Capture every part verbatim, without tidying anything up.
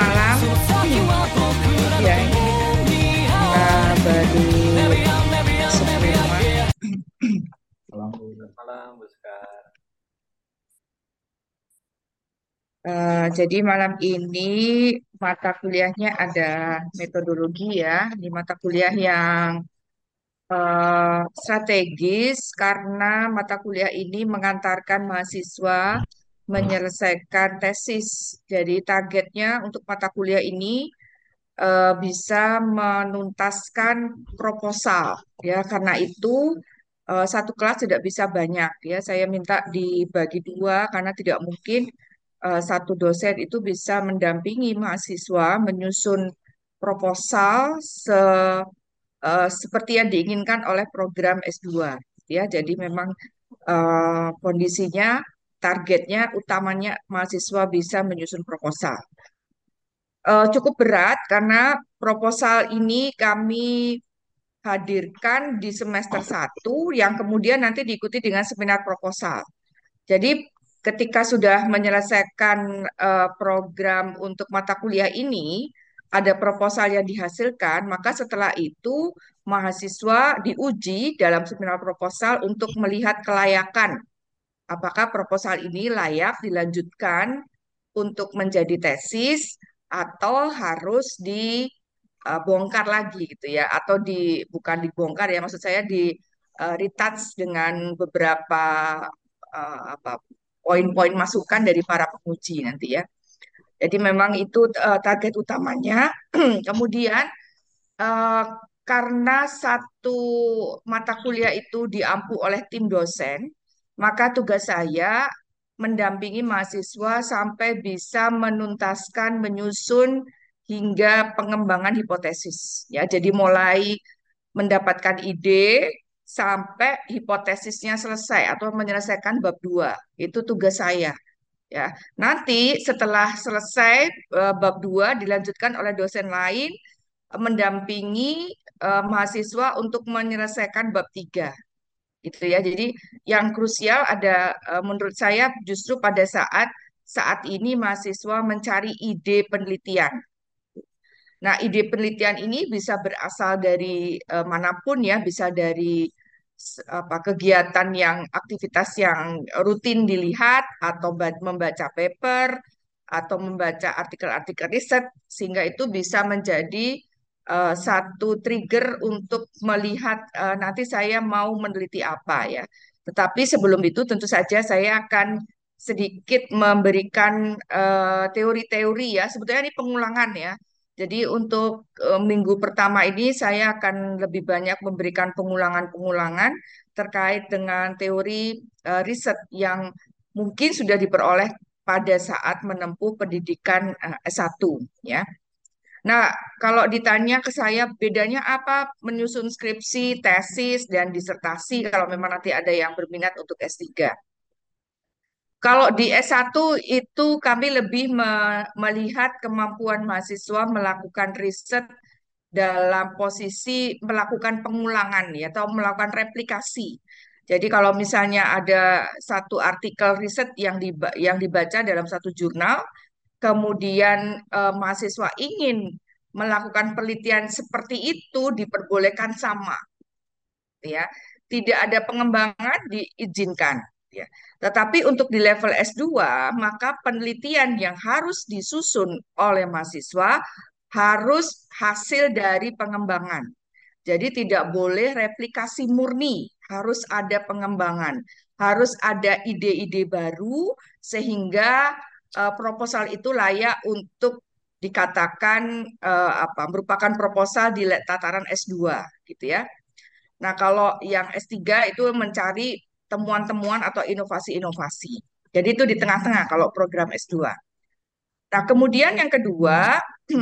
malam. Ya, ini kita baru masuk di rumah. Alhamdulillah. Malam, Bu Sekar. Eh, jadi malam ini mata kuliahnya ada metodologi ya. Di mata kuliah yang eh, strategis karena mata kuliah ini mengantarkan mahasiswa menyelesaikan tesis. Jadi targetnya untuk mata kuliah ini eh, bisa menuntaskan proposal ya. Karena itu eh, satu kelas tidak bisa banyak ya. Saya minta dibagi dua karena tidak mungkin eh, satu dosen itu bisa mendampingi mahasiswa menyusun proposal se eh, seperti yang diinginkan oleh program S dua ya. Jadi memang eh, kondisinya targetnya utamanya mahasiswa bisa menyusun proposal. Eh, cukup berat karena proposal ini kami hadirkan di semester satu yang kemudian nanti diikuti dengan seminar proposal. Jadi ketika sudah menyelesaikan eh, program untuk mata kuliah ini, ada proposal yang dihasilkan, maka setelah itu mahasiswa diuji dalam seminar proposal untuk melihat kelayakan apakah proposal ini layak dilanjutkan untuk menjadi tesis atau harus dibongkar lagi gitu ya, atau di bukan dibongkar ya, maksud saya di eh, retouch dengan beberapa eh, apa poin-poin masukan dari para penguji nanti ya. Jadi memang itu eh, target utamanya. Kemudian eh, karena satu mata kuliah itu diampu oleh tim dosen, maka tugas saya mendampingi mahasiswa sampai bisa menuntaskan, menyusun hingga pengembangan hipotesis. Ya, jadi mulai mendapatkan ide sampai hipotesisnya selesai atau menyelesaikan bab dua. Itu tugas saya. Ya, nanti setelah selesai eh, bab dua dilanjutkan oleh dosen lain mendampingi eh, mahasiswa untuk menyelesaikan bab tiga gitu ya. Jadi yang krusial ada eh, menurut saya justru pada saat saat ini mahasiswa mencari ide penelitian. Nah, ide penelitian ini bisa berasal dari eh, manapun ya, bisa dari s- apa kegiatan yang aktivitas yang rutin dilihat atau ba- membaca paper atau membaca artikel-artikel riset sehingga itu bisa menjadi eh, satu trigger untuk melihat eh, nanti saya mau meneliti apa ya. Tetapi sebelum itu tentu saja saya akan sedikit memberikan eh, teori-teori ya. Sebetulnya ini pengulangan ya. Jadi untuk eh, minggu pertama ini saya akan lebih banyak memberikan pengulangan-pengulangan terkait dengan teori eh, riset yang mungkin sudah diperoleh pada saat menempuh pendidikan eh, S satu ya. Nah, kalau ditanya ke saya bedanya apa menyusun skripsi, tesis dan disertasi kalau memang nanti ada yang berminat untuk S tiga. Kalau di S satu itu kami lebih me- melihat kemampuan mahasiswa melakukan riset dalam posisi melakukan pengulangan ya atau melakukan replikasi. Jadi kalau misalnya ada satu artikel riset yang diba- yang dibaca dalam satu jurnal, kemudian eh, mahasiswa ingin melakukan penelitian seperti itu diperbolehkan sama ya. Tidak ada pengembangan diizinkan ya. Tetapi untuk di level S dua, maka penelitian yang harus disusun oleh mahasiswa harus hasil dari pengembangan. Jadi tidak boleh replikasi murni, harus ada pengembangan, harus ada ide-ide baru sehingga eh, proposal itu layak untuk dikatakan eh, apa merupakan proposal di tataran S dua gitu ya. Nah, kalau yang S tiga itu mencari temuan-temuan atau inovasi-inovasi. Jadi itu di tengah-tengah kalau program S dua. Nah, kemudian yang kedua,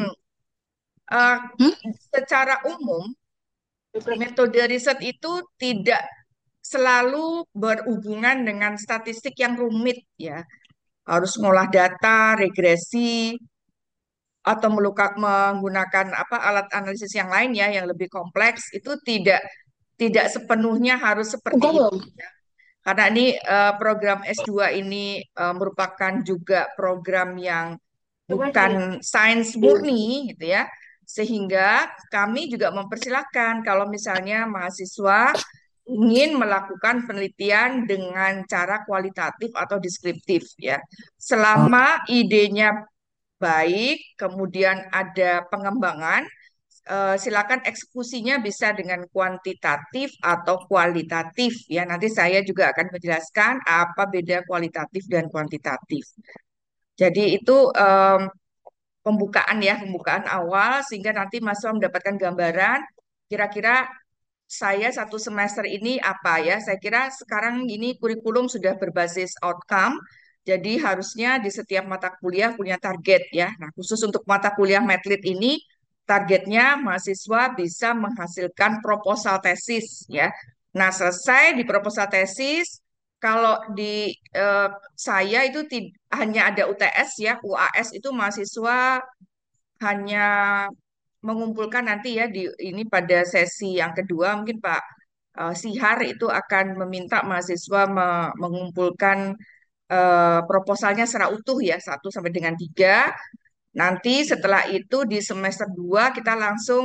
eh, Hmm? secara umum metode riset itu tidak selalu berhubungan dengan statistik yang rumit ya. Harus ngolah data, regresi, atau meluka- menggunakan apa alat analisis yang lain ya yang lebih kompleks itu tidak tidak sepenuhnya harus seperti Udah itu. belum? Karena ini eh, program S dua ini eh, merupakan juga program yang bukan sains murni gitu ya. Sehingga kami juga mempersilahkan kalau misalnya mahasiswa ingin melakukan penelitian dengan cara kualitatif atau deskriptif ya. Oh, Selama idenya baik, kemudian ada pengembangan, eh, silakan eksekusinya bisa dengan kuantitatif atau kualitatif ya. Nanti saya juga akan menjelaskan apa beda kualitatif dan kuantitatif. Jadi itu em, pembukaan ya, pembukaan awal sehingga nanti mahasiswa mendapatkan gambaran kira-kira saya satu semester ini apa ya. Saya kira sekarang ini kurikulum sudah berbasis outcome, jadi harusnya di setiap mata kuliah punya target ya. Nah, khusus untuk mata kuliah Medlit ini targetnya mahasiswa bisa menghasilkan proposal tesis ya. Nah, selesai di proposal tesis, kalau di eh, saya itu tid- hanya ada U T S ya, U A S itu mahasiswa hanya mengumpulkan nanti ya di ini pada sesi yang kedua mungkin Pak eh, Sihar itu akan meminta mahasiswa me- mengumpulkan eh, proposalnya secara utuh ya satu sampai dengan tiga. Nanti setelah itu di semester dua kita langsung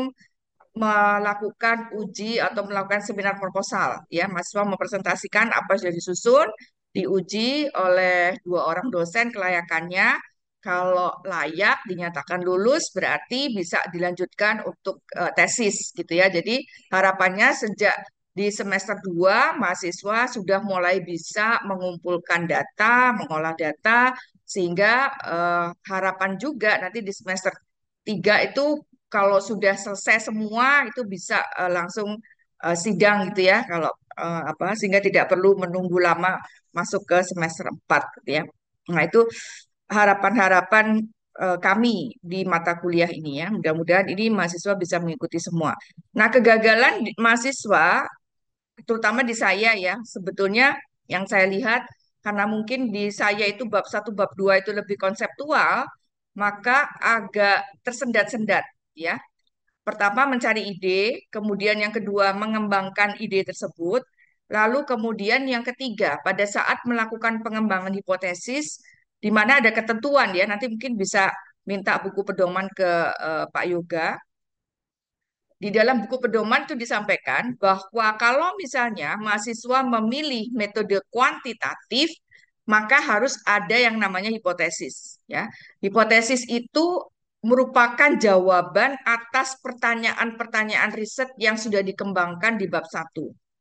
melakukan uji atau melakukan seminar proposal ya mahasiswa mempresentasikan apa yang sudah disusun diuji oleh dua orang dosen kelayakannya kalau layak dinyatakan lulus berarti bisa dilanjutkan untuk eh, tesis gitu ya jadi harapannya sejak di semester dua mahasiswa sudah mulai bisa mengumpulkan data mengolah data sehingga eh, harapan juga nanti di semester tiga itu kalau sudah selesai semua itu bisa eh, langsung eh, sidang gitu ya kalau eh, apa sehingga tidak perlu menunggu lama masuk ke semester empat gitu ya. Nah, itu harapan-harapan eh, kami di mata kuliah ini ya. Mudah-mudahan ini mahasiswa bisa mengikuti semua. Nah, kegagalan di- mahasiswa terutama di saya ya, sebetulnya yang saya lihat karena mungkin di saya itu bab satu, bab dua itu lebih konseptual, maka agak tersendat-sendat ya. Pertama mencari ide, kemudian yang kedua mengembangkan ide tersebut, lalu kemudian yang ketiga pada saat melakukan pengembangan hipotesis di mana ada ketentuan ya, nanti mungkin bisa minta buku pedoman ke eh, Pak Yoga. Di dalam buku pedoman itu disampaikan bahwa kalau misalnya mahasiswa memilih metode kuantitatif, maka harus ada yang namanya hipotesis. Ya, hipotesis itu merupakan jawaban atas pertanyaan-pertanyaan riset yang sudah dikembangkan di bab satu.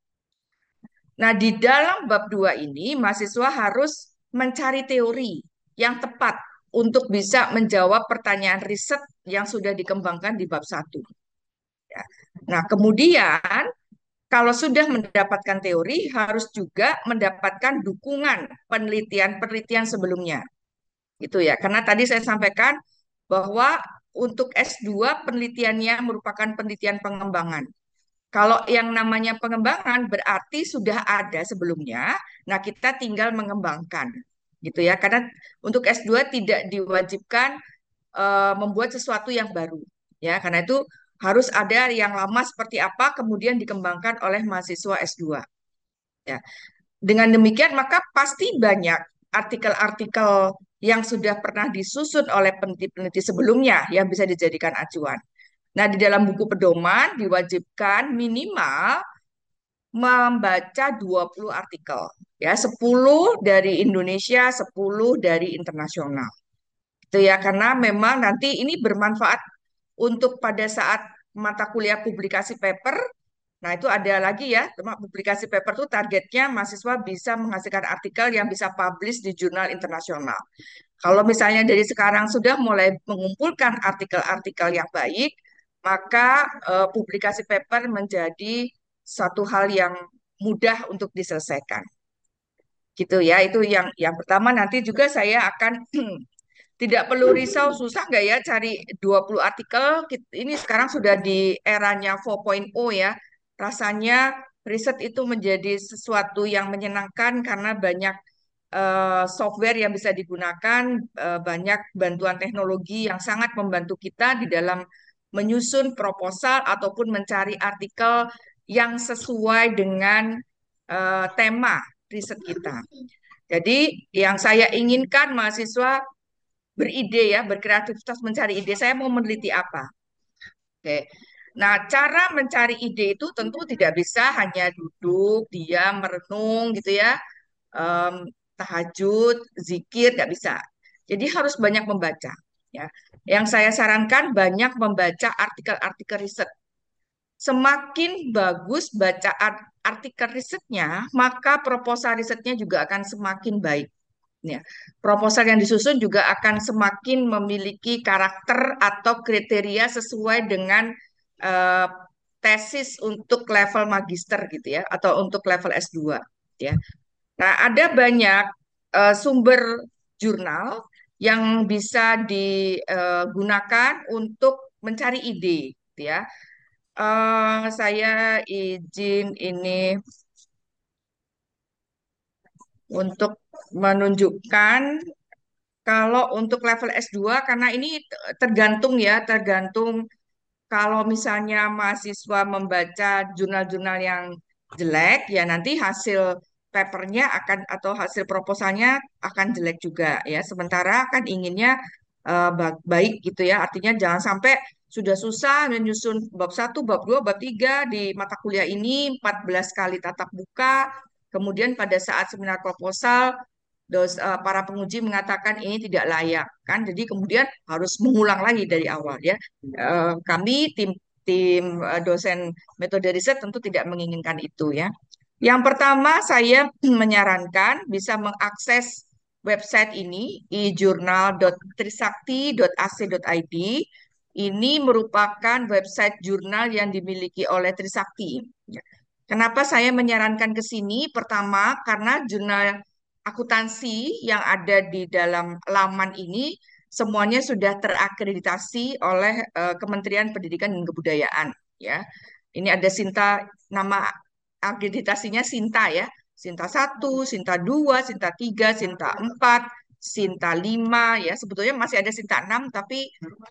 Nah, di dalam bab dua ini, mahasiswa harus mencari teori yang tepat untuk bisa menjawab pertanyaan riset yang sudah dikembangkan di bab satu. Ya. Nah, kemudian kalau sudah mendapatkan teori, harus juga mendapatkan dukungan penelitian-penelitian sebelumnya. Gitu ya. Karena tadi saya sampaikan bahwa untuk S dua penelitiannya merupakan penelitian pengembangan. Kalau yang namanya pengembangan berarti sudah ada sebelumnya, nah kita tinggal mengembangkan. Gitu ya. Karena untuk S dua tidak diwajibkan eh, membuat sesuatu yang baru. Ya, karena itu harus ada yang lama seperti apa kemudian dikembangkan oleh mahasiswa S dua. Ya. Dengan demikian maka pasti banyak artikel-artikel yang sudah pernah disusun oleh peneliti-peneliti sebelumnya yang bisa dijadikan acuan. Nah, di dalam buku pedoman diwajibkan minimal membaca dua puluh artikel. Ya, sepuluh dari Indonesia, sepuluh dari internasional. Itu ya, karena memang nanti ini bermanfaat untuk pada saat mata kuliah publikasi paper. Nah, itu ada lagi ya, cuma publikasi paper itu targetnya mahasiswa bisa menghasilkan artikel yang bisa publish di jurnal internasional. Kalau misalnya dari sekarang sudah mulai mengumpulkan artikel-artikel yang baik, maka eh, publikasi paper menjadi satu hal yang mudah untuk diselesaikan. Gitu ya, itu yang yang pertama nanti juga saya akan tidak perlu risau, susah nggak ya cari dua puluh artikel? Kit- Ini sekarang sudah di eranya empat titik nol ya. Rasanya riset itu menjadi sesuatu yang menyenangkan karena banyak eh, software yang bisa digunakan, eh, banyak bantuan teknologi yang sangat membantu kita di dalam menyusun proposal ataupun mencari artikel yang sesuai dengan eh, tema riset kita. Jadi yang saya inginkan mahasiswa beride ya, berkreativitas mencari ide. Saya mau meneliti apa? Oke. Nah, cara mencari ide itu tentu tidak bisa hanya duduk, diam, merenung gitu ya, em, tahajud, zikir, nggak bisa. Jadi harus banyak membaca. Ya, yang saya sarankan banyak membaca artikel-artikel riset. Semakin bagus bacaan artikel risetnya, maka proposal risetnya juga akan semakin baik. Ya. Proposal yang disusun juga akan semakin memiliki karakter atau kriteria sesuai dengan eh, tesis untuk level magister gitu ya, atau untuk level S dua. Ya. Nah, ada banyak eh, sumber jurnal yang bisa digunakan untuk mencari ide, gitu ya. Eh, saya izin ini untuk menunjukkan kalau untuk level S dua karena ini tergantung ya, tergantung kalau misalnya mahasiswa membaca jurnal-jurnal yang jelek, ya nanti hasil papernya akan atau hasil proposalnya akan jelek juga ya. Sementara kan inginnya eh, ba- baik gitu ya. Artinya jangan sampai sudah susah menyusun bab satu, bab dua, bab tiga di mata kuliah ini empat belas kali tatap muka. Kemudian pada saat seminar proposal dos, eh, para penguji mengatakan ini tidak layak kan. Jadi kemudian harus mengulang lagi dari awal ya. Eh, kami tim tim eh, dosen metode riset tentu tidak menginginkan itu ya. Yang pertama saya menyarankan bisa mengakses website ini i jurnal dot trisakti dot a c dot i d. Ini merupakan website jurnal yang dimiliki oleh Trisakti. Ya. Kenapa saya menyarankan ke sini? Pertama, karena jurnal akuntansi yang ada di dalam laman ini semuanya sudah terakreditasi oleh eh, Kementerian Pendidikan dan Kebudayaan. Ya, ini ada Sinta, nama akreditasinya Sinta ya. Sinta satu, Sinta dua, Sinta tiga, Sinta empat, Sinta lima ya. Sebetulnya masih ada Sinta enam tapi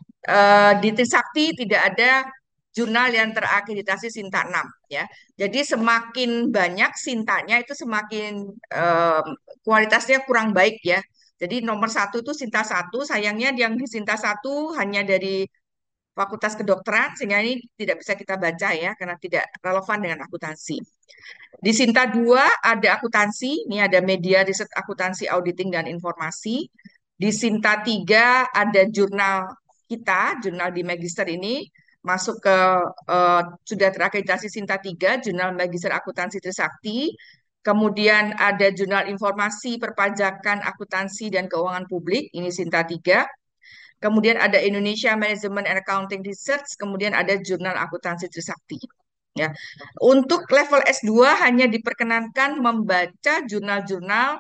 eh, di Trisakti tidak ada jurnal yang terakreditasi Sinta enam ya. Jadi semakin banyak Sintanya itu semakin eh, kualitasnya kurang baik ya. Jadi nomor satu itu Sinta satu, sayangnya yang di Sinta satu hanya dari Fakultas Kedokteran sehingga ini tidak bisa kita baca ya karena tidak relevan dengan akuntansi. Di Sinta dua ada akuntansi, ini ada media riset akuntansi auditing dan informasi. Di Sinta tiga ada jurnal kita, jurnal di Magister ini masuk ke eh, sudah terakreditasi Sinta tiga, jurnal Magister Akuntansi Trisakti. Kemudian ada jurnal informasi perpajakan akuntansi dan keuangan publik, ini Sinta tiga. Kemudian ada Indonesia Management and Accounting Research, kemudian ada jurnal akuntansi Trisakti. Ya. Untuk level S dua hanya diperkenankan membaca jurnal-jurnal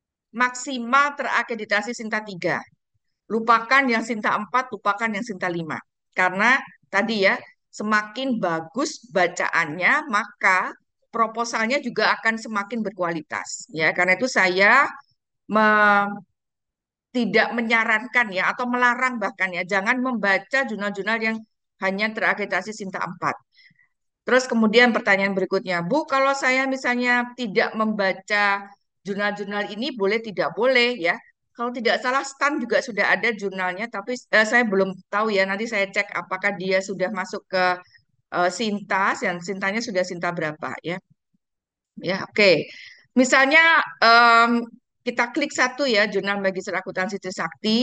maksimal terakreditasi Sinta tiga. Lupakan yang Sinta empat, lupakan yang Sinta lima. Karena tadi ya, semakin bagus bacaannya, maka proposalnya juga akan semakin berkualitas. Ya, karena itu saya me- tidak menyarankan ya atau melarang bahkan ya, jangan membaca jurnal-jurnal yang hanya terakreditasi Sinta empat. Terus kemudian pertanyaan berikutnya, Bu, kalau saya misalnya tidak membaca jurnal-jurnal ini, boleh tidak boleh ya? Kalau tidak salah, STAN juga sudah ada jurnalnya, tapi eh, saya belum tahu ya. Nanti saya cek apakah dia sudah masuk ke eh, Sinta, dan Sintanya sudah Sinta berapa ya? Ya, oke. Misalnya em, kita klik satu ya, Jurnal Magister Akuntansi Trisakti.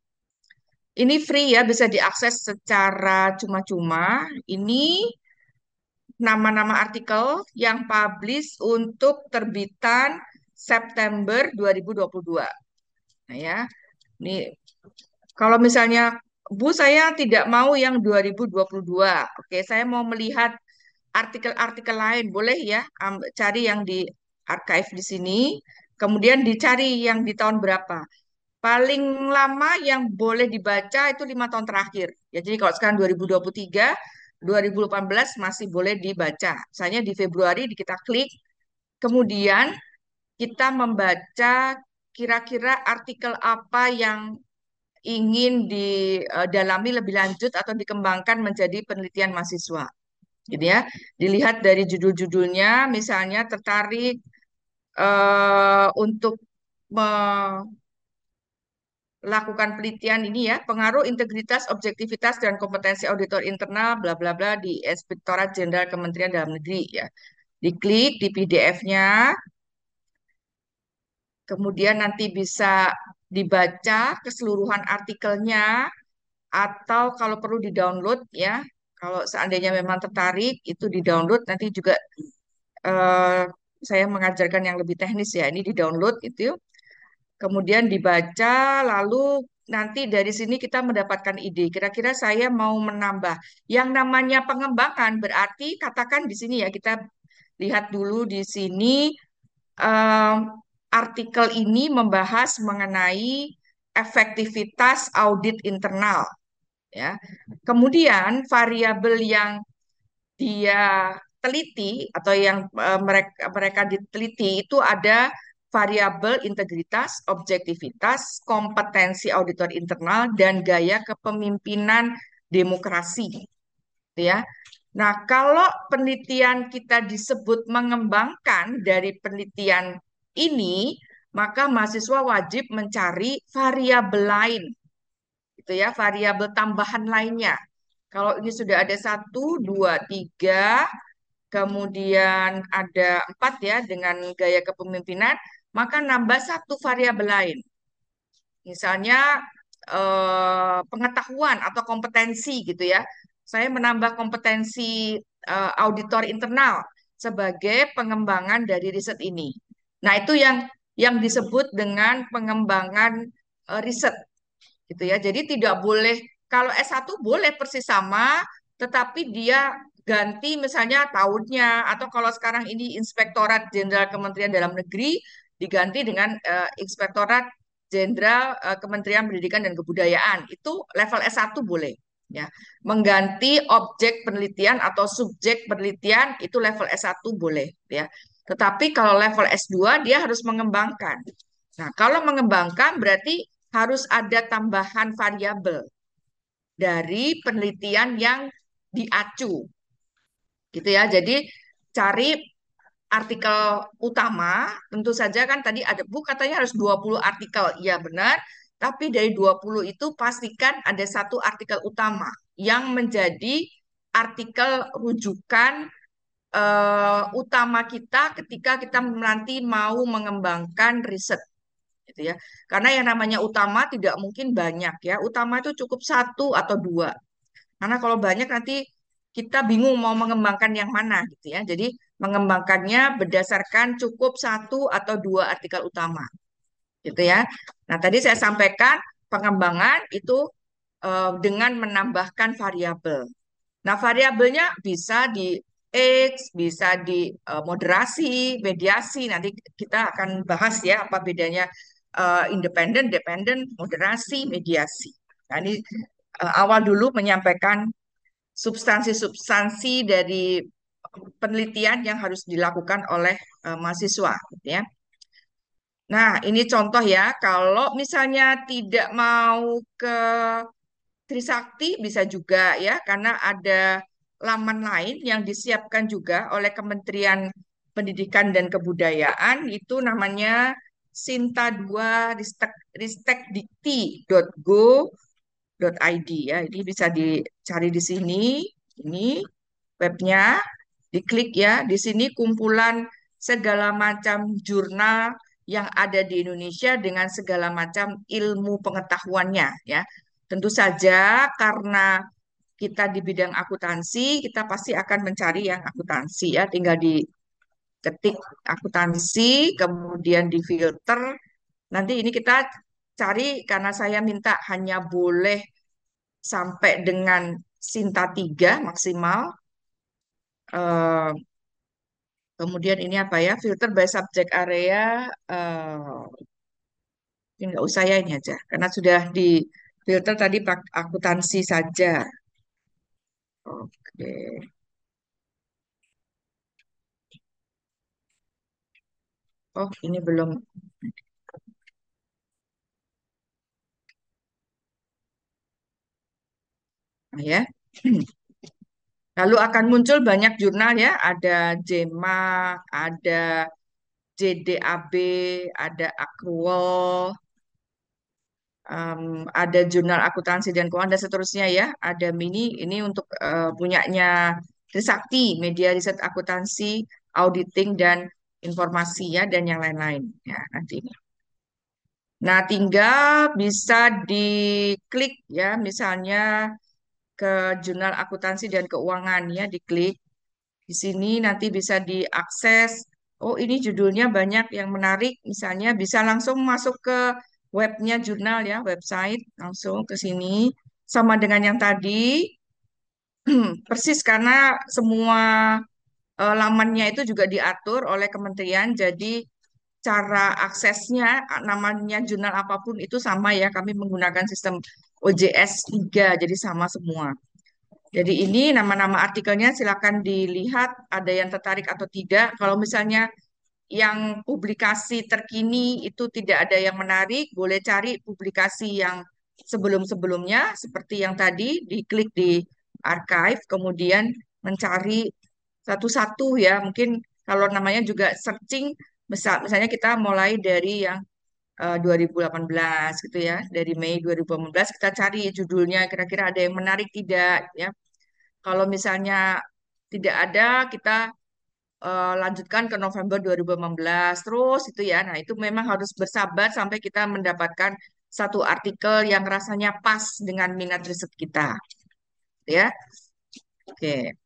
Ini free ya, bisa diakses secara cuma-cuma. Ini nama-nama artikel yang publish untuk terbitan September dua ribu dua puluh dua. Nah ya, ini kalau misalnya Bu saya tidak mau yang dua ribu dua puluh dua. Oke, saya mau melihat artikel-artikel lain, boleh ya am- cari yang di archive di sini, kemudian dicari yang di tahun berapa. Paling lama yang boleh dibaca itu lima tahun terakhir. Ya, jadi kalau sekarang dua ribu dua puluh tiga, dua ribu delapan belas masih boleh dibaca. Misalnya di Februari kita klik, kemudian kita membaca kira-kira artikel apa yang ingin didalami lebih lanjut atau dikembangkan menjadi penelitian mahasiswa. Gitu ya. Dilihat dari judul-judulnya, misalnya tertarik eh, untuk lakukan penelitian ini ya, pengaruh integritas, objektivitas, dan kompetensi auditor internal, bla bla bla di Inspektorat Jenderal Kementerian Dalam Negeri ya. Diklik di P D F-nya, kemudian nanti bisa dibaca keseluruhan artikelnya, atau kalau perlu di-download ya. Kalau seandainya memang tertarik, itu di-download, nanti juga eh, saya mengajarkan yang lebih teknis ya, ini di-download itu. Kemudian dibaca, lalu nanti dari sini kita mendapatkan ide. Kira-kira saya mau menambah. Yang namanya pengembangan berarti katakan di sini ya, kita lihat dulu di sini em, artikel ini membahas mengenai efektivitas audit internal ya. Kemudian variabel yang dia teliti atau yang eh, mereka mereka diteliti itu ada variabel integritas, objektivitas, kompetensi auditor internal dan gaya kepemimpinan demokrasi, gitu ya. Nah, kalau penelitian kita disebut mengembangkan dari penelitian ini, maka mahasiswa wajib mencari variabel lain, gitu ya, variabel tambahan lainnya. Kalau ini sudah ada satu, dua, tiga, kemudian ada empat ya dengan gaya kepemimpinan, maka nambah satu variabel lain. Misalnya eh, pengetahuan atau kompetensi gitu ya. Saya menambah kompetensi eh, auditor internal sebagai pengembangan dari riset ini. Nah, itu yang yang disebut dengan pengembangan eh, riset gitu ya. Jadi tidak boleh kalau S satu boleh persis sama, tetapi dia ganti misalnya tahunnya atau kalau sekarang ini Inspektorat Jenderal Kementerian Dalam Negeri diganti dengan eh, Inspektorat Jenderal eh, Kementerian Pendidikan dan Kebudayaan. Itu level S satu boleh ya. Mengganti objek penelitian atau subjek penelitian itu level S satu boleh ya. Tetapi kalau level S dua dia harus mengembangkan. Nah, kalau mengembangkan berarti harus ada tambahan variabel dari penelitian yang diacu, gitu ya. Jadi cari artikel utama, tentu saja kan tadi ada bu katanya harus dua puluh artikel. Iya benar, tapi dari dua puluh itu pastikan ada satu artikel utama yang menjadi artikel rujukan eh, utama kita ketika kita nanti mau mengembangkan riset gitu ya. Karena yang namanya utama tidak mungkin banyak ya. Utama itu cukup satu atau dua. Karena kalau banyak nanti kita bingung mau mengembangkan yang mana gitu ya. Jadi mengembangkannya berdasarkan cukup satu atau dua artikel utama gitu ya. Nah, tadi saya sampaikan pengembangan itu eh, dengan menambahkan variabel. Nah, variabelnya bisa di X, bisa di eh, moderasi, mediasi. Nanti kita akan bahas ya apa bedanya eh, independen, dependen, moderasi, mediasi. Nah, ini eh, awal dulu menyampaikan substansi-substansi dari penelitian yang harus dilakukan oleh eh, mahasiswa, gitu ya. Nah, ini contoh ya, kalau misalnya tidak mau ke Trisakti bisa juga ya, karena ada laman lain yang disiapkan juga oleh Kementerian Pendidikan dan Kebudayaan, itu namanya sinta dua ristekdikti dot go dot i d ya. Ini bisa dicari di sini, ini webnya, diklik ya. Di sini kumpulan segala macam jurnal yang ada di Indonesia dengan segala macam ilmu pengetahuannya ya. Tentu saja karena kita di bidang akuntansi, kita pasti akan mencari yang akuntansi ya. Tinggal diketik akuntansi, kemudian di filter. Nanti ini kita cari karena saya minta hanya boleh sampai dengan Sinta tiga maksimal. Eh, kemudian ini apa ya? Filter by subject area. Eh, ini nggak usah ya ini aja. Karena sudah di filter tadi pak- akuntansi saja. Oke. Oh, ini belum. Nah, ya. Lalu akan muncul banyak jurnal ya. Ada JEMA, ada J D A B, ada Akruel, Em, ada jurnal akuntansi dan keuangan dan seterusnya ya. Ada mini ini untuk eh, punyanya Trisakti, media riset akuntansi, auditing dan informasi ya dan yang lain-lain ya nanti. Nah, tinggal bisa diklik ya, misalnya ke jurnal akuntansi dan keuangan ya, diklik. Di sini nanti bisa diakses. Oh, ini judulnya banyak yang menarik. Misalnya bisa langsung masuk ke webnya jurnal ya, website langsung ke sini. Sama dengan yang tadi, persis karena semua eh, lamannya itu juga diatur oleh kementerian. Jadi cara aksesnya namanya jurnal apapun itu sama ya. Kami menggunakan sistem O J S tiga, jadi sama semua. Jadi ini nama-nama artikelnya silakan dilihat ada yang tertarik atau tidak. Kalau misalnya yang publikasi terkini itu tidak ada yang menarik, boleh cari publikasi yang sebelum-sebelumnya seperti yang tadi, diklik di archive, kemudian mencari satu-satu ya. Mungkin kalau namanya juga searching, misal, misalnya kita mulai dari yang eh, dua ribu delapan belas gitu ya, dari Mei dua ribu delapan belas kita cari judulnya kira-kira ada yang menarik tidak ya. Kalau misalnya tidak ada, kita eh, lanjutkan ke November dua ribu delapan belas terus itu ya. Nah, itu memang harus bersabar sampai kita mendapatkan satu artikel yang rasanya pas dengan minat riset kita, ya. Oke.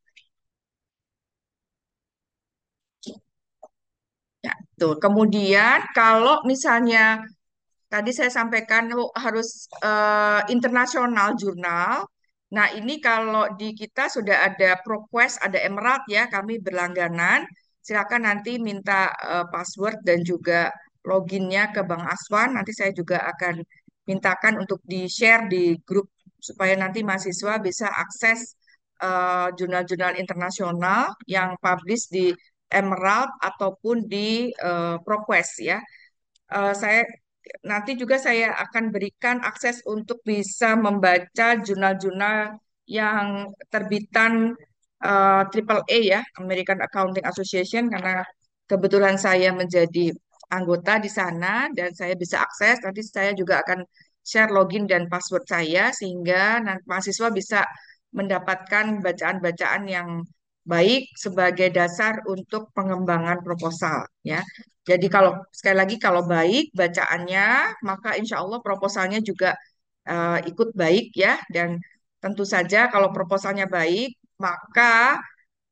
Ya, tuh. Kemudian kalau misalnya tadi saya sampaikan oh, harus eh, internasional jurnal. Nah, ini kalau di kita sudah ada ProQuest, ada Emerald ya, kami berlangganan. Silakan nanti minta eh, password dan juga loginnya ke Bang Aswan. Nanti saya juga akan mintakan untuk di-share di grup supaya nanti mahasiswa bisa akses eh, jurnal-jurnal internasional yang publish di Emerald ataupun di eh, ProQuest ya. Eh, saya nanti juga saya akan berikan akses untuk bisa membaca jurnal-jurnal yang terbitan eh, Triple A ya, American Accounting Association, karena kebetulan saya menjadi anggota di sana dan saya bisa akses. Nanti saya juga akan share login dan password saya sehingga nanti mahasiswa bisa mendapatkan bacaan-bacaan yang baik sebagai dasar untuk pengembangan proposal ya. Jadi kalau sekali lagi kalau baik bacaannya, maka insya Allah proposalnya juga eh, ikut baik ya. Dan tentu saja kalau proposalnya baik, maka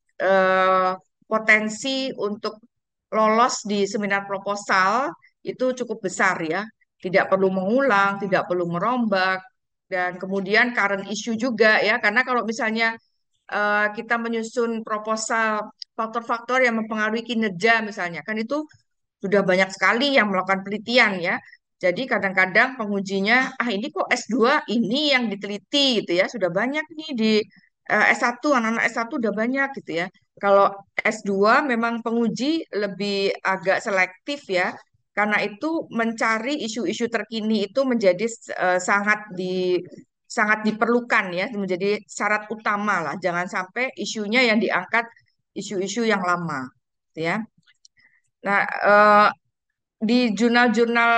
eh, potensi untuk lolos di seminar proposal itu cukup besar ya. Tidak perlu mengulang, tidak perlu merombak, dan kemudian current issue juga ya. Karena kalau misalnya eh, kita menyusun proposal faktor-faktor yang mempengaruhi kinerja misalnya, kan itu sudah banyak sekali yang melakukan penelitian ya. Jadi kadang-kadang pengujinya, ah ini kok S dua ini yang diteliti gitu ya. Sudah banyak nih di eh, S satu, anak-anak S satu udah banyak gitu ya. Kalau S dua memang penguji lebih agak selektif ya. Karena itu mencari isu-isu terkini itu menjadi eh, sangat di sangat diperlukan ya, menjadi syarat utama lah. Jangan sampai isunya yang diangkat isu-isu yang lama, gitu ya. Nah, eh, di jurnal-jurnal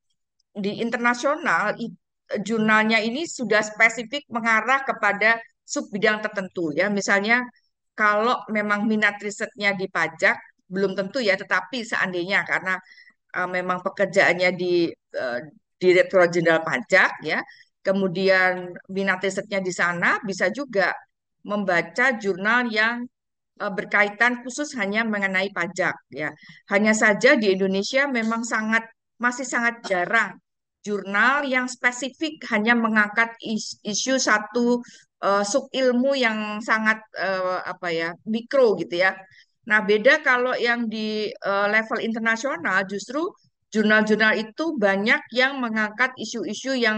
di internasional, i- jurnalnya ini sudah spesifik mengarah kepada sub bidang tertentu ya. Misalnya kalau memang minat risetnya di pajak, belum tentu ya, tetapi seandainya karena eh, memang pekerjaannya di eh, Direktorat Jenderal Pajak ya, kemudian minat risetnya di sana, bisa juga membaca jurnal yang eh, berkaitan khusus hanya mengenai pajak ya. Hanya saja di Indonesia memang sangat masih sangat jarang jurnal yang spesifik hanya mengangkat is- isu satu eh, sub ilmu yang sangat eh, apa ya mikro gitu ya. Nah, beda kalau yang di eh, level internasional justru jurnal-jurnal itu banyak yang mengangkat isu-isu yang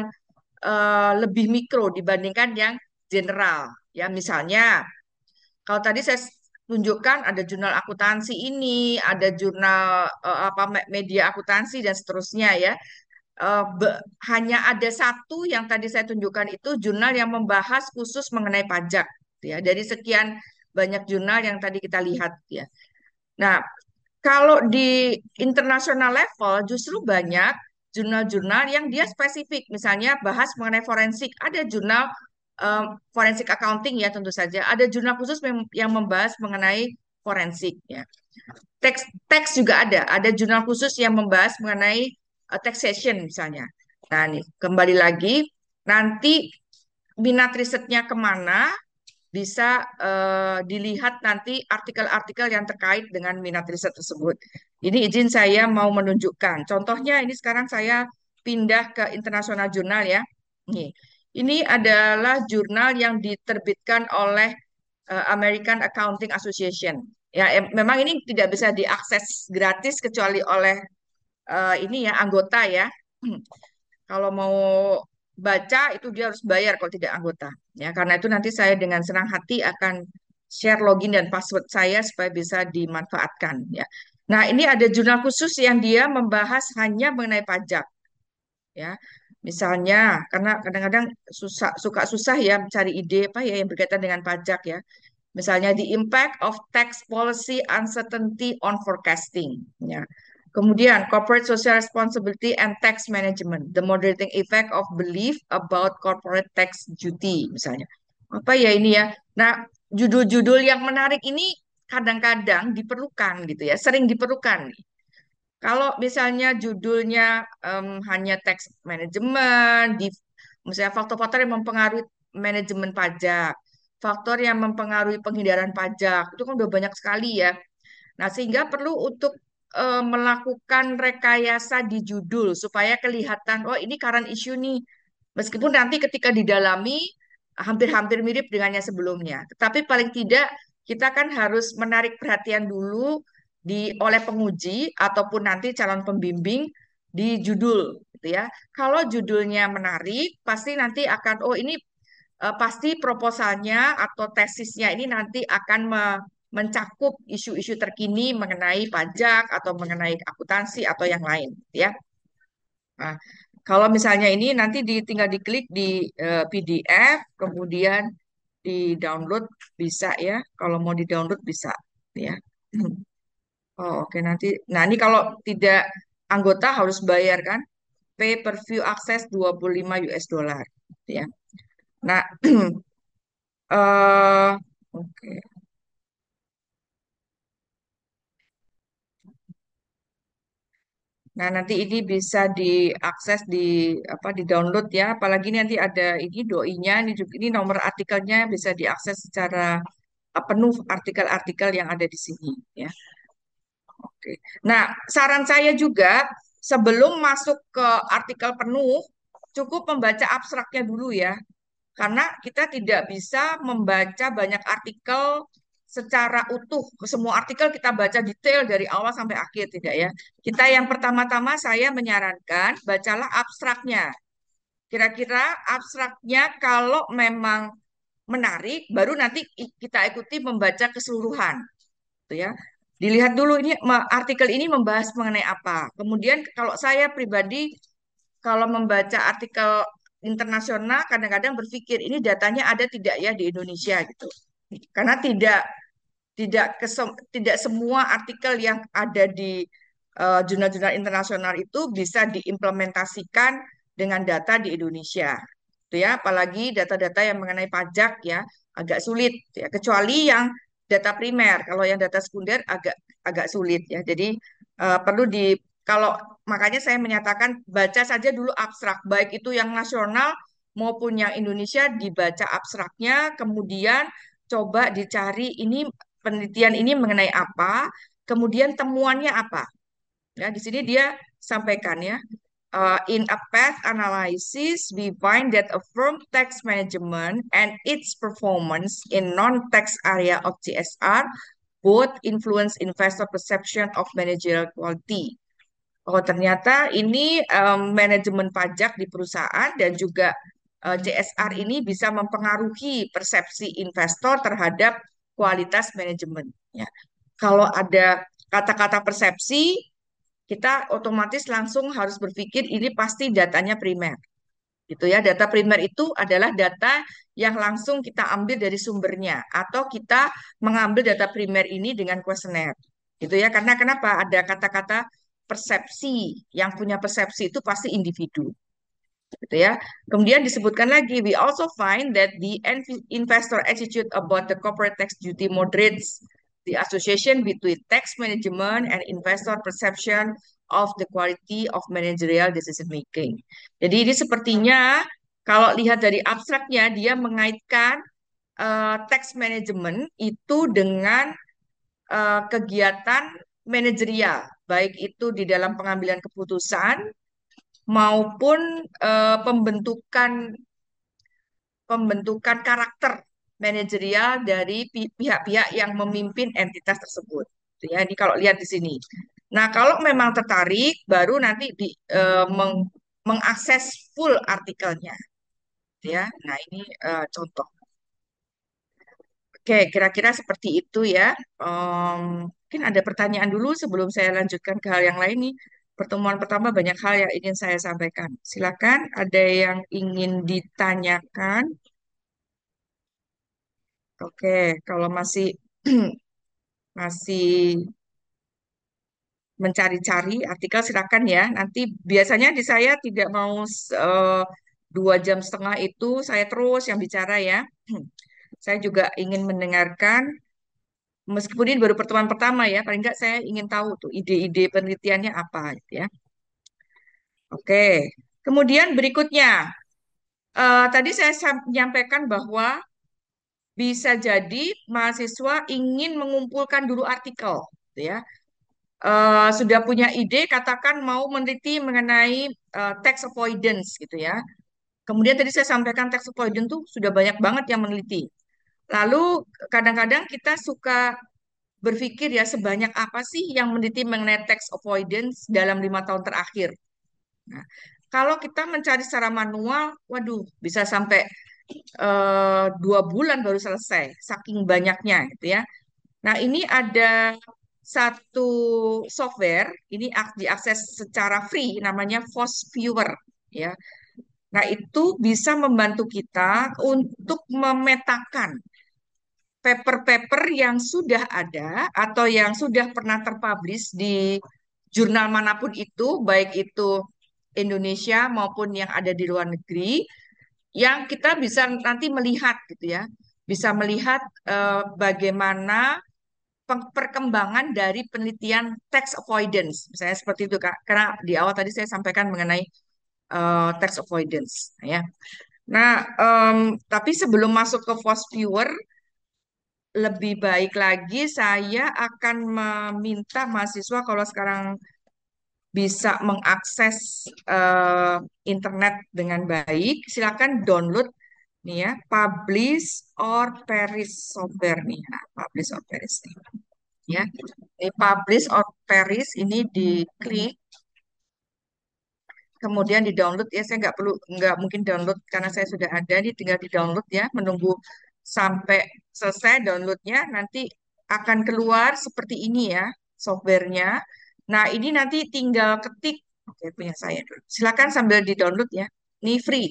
eh, lebih mikro dibandingkan yang general. Ya, misalnya kalau tadi saya tunjukkan ada jurnal akuntansi ini, ada jurnal eh, apa me- media akuntansi dan seterusnya ya. Eh, be- hanya ada satu yang tadi saya tunjukkan itu jurnal yang membahas khusus mengenai pajak ya. Dari sekian banyak jurnal yang tadi kita lihat ya. Nah, kalau di international level justru banyak jurnal-jurnal yang dia spesifik, misalnya bahas mengenai forensik. Ada jurnal um, forensik accounting ya tentu saja. Ada jurnal khusus mem- yang membahas mengenai forensik ya. Teks teks juga ada. Ada jurnal khusus yang membahas mengenai uh, taxation misalnya. Nah, nih kembali lagi nanti minat risetnya kemana bisa eh, dilihat nanti artikel-artikel yang terkait dengan minat riset tersebut. Ini izin saya mau menunjukkan. Contohnya ini sekarang saya pindah ke internasional jurnal ya. Nih, ini adalah jurnal yang diterbitkan oleh eh, American Accounting Association. Ya, em- memang ini tidak bisa diakses gratis kecuali oleh eh, ini ya anggota ya. Kalau mau baca itu dia harus bayar kalau tidak anggota. Ya, karena itu nanti saya dengan senang hati akan share login dan password saya supaya bisa dimanfaatkan ya. Nah, ini ada jurnal khusus yang dia membahas hanya mengenai pajak ya. Misalnya, karena kadang-kadang susah suka susah ya mencari ide apa ya yang berkaitan dengan pajak ya. Misalnya the impact of tax policy uncertainty on forecasting. Ya. Kemudian corporate social responsibility and tax management, the moderating effect of belief about corporate tax duty misalnya. Apa ya ini ya? Nah, judul-judul yang menarik ini kadang-kadang diperlukan gitu ya, sering diperlukan. Kalau misalnya judulnya em, hanya tax management, di, misalnya faktor-faktor yang mempengaruhi manajemen pajak, faktor yang mempengaruhi penghindaran pajak, itu kan udah banyak sekali ya. Nah, sehingga perlu untuk eh, melakukan rekayasa di judul supaya kelihatan, oh ini current issue nih. Meskipun nanti ketika didalami hampir-hampir mirip dengannya sebelumnya. Tetapi paling tidak kita kan harus menarik perhatian dulu di oleh penguji ataupun nanti calon pembimbing di judul gitu ya. Kalau judulnya menarik, pasti nanti akan oh ini eh, pasti proposalnya atau tesisnya ini nanti akan me- mencakup isu-isu terkini mengenai pajak atau mengenai akuntansi atau yang lain, ya. Nah, kalau misalnya ini nanti di, tinggal diklik di eh, P D F, kemudian di download bisa ya. Kalau mau di download bisa, ya. Oh, oke nanti. Nah, ini kalau tidak anggota harus bayar kan? Pay per view access dua puluh lima U S dollar, ya. Nah, eh oke. Nah, nanti ini bisa diakses di apa di download ya. Apalagi nanti ada ini doinya, ini juga ini nomor artikelnya bisa diakses secara uh, penuh artikel-artikel yang ada di sini ya. Oke. Nah, saran saya juga sebelum masuk ke artikel penuh, cukup membaca abstraknya dulu ya. Karena kita tidak bisa membaca banyak artikel secara utuh. Semua artikel kita baca detail dari awal sampai akhir, tidak ya. Kita yang pertama-tama saya menyarankan bacalah abstraknya. Kira-kira abstraknya kalau memang menarik, baru nanti kita ikuti membaca keseluruhan. Gitu ya. Dilihat dulu ini artikel ini membahas mengenai apa. Kemudian kalau saya pribadi kalau membaca artikel internasional kadang-kadang berpikir ini datanya ada tidak ya di Indonesia gitu. Karena tidak tidak kesem, tidak semua artikel yang ada di eh, jurnal-jurnal internasional itu bisa diimplementasikan dengan data di Indonesia. Itu ya, apalagi data-data yang mengenai pajak ya agak sulit ya, kecuali yang data primer. Kalau yang data sekunder agak agak sulit ya. Jadi eh, perlu di kalau makanya saya menyatakan baca saja dulu abstrak, baik itu yang nasional maupun yang Indonesia dibaca abstraknya, kemudian coba dicari ini penelitian ini mengenai apa, kemudian temuannya apa. Ya, di sini dia sampaikan ya. Uh, in a path analysis, we find that a firm tax management and its performance in non-tax area of C S R both influence investor perception of managerial quality. Oh, ternyata ini um, manajemen pajak di perusahaan dan juga uh, C S R ini bisa mempengaruhi persepsi investor terhadap kualitas manajemen. Ya. Kalau ada kata-kata persepsi, kita otomatis langsung harus berpikir ini pasti datanya primer. Gitu ya. Data primer itu adalah data yang langsung kita ambil dari sumbernya atau kita mengambil data primer ini dengan kuesioner. Gitu ya. Karena kenapa ada kata-kata persepsi. Yang punya persepsi itu pasti individu, gitu ya. Kemudian disebutkan lagi, we also find that the en- investor attitude about the corporate tax duty moderates the association between tax management and investor perception of the quality of managerial decision making. Jadi ini sepertinya kalau lihat dari abstraknya dia mengaitkan eh, tax management itu dengan eh, kegiatan manajerial, baik itu di dalam pengambilan keputusan maupun eh, pembentukan pembentukan karakter manajerial dari pi- pihak-pihak yang memimpin entitas tersebut. Gitu ya, ini kalau lihat di sini. Nah, kalau memang tertarik, baru nanti di eh, meng- mengakses full artikelnya, gitu ya. Nah, ini eh, contoh. Oke, kira-kira seperti itu ya. Em, mungkin ada pertanyaan dulu sebelum saya lanjutkan ke hal yang lain nih. Pertemuan pertama banyak hal yang ingin saya sampaikan. Silakan, ada yang ingin ditanyakan? Oke, kalau masih masih mencari-cari artikel silakan ya. Nanti biasanya di saya tidak mau eh, dua jam setengah itu saya terus yang bicara ya. Saya juga ingin mendengarkan, meskipun ini baru pertemuan pertama ya, paling nggak saya ingin tahu tuh ide-ide penelitiannya apa gitu ya. Oke, kemudian berikutnya, eh, tadi saya sam- menyampaikan bahwa bisa jadi mahasiswa ingin mengumpulkan dulu artikel, gitu ya. Eh, sudah punya ide, katakan mau meneliti mengenai eh, tax avoidance gitu ya. Kemudian tadi saya sampaikan tax avoidance tuh sudah banyak banget yang meneliti. Lalu kadang-kadang kita suka berpikir ya sebanyak apa sih yang meneliti mengenai tax avoidance dalam lima tahun terakhir. Nah, kalau kita mencari secara manual, waduh, bisa sampai eh, dua bulan baru selesai, saking banyaknya gitu ya. Nah, ini ada satu software, ini ak- diakses secara free, namanya Force Viewer ya. Nah, itu bisa membantu kita untuk memetakan paper-paper yang sudah ada atau yang sudah pernah terpublish di jurnal manapun itu, baik itu Indonesia maupun yang ada di luar negeri, yang kita bisa nanti melihat gitu ya, bisa melihat eh, bagaimana peng- perkembangan dari penelitian tax avoidance, misalnya seperti itu Kak. Karena di awal tadi saya sampaikan mengenai eh, tax avoidance, ya. Nah, em, tapi sebelum masuk ke Fast Viewer, lebih baik lagi saya akan meminta mahasiswa kalau sekarang bisa mengakses eh, internet dengan baik, silakan download nih ya, Publish or Perish software nih, ya, Publish or Perish nih, ya. Ini Publish or Perish ini diklik, kemudian di download ya. Saya nggak perlu, nggak mungkin download karena saya sudah ada, nih tinggal di download ya, menunggu sampai selesai downloadnya, nanti akan keluar seperti ini ya softwarenya. Nah, ini nanti tinggal ketik. Oke, punya saya dulu, silakan sambil di download ya, ini free.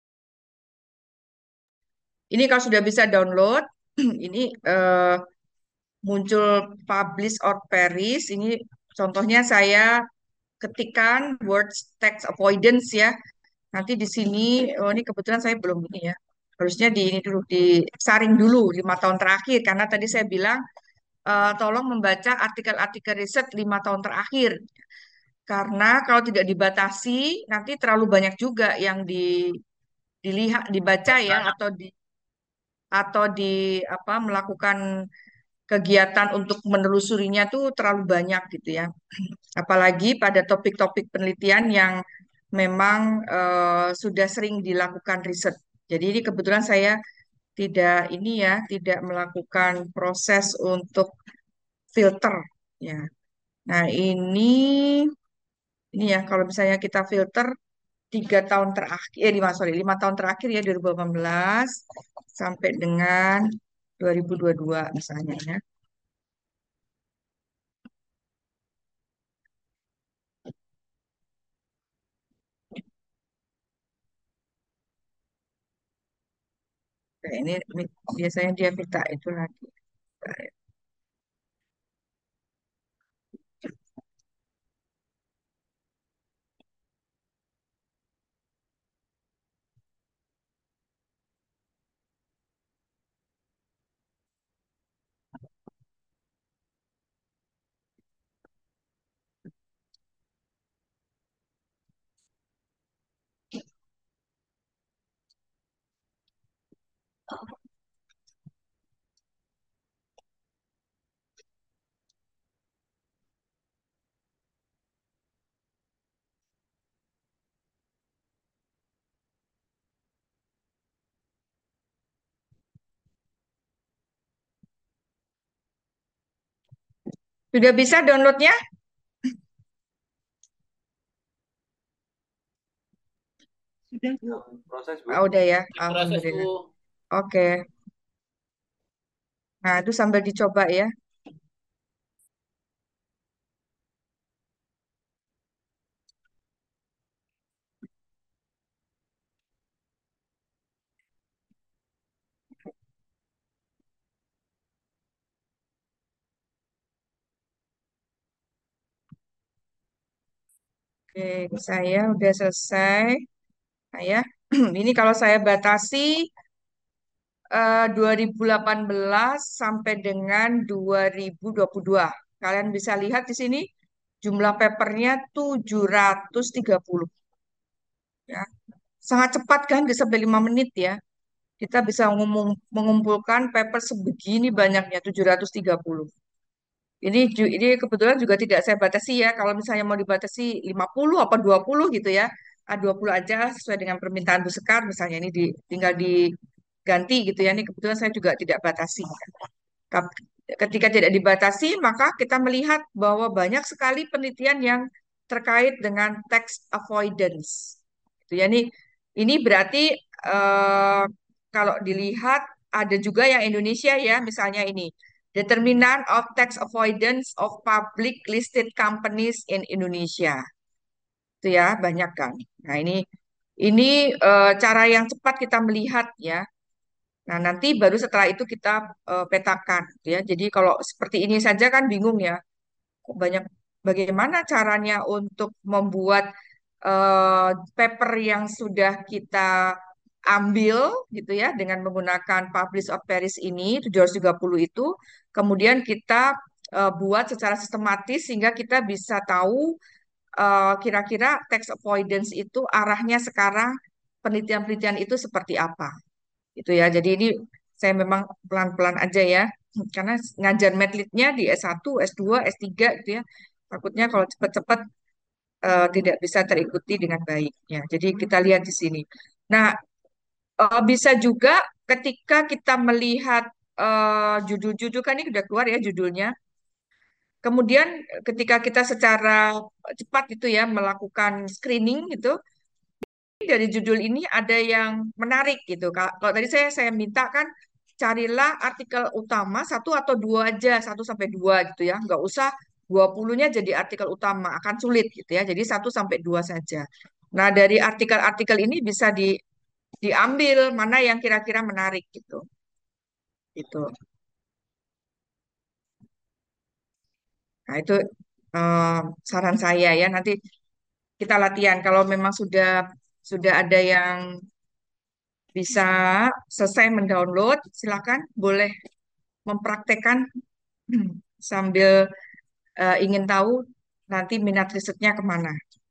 Ini kalau sudah bisa download, ini eh, muncul publish or perish. Ini contohnya saya ketikkan words tax avoidance ya. Nanti di sini, oh ini kebetulan saya belum ini ya. Harusnya di ini dulu, disaring dulu lima tahun terakhir. Karena tadi saya bilang, eh, tolong membaca artikel-artikel riset lima tahun terakhir. Karena kalau tidak dibatasi, nanti terlalu banyak juga yang di, dilihat, dibaca ya, atau di atau di apa melakukan kegiatan untuk menelusurinya tuh terlalu banyak gitu ya. Apalagi pada topik-topik penelitian yang memang eh, sudah sering dilakukan riset. Jadi ini kebetulan saya tidak ini ya, tidak melakukan proses untuk filter ya. Nah, ini ini ya kalau misalnya kita filter tiga tahun terakhir, eh lima sorry lima tahun terakhir ya dua ribu delapan belas sampai dengan dua ribu dua puluh dua misalnya ya. Nah, ini, ini biasanya dia minta itu lagi. Sudah bisa downloadnya? Sudah, Bu. Proses, Bu. Ah, udah ya, Proses, Alhamdulillah. Bu. Oke, nah itu sambil dicoba ya. Oke, saya udah selesai. Nah, ya, ini kalau saya batasi eh, dua ribu delapan belas sampai dengan dua ribu dua puluh dua. Kalian bisa lihat di sini jumlah papernya tujuh ratus tiga puluh ya. Sangat cepat kan, bisa sampai lima menit ya. Kita bisa ngumum- mengumpulkan paper sebegini banyaknya, tujuh ratus tiga puluh. Ini ju- ini kebetulan juga tidak saya batasi ya. Kalau misalnya mau dibatasi lima puluh apa dua puluh gitu ya. Ah, dua puluh aja sesuai dengan permintaan Bu Sekar misalnya ini di, tinggal diganti gitu ya. Ini kebetulan saya juga tidak batasi. Kap- Ketika tidak dibatasi, maka kita melihat bahwa banyak sekali penelitian yang terkait dengan tax avoidance. Gitu ya. Ini ini berarti eh, kalau dilihat ada juga yang Indonesia ya, misalnya ini determinant of tax avoidance of public listed companies in Indonesia. Itu ya, banyak kan. Nah, ini ini eh, cara yang cepat kita melihat ya. Nah, nanti baru setelah itu kita eh, petakan gitu ya. Jadi kalau seperti ini saja kan bingung ya. Kok banyak bagaimana caranya untuk membuat eh, paper yang sudah kita ambil gitu ya dengan menggunakan publish of Paris ini tujuh ratus tiga puluh itu kemudian kita eh, buat secara sistematis sehingga kita bisa tahu eh, kira-kira tax avoidance itu arahnya sekarang penelitian-penelitian itu seperti apa gitu ya. Jadi ini saya memang pelan-pelan aja ya, karena ngajar medlitnya di S satu, S dua, S tiga gitu ya. Takutnya kalau cepat-cepat eh, tidak bisa terikuti dengan baik ya. Jadi kita lihat di sini. Nah, eh, bisa juga ketika kita melihat eh, judul-judul kan ini udah keluar ya judulnya. Kemudian ketika kita secara cepat itu ya melakukan screening gitu, dari judul ini ada yang menarik gitu. Ka- Kalau tadi saya saya minta kan carilah artikel utama satu atau dua aja, satu sampai dua gitu ya. Nggak usah dua puluh-nya jadi artikel utama, akan sulit gitu ya. Jadi satu sampai dua saja. Nah, dari artikel-artikel ini bisa di, diambil mana yang kira-kira menarik gitu. Gitu. Nah, itu eh, saran saya ya. Nanti kita latihan. Kalau memang sudah sudah ada yang bisa selesai mendownload, silakan boleh mempraktekkan sambil eh, ingin tahu nanti minat risetnya kemana.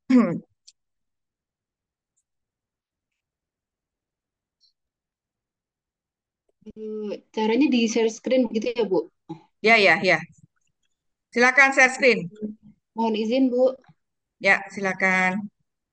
Eh, caranya di share screen gitu ya, Bu? Ya, ya, ya. Silakan share screen. Mohon izin, Bu. Ya, silakan.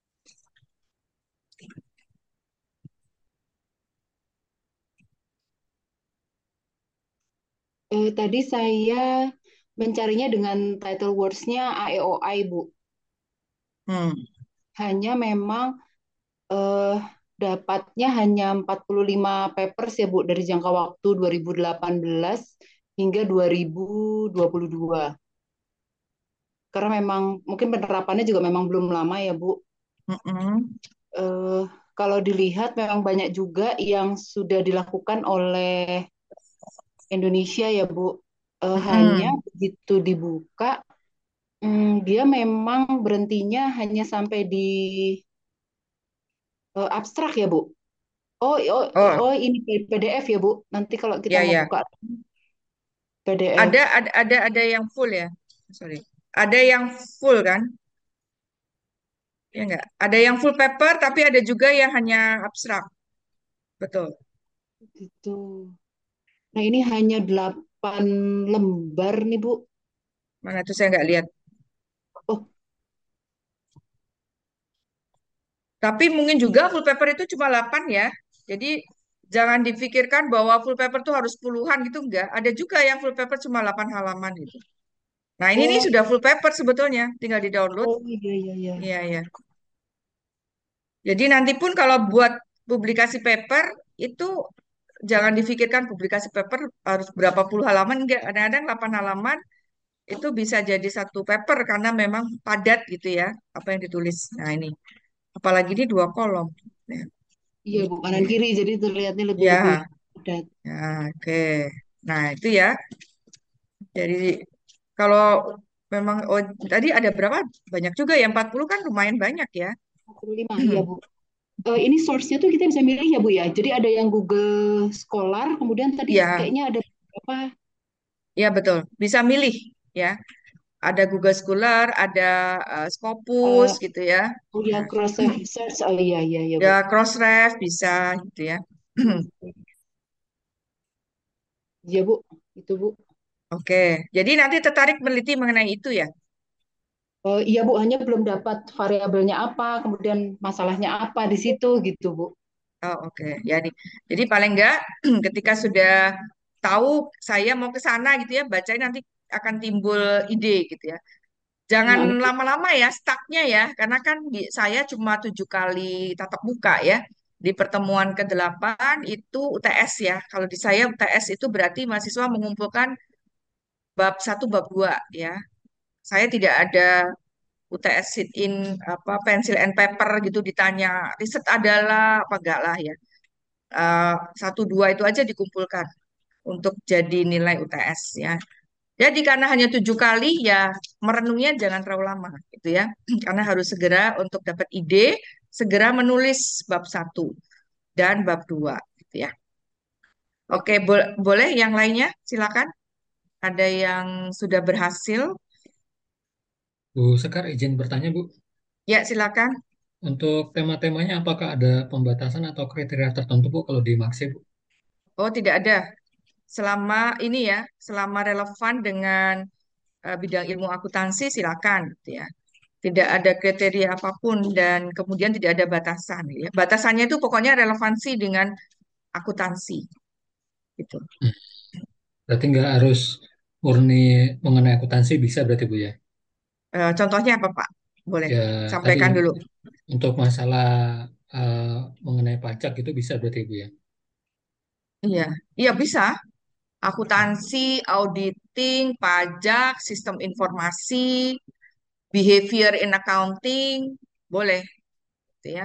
Eh, tadi saya mencarinya dengan title words-nya A E O I, Bu. Hmm. Hanya memang eh, dapatnya hanya empat puluh lima papers ya, Bu, dari jangka waktu dua ribu delapan belas hingga dua ribu dua puluh dua. Karena memang mungkin penerapannya juga memang belum lama ya, Bu. Mm-mm. Eh, Kalau dilihat memang banyak juga yang sudah dilakukan oleh Indonesia ya, Bu. Eh, hanya Mm-mm. begitu dibuka, hmm, dia memang berhentinya hanya sampai di eh, abstrak ya, Bu. Oh, oh, Oh, oh, ini P D F ya, Bu. Nanti kalau kita ya, mau ya. buka Ada, P D F. ada, ada, ada yang full ya. Sorry. Ada yang full kan? Ya enggak? Ada yang full paper, tapi ada juga yang hanya abstrak. Betul. Gitu. Nah, ini hanya delapan lembar nih, Bu. Mana itu saya nggak lihat. Oh, Tapi mungkin juga full paper itu cuma delapan ya. Jadi jangan dipikirkan bahwa full paper itu harus puluhan gitu enggak. Ada juga yang full paper cuma delapan halaman gitu. Nah, ini nih oh, sudah full paper sebetulnya, tinggal di-download. oh, iya, iya, iya. Iya, iya. Jadi nanti pun kalau buat publikasi paper itu jangan difikirkan publikasi paper harus berapa puluh halaman, enggak. Kadang-kadang delapan halaman itu bisa jadi satu paper karena memang padat gitu ya, apa yang ditulis. Nah, ini apalagi ini dua kolom. Ya, Iya, Bu, kanan ini. kiri jadi terlihatnya lebih lebih Ya, padat. ya, oke. Nah, itu ya. Jadi kalau memang oh, tadi ada berapa? Banyak juga ya, empat puluh kan lumayan banyak ya. empat puluh lima, iya, Bu. Eh, ini source-nya tuh kita bisa milih ya, Bu ya. Jadi ada yang Google Scholar, kemudian tadi Ya, kayaknya ada apa? ya betul. Bisa milih ya. Ada Google Scholar, ada eh, Scopus eh, gitu ya. oh ya, Ya, cross search. Oh iya, iya, iya, Bu. ya Crossref bisa gitu ya. Iya, Bu. Itu, Bu. Oke, jadi nanti tertarik meneliti mengenai itu ya. Eh, iya, Bu, hanya belum dapat variabelnya apa, kemudian masalahnya apa di situ gitu, Bu. Oh, oke. Jadi, jadi paling enggak ketika sudah tahu saya mau ke sana gitu ya, bacain nanti akan timbul ide gitu ya. Jangan Nah, lama-lama ya stucknya ya, karena kan di, saya cuma tujuh kali tatap muka ya. Di pertemuan kedelapan itu U T S ya. Kalau di saya U T S itu berarti mahasiswa mengumpulkan bab satu, bab dua ya. Saya tidak ada U T S sit in apa pensil and paper gitu ditanya riset adalah apa enggak lah ya. Eh, satu dua itu aja dikumpulkan untuk jadi nilai U T S ya. Jadi karena hanya tujuh kali ya merenungnya jangan terlalu lama gitu ya. Karena harus segera untuk dapat ide, segera menulis bab satu dan bab dua gitu ya. baik, Oke, bo- boleh yang lainnya silakan. Ada yang sudah berhasil? Bu Sekar izin bertanya, Bu. Ya, silakan. Untuk tema-temanya apakah ada pembatasan atau kriteria tertentu, Bu, kalau di Maxi, Bu? Oh, tidak ada. Selama ini ya, selama relevan dengan eh, bidang ilmu akuntansi silakan gitu ya. Tidak ada kriteria apapun dan kemudian tidak ada batasan ya. Batasannya itu pokoknya relevansi dengan akuntansi gitu. Hmm. Berarti nggak harus murni mengenai akuntansi bisa berarti, Bu, ya? Eh, contohnya apa Pak? Boleh Ya, tadi sampaikan dulu. untuk masalah eh, mengenai pajak itu bisa berarti, Bu, ya? Iya, iya bisa. Akuntansi, auditing, pajak, sistem informasi, behavior in accounting, boleh, gitu ya.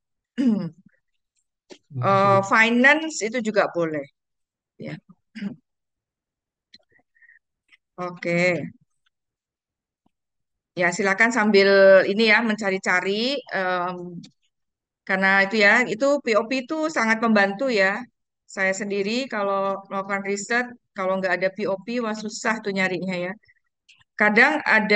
Terima kasih, Eh, Bu. finance itu juga boleh, ya. Oke. Ya, silakan sambil ini ya mencari-cari em, karena itu ya, itu P O P itu sangat membantu ya. Saya sendiri kalau melakukan riset, kalau nggak ada P O P, wah susah tuh nyarinya ya. Kadang ada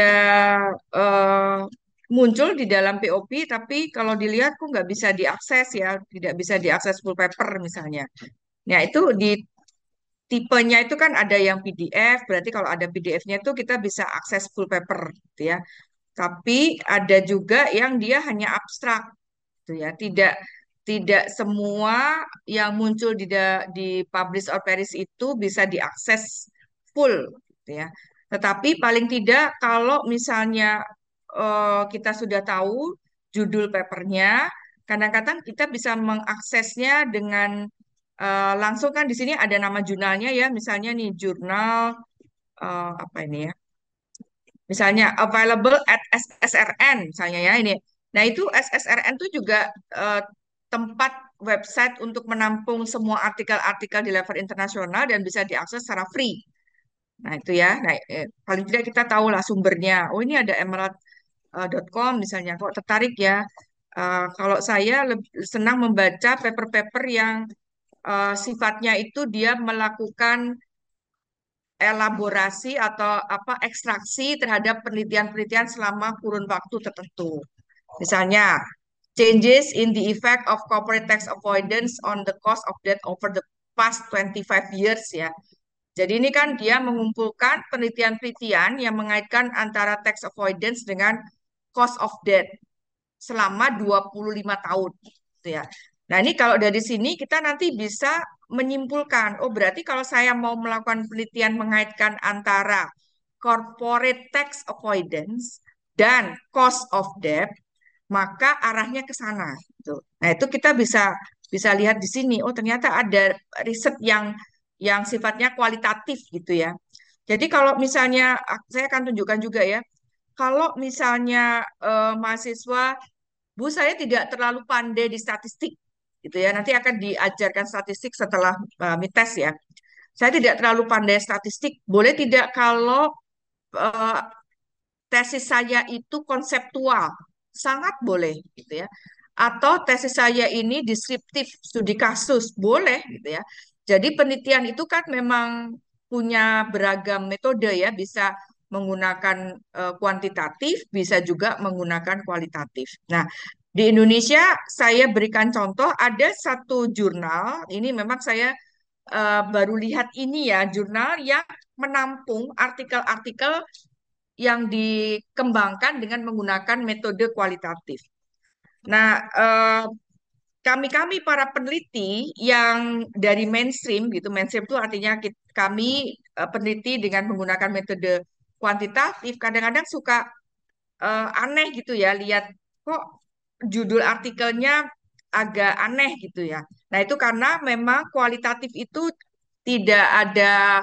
eh, muncul di dalam P O P, tapi kalau dilihat kok nggak bisa diakses ya, tidak bisa diakses full paper misalnya. Nah, itu di tipenya itu kan ada yang P D F, berarti kalau ada P D F-nya itu kita bisa akses full paper gitu ya. Tapi ada juga yang dia hanya abstrak gitu ya. Tidak tidak semua yang muncul di da- di publish or perish itu bisa diakses full gitu ya. Tetapi paling tidak kalau misalnya eh, kita sudah tahu judul papernya, kadang-kadang kita bisa mengaksesnya dengan eh, langsung kan di sini ada nama jurnalnya ya, misalnya nih jurnal eh, apa ini ya? Misalnya available at S S R N misalnya ya ini. Nah, itu S S R N itu juga eh, tempat website untuk menampung semua artikel-artikel di level internasional dan bisa diakses secara free. Nah, itu ya. Nah, eh, paling tidak kita tahu lah sumbernya. Oh, ini ada emerald dot com misalnya. Kok tertarik ya? Eh, kalau saya lebih senang membaca paper-paper yang eh, sifatnya itu dia melakukan elaborasi atau apa ekstraksi terhadap penelitian-penelitian selama kurun waktu tertentu. Misalnya, changes in the effect of corporate tax avoidance on the cost of debt over the past twenty-five years ya. Jadi ini kan dia mengumpulkan penelitian-penelitian yang mengaitkan antara tax avoidance dengan cost of debt selama dua puluh lima tahun gitu ya. Nah, ini kalau dari sini kita nanti bisa menyimpulkan, oh berarti kalau saya mau melakukan penelitian mengaitkan antara corporate tax avoidance dan cost of debt, maka arahnya ke sana gitu. Nah, itu kita bisa bisa lihat di sini, oh ternyata ada riset yang yang sifatnya kualitatif gitu ya. Jadi kalau misalnya saya akan tunjukkan juga ya, kalau misalnya eh, mahasiswa Bu, saya tidak terlalu pandai di statistik, gitu ya. Nanti akan diajarkan statistik setelah uh, mites ya. Saya tidak terlalu pandai statistik. Boleh tidak kalau uh, tesis saya itu konseptual? Sangat boleh, gitu ya. Atau tesis saya ini deskriptif, studi kasus, boleh, gitu ya. Jadi penelitian itu kan memang punya beragam metode ya, bisa menggunakan eh, kuantitatif, bisa juga menggunakan kualitatif. Nah, di Indonesia saya berikan contoh ada satu jurnal, ini memang saya eh, baru lihat ini ya, jurnal yang menampung artikel-artikel yang dikembangkan dengan menggunakan metode kualitatif. Nah, eh, kami-kami para peneliti yang dari mainstream gitu, mainstream itu artinya kit- kami eh, peneliti dengan menggunakan metode kuantitatif, kadang-kadang suka eh, aneh gitu ya, lihat kok judul artikelnya agak aneh gitu ya. Nah, itu karena memang kualitatif itu tidak ada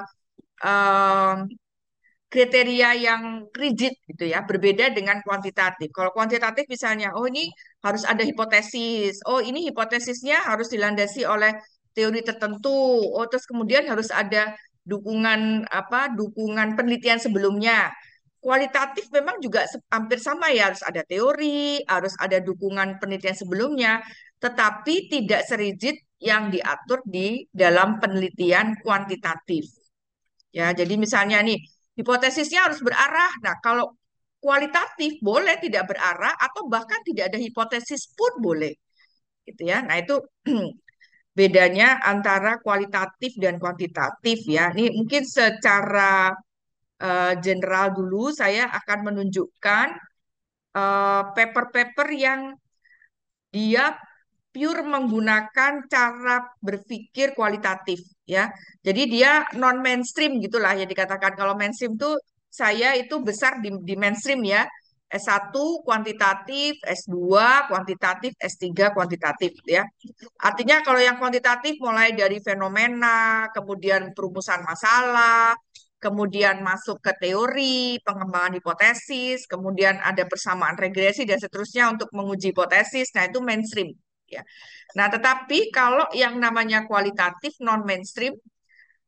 kriteria yang rigid gitu ya, berbeda dengan kuantitatif. Kalau kuantitatif misalnya, oh ini harus ada hipotesis, oh ini hipotesisnya harus dilandasi oleh teori tertentu, oh terus kemudian harus ada dukungan apa, dukungan penelitian sebelumnya. Kualitatif memang juga se- hampir sama ya, harus ada teori, harus ada dukungan penelitian sebelumnya, tetapi tidak serigid yang diatur di dalam penelitian kuantitatif. Ya, jadi misalnya nih, hipotesisnya harus berarah. Nah, kalau kualitatif boleh tidak berarah atau bahkan tidak ada hipotesis pun boleh, gitu ya. Nah, itu bedanya antara kualitatif dan kuantitatif ya. Ini mungkin secara eh, general dulu saya akan menunjukkan eh, paper-paper yang dia pure menggunakan cara berpikir kualitatif ya. Jadi dia non mainstream gitulah ya dikatakan. Kalau mainstream tuh saya itu besar di, di mainstream ya. S satu kuantitatif, S dua kuantitatif, S tiga kuantitatif ya. Artinya kalau yang kuantitatif mulai dari fenomena, kemudian perumusan masalah, kemudian masuk ke teori, pengembangan hipotesis, kemudian ada persamaan regresi dan seterusnya untuk menguji hipotesis. Nah, itu mainstream ya. Nah, tetapi kalau yang namanya kualitatif non mainstream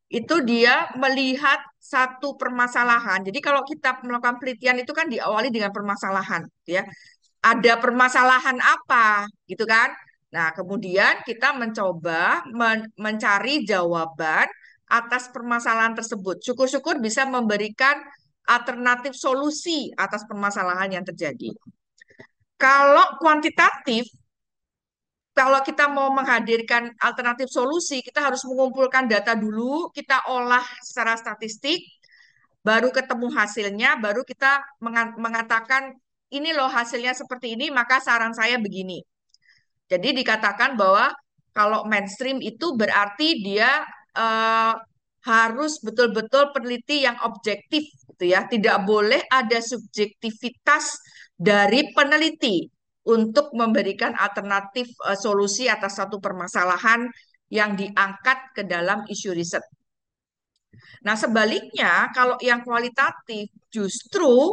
Itu dia melihat satu permasalahan. Jadi kalau kita melakukan penelitian itu kan diawali dengan permasalahan, gitu ya. Ada permasalahan apa, gitu kan? Nah, kemudian kita mencoba men- mencari jawaban atas permasalahan tersebut. Syukur-syukur bisa memberikan alternatif solusi atas permasalahan yang terjadi. Kalau kuantitatif, kalau kita mau menghadirkan alternatif solusi, kita harus mengumpulkan data dulu, kita olah secara statistik, baru ketemu hasilnya, baru kita mengatakan ini loh hasilnya seperti ini, maka saran saya begini. Jadi dikatakan bahwa kalau mainstream itu berarti dia eh, harus betul-betul peneliti yang objektif, gitu ya. Tidak boleh ada subjektivitas dari peneliti untuk memberikan alternatif eh, solusi atas satu permasalahan yang diangkat ke dalam isu riset. Nah, sebaliknya kalau yang kualitatif justru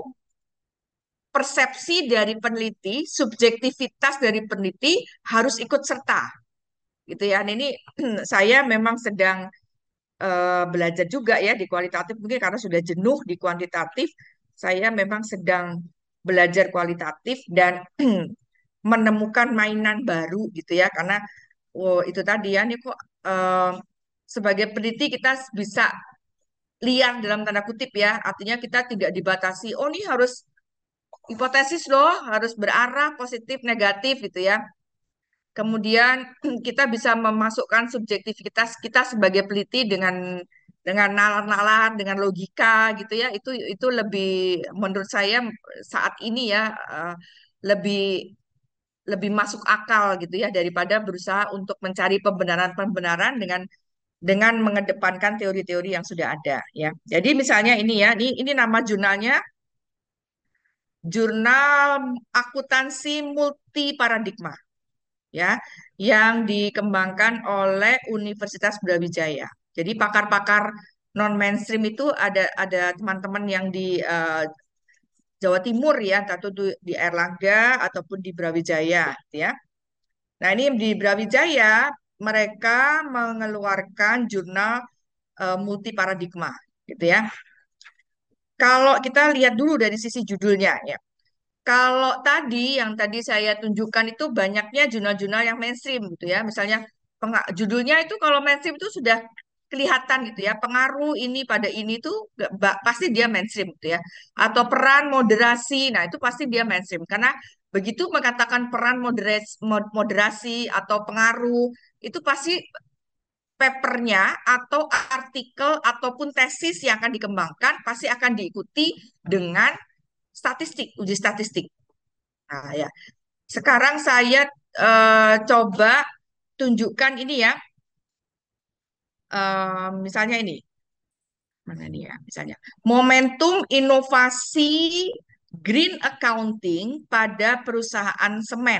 persepsi dari peneliti, subjektivitas dari peneliti harus ikut serta gitu ya. Nah, ini saya memang sedang eh, belajar juga ya di kualitatif mungkin karena sudah jenuh di kuantitatif, saya memang sedang belajar kualitatif dan menemukan mainan baru gitu ya karena oh, itu tadi ya nih kok eh, sebagai peneliti kita bisa liar dalam tanda kutip ya, artinya kita tidak dibatasi. Oh, ini harus hipotesis loh, harus berarah positif negatif gitu ya. Kemudian kita bisa memasukkan subjektivitas kita sebagai peneliti dengan dengan nalar-nalar, dengan logika gitu ya. Itu itu lebih menurut saya saat ini ya eh, lebih lebih masuk akal gitu ya daripada berusaha untuk mencari pembenaran-pembenaran dengan dengan mengedepankan teori-teori yang sudah ada ya. Jadi misalnya ini ya, ini ini nama jurnalnya Jurnal Akuntansi Multi Paradigma ya, yang dikembangkan oleh Universitas Brawijaya. Jadi pakar-pakar non mainstream itu ada ada teman-teman yang di eh, Jawa Timur ya, atau di, di Erlangga ataupun di Brawijaya, gitu ya. Nah ini di Brawijaya mereka mengeluarkan jurnal eh, multi paradigma, gitu ya. Kalau kita lihat dulu dari sisi judulnya ya. Kalau tadi yang tadi saya tunjukkan itu banyaknya jurnal-jurnal yang mainstream gitu ya. Misalnya penga- judulnya itu kalau mainstream itu sudah kelihatan gitu ya. Pengaruh ini pada ini tuh gak- ba- pasti dia mainstream gitu ya. Atau peran moderasi. Nah, itu pasti dia mainstream karena begitu mengatakan peran moderasi, moderasi atau pengaruh itu pasti papernya atau artikel ataupun tesis yang akan dikembangkan pasti akan diikuti dengan statistik, uji statistik. Nah, ya. Sekarang saya eh, coba tunjukkan ini ya. Eh, misalnya ini. Mana nih ya? Misalnya. Momentum inovasi green accounting pada perusahaan semen.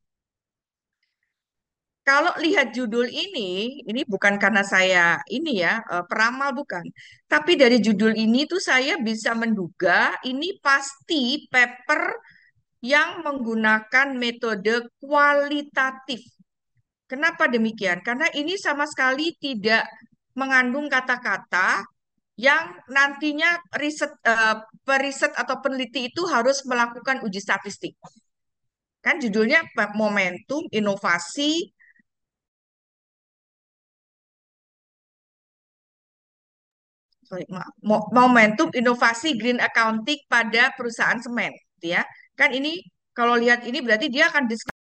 Kalau lihat judul ini, ini bukan karena saya ini ya, eh, peramal bukan. Tapi dari judul ini tuh saya bisa menduga ini pasti paper yang menggunakan metode kualitatif. Kenapa demikian? Karena ini sama sekali tidak mengandung kata-kata yang nantinya riset eh, periset atau peneliti itu harus melakukan uji statistik. Kan judulnya Momentum Inovasi sorry, ma- Mo- Momentum Inovasi Green Accounting pada perusahaan semen, gitu ya. Kan ini kalau lihat ini berarti dia akan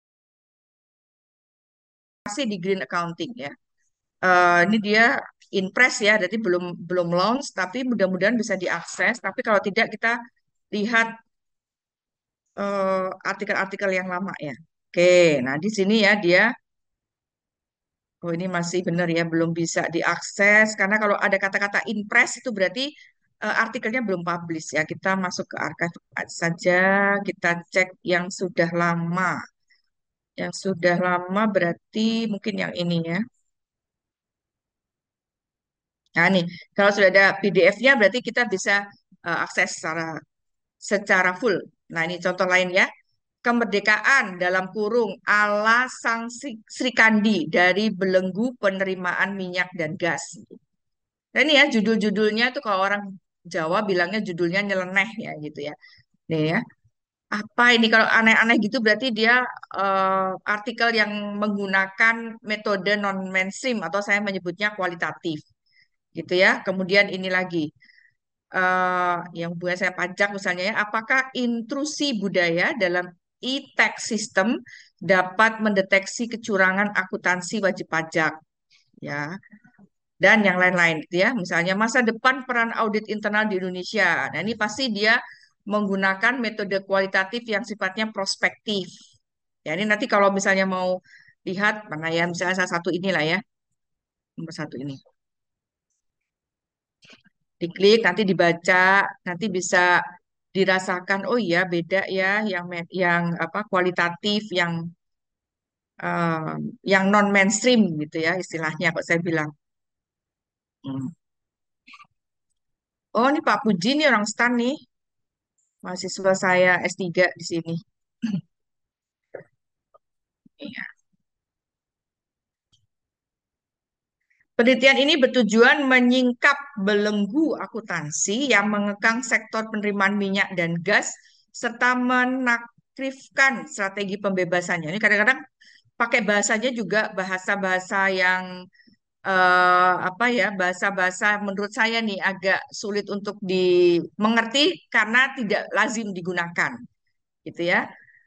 diskusi di green accounting ya. Eh, ini dia in press ya, jadi belum belum launch, tapi mudah-mudahan bisa diakses. Tapi kalau tidak kita lihat eh, artikel-artikel yang lama ya. Oke, nah di sini ya dia, oh ini masih benar ya, belum bisa diakses karena kalau ada kata-kata in press itu berarti eh, artikelnya belum publish ya. Kita masuk ke archive saja, kita cek yang sudah lama. Yang sudah lama berarti mungkin yang ini ya. Nah, nih, kalau sudah ada P D F-nya berarti kita bisa eh, akses secara secara full. Nah, ini contoh lain ya. Kemerdekaan dalam kurung ala Sang Sri Sri Kandi dari belenggu penerimaan minyak dan gas. Nah, ini ya judul-judulnya tuh kalau orang Jawa bilangnya judulnya nyeleneh ya gitu ya. Nih ya. Apa ini kalau aneh-aneh gitu berarti dia eh, artikel yang menggunakan metode non mainstream atau saya menyebutnya kualitatif gitu ya. Kemudian ini lagi eh, yang buat saya pajak misalnya ya, apakah intrusi budaya dalam e-tax system dapat mendeteksi kecurangan akuntansi wajib pajak ya dan yang lain-lain gitu ya. Misalnya masa depan peran audit internal di Indonesia. Nah, ini pasti dia menggunakan metode kualitatif yang sifatnya prospektif. Ya, ini nanti kalau misalnya mau lihat mana ya, misalnya salah satu inilah ya, nomor satu ini. Diklik, nanti dibaca, nanti bisa dirasakan, oh iya beda ya, yang me- yang apa kualitatif, yang eh, yang non mainstream gitu ya istilahnya, kok saya bilang. Hmm. Oh, ini Pak Puji nih orang stan nih. Mahasiswa saya S tiga di sini. Iya. Penelitian ini bertujuan menyingkap belenggu akuntansi yang mengekang sektor penerimaan minyak dan gas serta menakrifkan strategi pembebasannya. Ini kadang-kadang pakai bahasanya juga bahasa-bahasa yang eh, apa ya, bahasa-bahasa menurut saya nih agak sulit untuk dimengerti karena tidak lazim digunakan, gitu ya.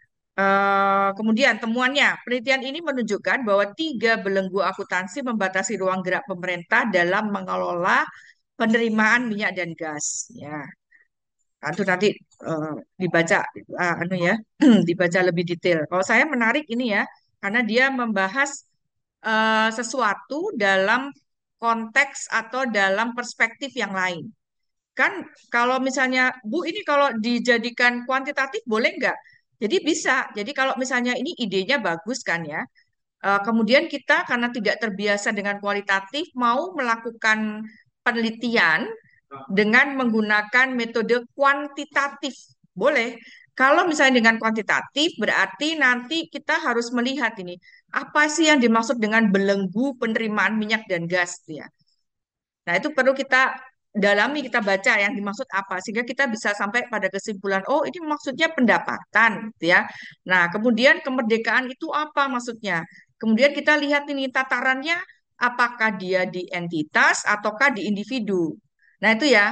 Eh, kemudian temuannya, penelitian ini menunjukkan bahwa tiga belenggu akuntansi membatasi ruang gerak pemerintah dalam mengelola penerimaan minyak dan gas. Ya, itu nanti eh, dibaca, eh, anu ya, dibaca lebih detail. Kalau saya menarik ini ya, karena dia membahas eh, sesuatu dalam konteks atau dalam perspektif yang lain. Kan kalau misalnya, Bu, ini kalau dijadikan kuantitatif boleh nggak? Jadi bisa. Jadi kalau misalnya ini idenya bagus kan ya. Eh, kemudian kita karena tidak terbiasa dengan kualitatif mau melakukan penelitian dengan menggunakan metode kuantitatif. Boleh. Kalau misalnya dengan kuantitatif berarti nanti kita harus melihat ini apa sih yang dimaksud dengan belenggu penerimaan minyak dan gas ya. Nah, itu perlu kita dalami, kita baca yang dimaksud apa, sehingga kita bisa sampai pada kesimpulan, oh ini maksudnya pendapatan, gitu ya. Nah, kemudian kemerdekaan itu apa maksudnya? Kemudian kita lihat ini tatarannya, apakah dia di entitas ataukah di individu. Nah, itu ya,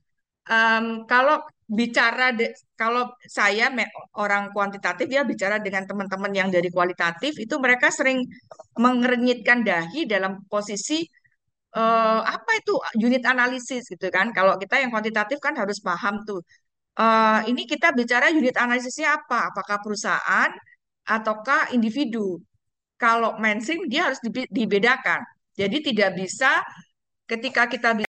em, kalau bicara, de- kalau saya me- orang kuantitatif ya bicara dengan teman-teman yang dari kualitatif, itu mereka sering mengernyitkan dahi dalam posisi eh, apa itu unit analisis gitu kan. Kalau kita yang kuantitatif kan harus paham tuh. Eh, ini kita bicara unit analisisnya apa? Apakah perusahaan ataukah individu? Kalau mainstream dia harus dibe- dibedakan. Jadi tidak bisa ketika kita bicara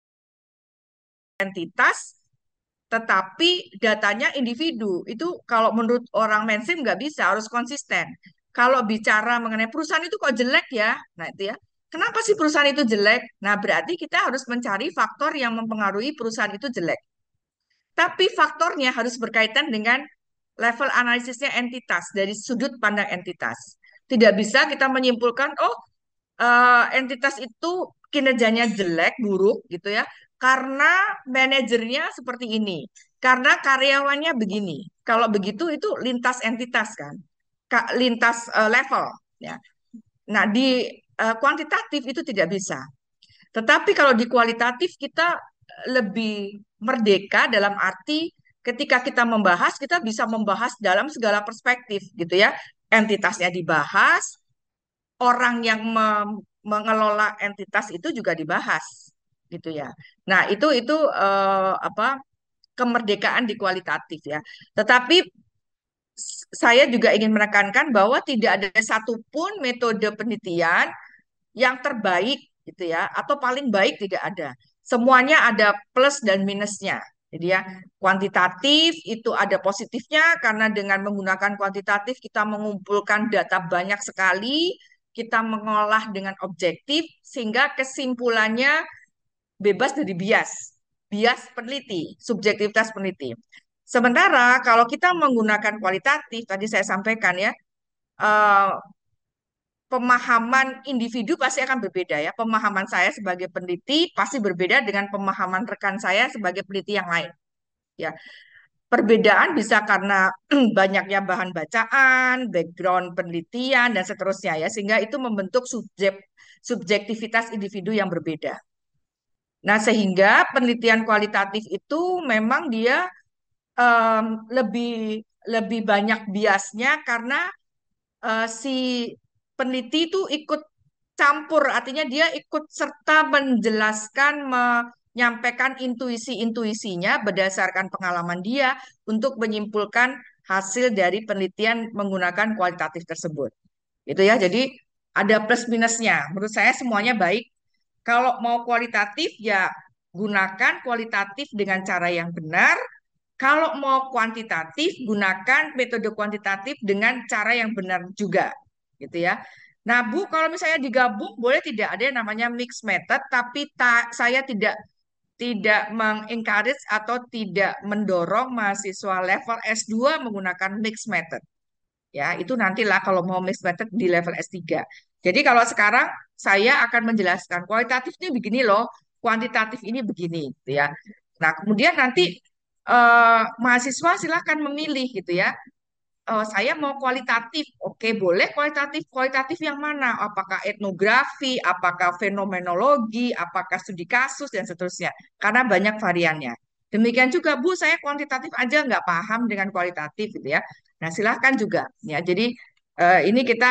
entitas tetapi datanya individu. Itu kalau menurut orang mainstream nggak bisa, harus konsisten. Kalau bicara mengenai perusahaan itu kok jelek ya? Nah itu ya. Kenapa sih perusahaan itu jelek? Nah berarti kita harus mencari faktor yang mempengaruhi perusahaan itu jelek. Tapi faktornya harus berkaitan dengan level analisisnya entitas, dari sudut pandang entitas. Tidak bisa kita menyimpulkan, oh eh, entitas itu kinerjanya jelek, buruk gitu ya, karena manajernya seperti ini, karena karyawannya begini. Kalau begitu itu lintas entitas kan, Ka- lintas eh, level ya. Nah, di eh, kuantitatif itu tidak bisa. Tetapi kalau di kualitatif kita lebih merdeka dalam arti ketika kita membahas, kita bisa membahas dalam segala perspektif gitu ya. Entitasnya dibahas, orang yang mem- mengelola entitas itu juga dibahas gitu ya. Nah, itu itu eh, apa kemerdekaan di kualitatif ya. Tetapi s- saya juga ingin menekankan bahwa tidak ada satupun metode penelitian yang terbaik gitu ya atau paling baik tidak ada. Semuanya ada plus dan minusnya. Jadi ya, kuantitatif itu ada positifnya karena dengan menggunakan kuantitatif kita mengumpulkan data banyak sekali, kita mengolah dengan objektif sehingga kesimpulannya bebas dari bias, bias peneliti, subjektivitas peneliti. Sementara kalau kita menggunakan kualitatif, tadi saya sampaikan ya, eh, pemahaman individu pasti akan berbeda ya. Pemahaman saya sebagai peneliti pasti berbeda dengan pemahaman rekan saya sebagai peneliti yang lain. Ya, perbedaan bisa karena banyaknya bahan bacaan, background penelitian dan seterusnya ya, sehingga itu membentuk subjek subjektivitas individu yang berbeda. Nah, sehingga penelitian kualitatif itu memang dia em, lebih lebih banyak biasnya karena eh, si peneliti itu ikut campur, artinya dia ikut serta menjelaskan, menyampaikan intuisi-intuisinya berdasarkan pengalaman dia untuk menyimpulkan hasil dari penelitian menggunakan kualitatif tersebut. Itu ya, jadi ada plus minusnya. Menurut saya semuanya baik. Kalau mau kualitatif ya gunakan kualitatif dengan cara yang benar. Kalau mau kuantitatif, gunakan metode kuantitatif dengan cara yang benar juga, gitu ya. Nah, Bu, kalau misalnya digabung, boleh tidak ada yang namanya mixed method, tapi ta- saya tidak tidak mengencourage atau tidak mendorong mahasiswa level S dua menggunakan mixed method. Ya, itu nantilah kalau mau mixed method di level S tiga. Jadi kalau sekarang saya akan menjelaskan kualitatifnya begini loh, kuantitatif ini begini, gitu ya. Nah, kemudian nanti eh, mahasiswa silahkan memilih gitu ya. Eh, saya mau kualitatif, oke boleh kualitatif. Kualitatif yang mana? Apakah etnografi, apakah fenomenologi, apakah studi kasus dan seterusnya. Karena banyak variannya. Demikian juga Bu, saya kuantitatif aja nggak paham dengan kualitatif gitu ya. Nah silahkan juga ya. Jadi eh, ini kita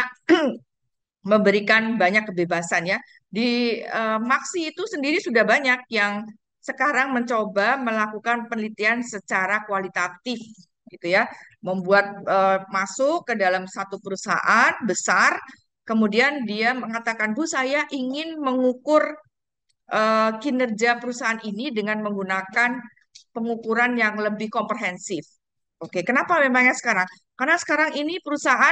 memberikan banyak kebebasan ya. Di eh, Maksi itu sendiri sudah banyak yang sekarang mencoba melakukan penelitian secara kualitatif gitu ya, membuat eh, masuk ke dalam satu perusahaan besar, kemudian dia mengatakan, Bu, saya ingin mengukur eh, kinerja perusahaan ini dengan menggunakan pengukuran yang lebih komprehensif. Oke, kenapa memangnya sekarang? Karena sekarang ini perusahaan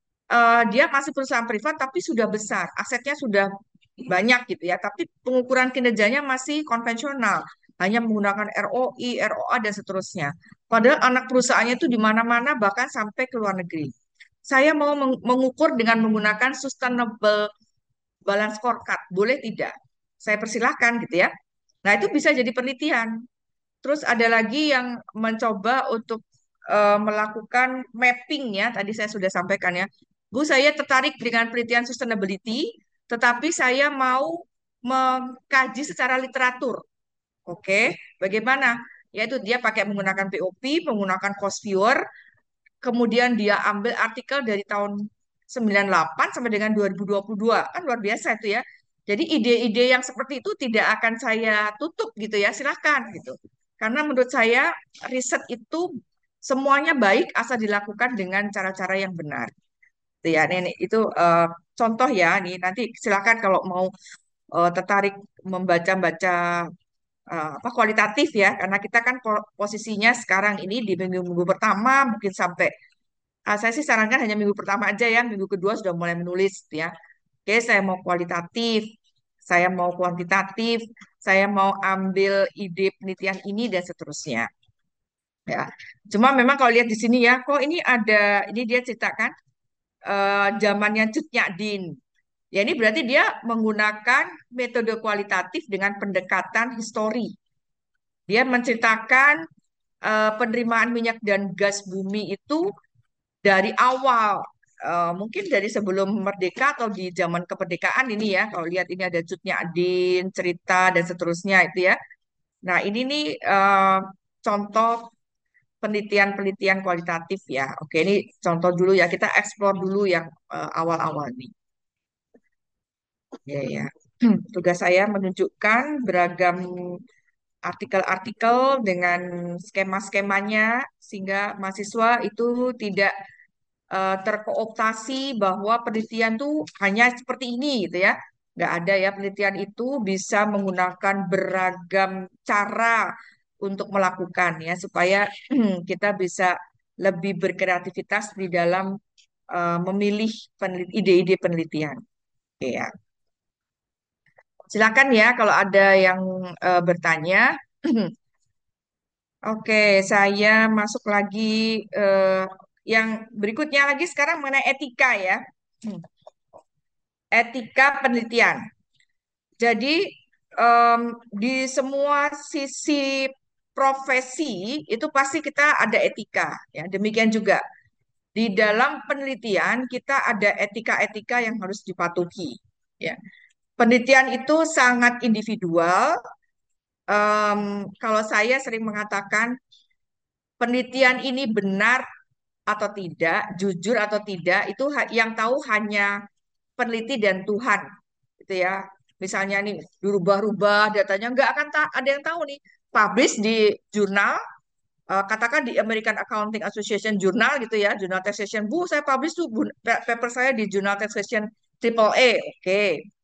eh, dia masih perusahaan privat tapi sudah besar, asetnya sudah banyak gitu ya, tapi pengukuran kinerjanya masih konvensional, hanya menggunakan R O I, R O A dan seterusnya. Padahal anak perusahaannya itu di mana-mana bahkan sampai ke luar negeri. Saya mau meng- mengukur dengan menggunakan sustainable balance scorecard, boleh tidak? Saya persilahkan gitu ya. Nah, itu bisa jadi penelitian. Terus ada lagi yang mencoba untuk eh, melakukan mapping ya, tadi saya sudah sampaikan ya. Bu, saya tertarik dengan penelitian sustainability, tetapi saya mau mengkaji secara literatur. Oke, bagaimana? Yaitu dia pakai menggunakan P O P, menggunakan cost viewer, kemudian dia ambil artikel dari tahun sembilan puluh delapan sampai dengan dua ribu dua puluh dua. Kan luar biasa itu ya. Jadi ide-ide yang seperti itu tidak akan saya tutup gitu ya, silahkan gitu. Karena menurut saya riset itu semuanya baik asal dilakukan dengan cara-cara yang benar. Itu ya, ini, itu eh, contoh ya. Nih nanti silahkan kalau mau eh, tertarik membaca-baca eh, apa kualitatif ya, karena kita kan po- posisinya sekarang ini di minggu-minggu pertama mungkin sampai. Ah, saya sih sarankan hanya minggu pertama aja ya, minggu kedua sudah mulai menulis gitu ya. Oke, saya mau kualitatif, saya mau kuantitatif, saya mau ambil ide penelitian ini dan seterusnya. Ya, cuma memang kalau lihat di sini ya, kok ini ada, ini dia ceritakan eh, zamannya Cut Nyak Ya ini berarti dia menggunakan metode kualitatif dengan pendekatan histori. Dia menceritakan eh, penerimaan minyak dan gas bumi itu dari awal, eh, mungkin dari sebelum merdeka atau di zaman kemerdekaan ini ya. Kalau lihat ini ada Cut Nyak cerita dan seterusnya itu ya. Nah ini nih eh, contoh penelitian-penelitian kualitatif ya. Oke ini contoh dulu ya. Kita eksplor dulu yang eh, awal-awal nih. Ya ya. Tugas saya menunjukkan beragam artikel-artikel dengan skema-skemanya sehingga mahasiswa itu tidak eh, terkooptasi bahwa penelitian tuh hanya seperti ini gitu ya. Nggak ada ya, penelitian itu bisa menggunakan beragam cara untuk melakukan ya supaya kita bisa lebih berkreativitas di dalam eh, memilih penelit- ide-ide penelitian. Oke ya. Silakan ya kalau ada yang eh, bertanya. Oke, saya masuk lagi eh, yang berikutnya lagi sekarang mengenai etika ya. etika penelitian. Jadi em, di semua sisi profesi itu pasti kita ada etika, ya. Demikian juga di dalam penelitian kita ada etika-etika yang harus dipatuhi. Ya. Penelitian itu sangat individual. Em, kalau saya sering mengatakan penelitian ini benar atau tidak, jujur atau tidak, itu ha- yang tahu hanya peneliti dan Tuhan, gitu ya. Misalnya nih, dirubah-rubah datanya, nggak akan ta- ada yang tahu nih. Publish di jurnal, eh, katakan di American Accounting Association Journal gitu ya, Journal Taxation. Bu, saya publish tuh bu- pa- paper saya di Journal Taxation Triple A. Oke.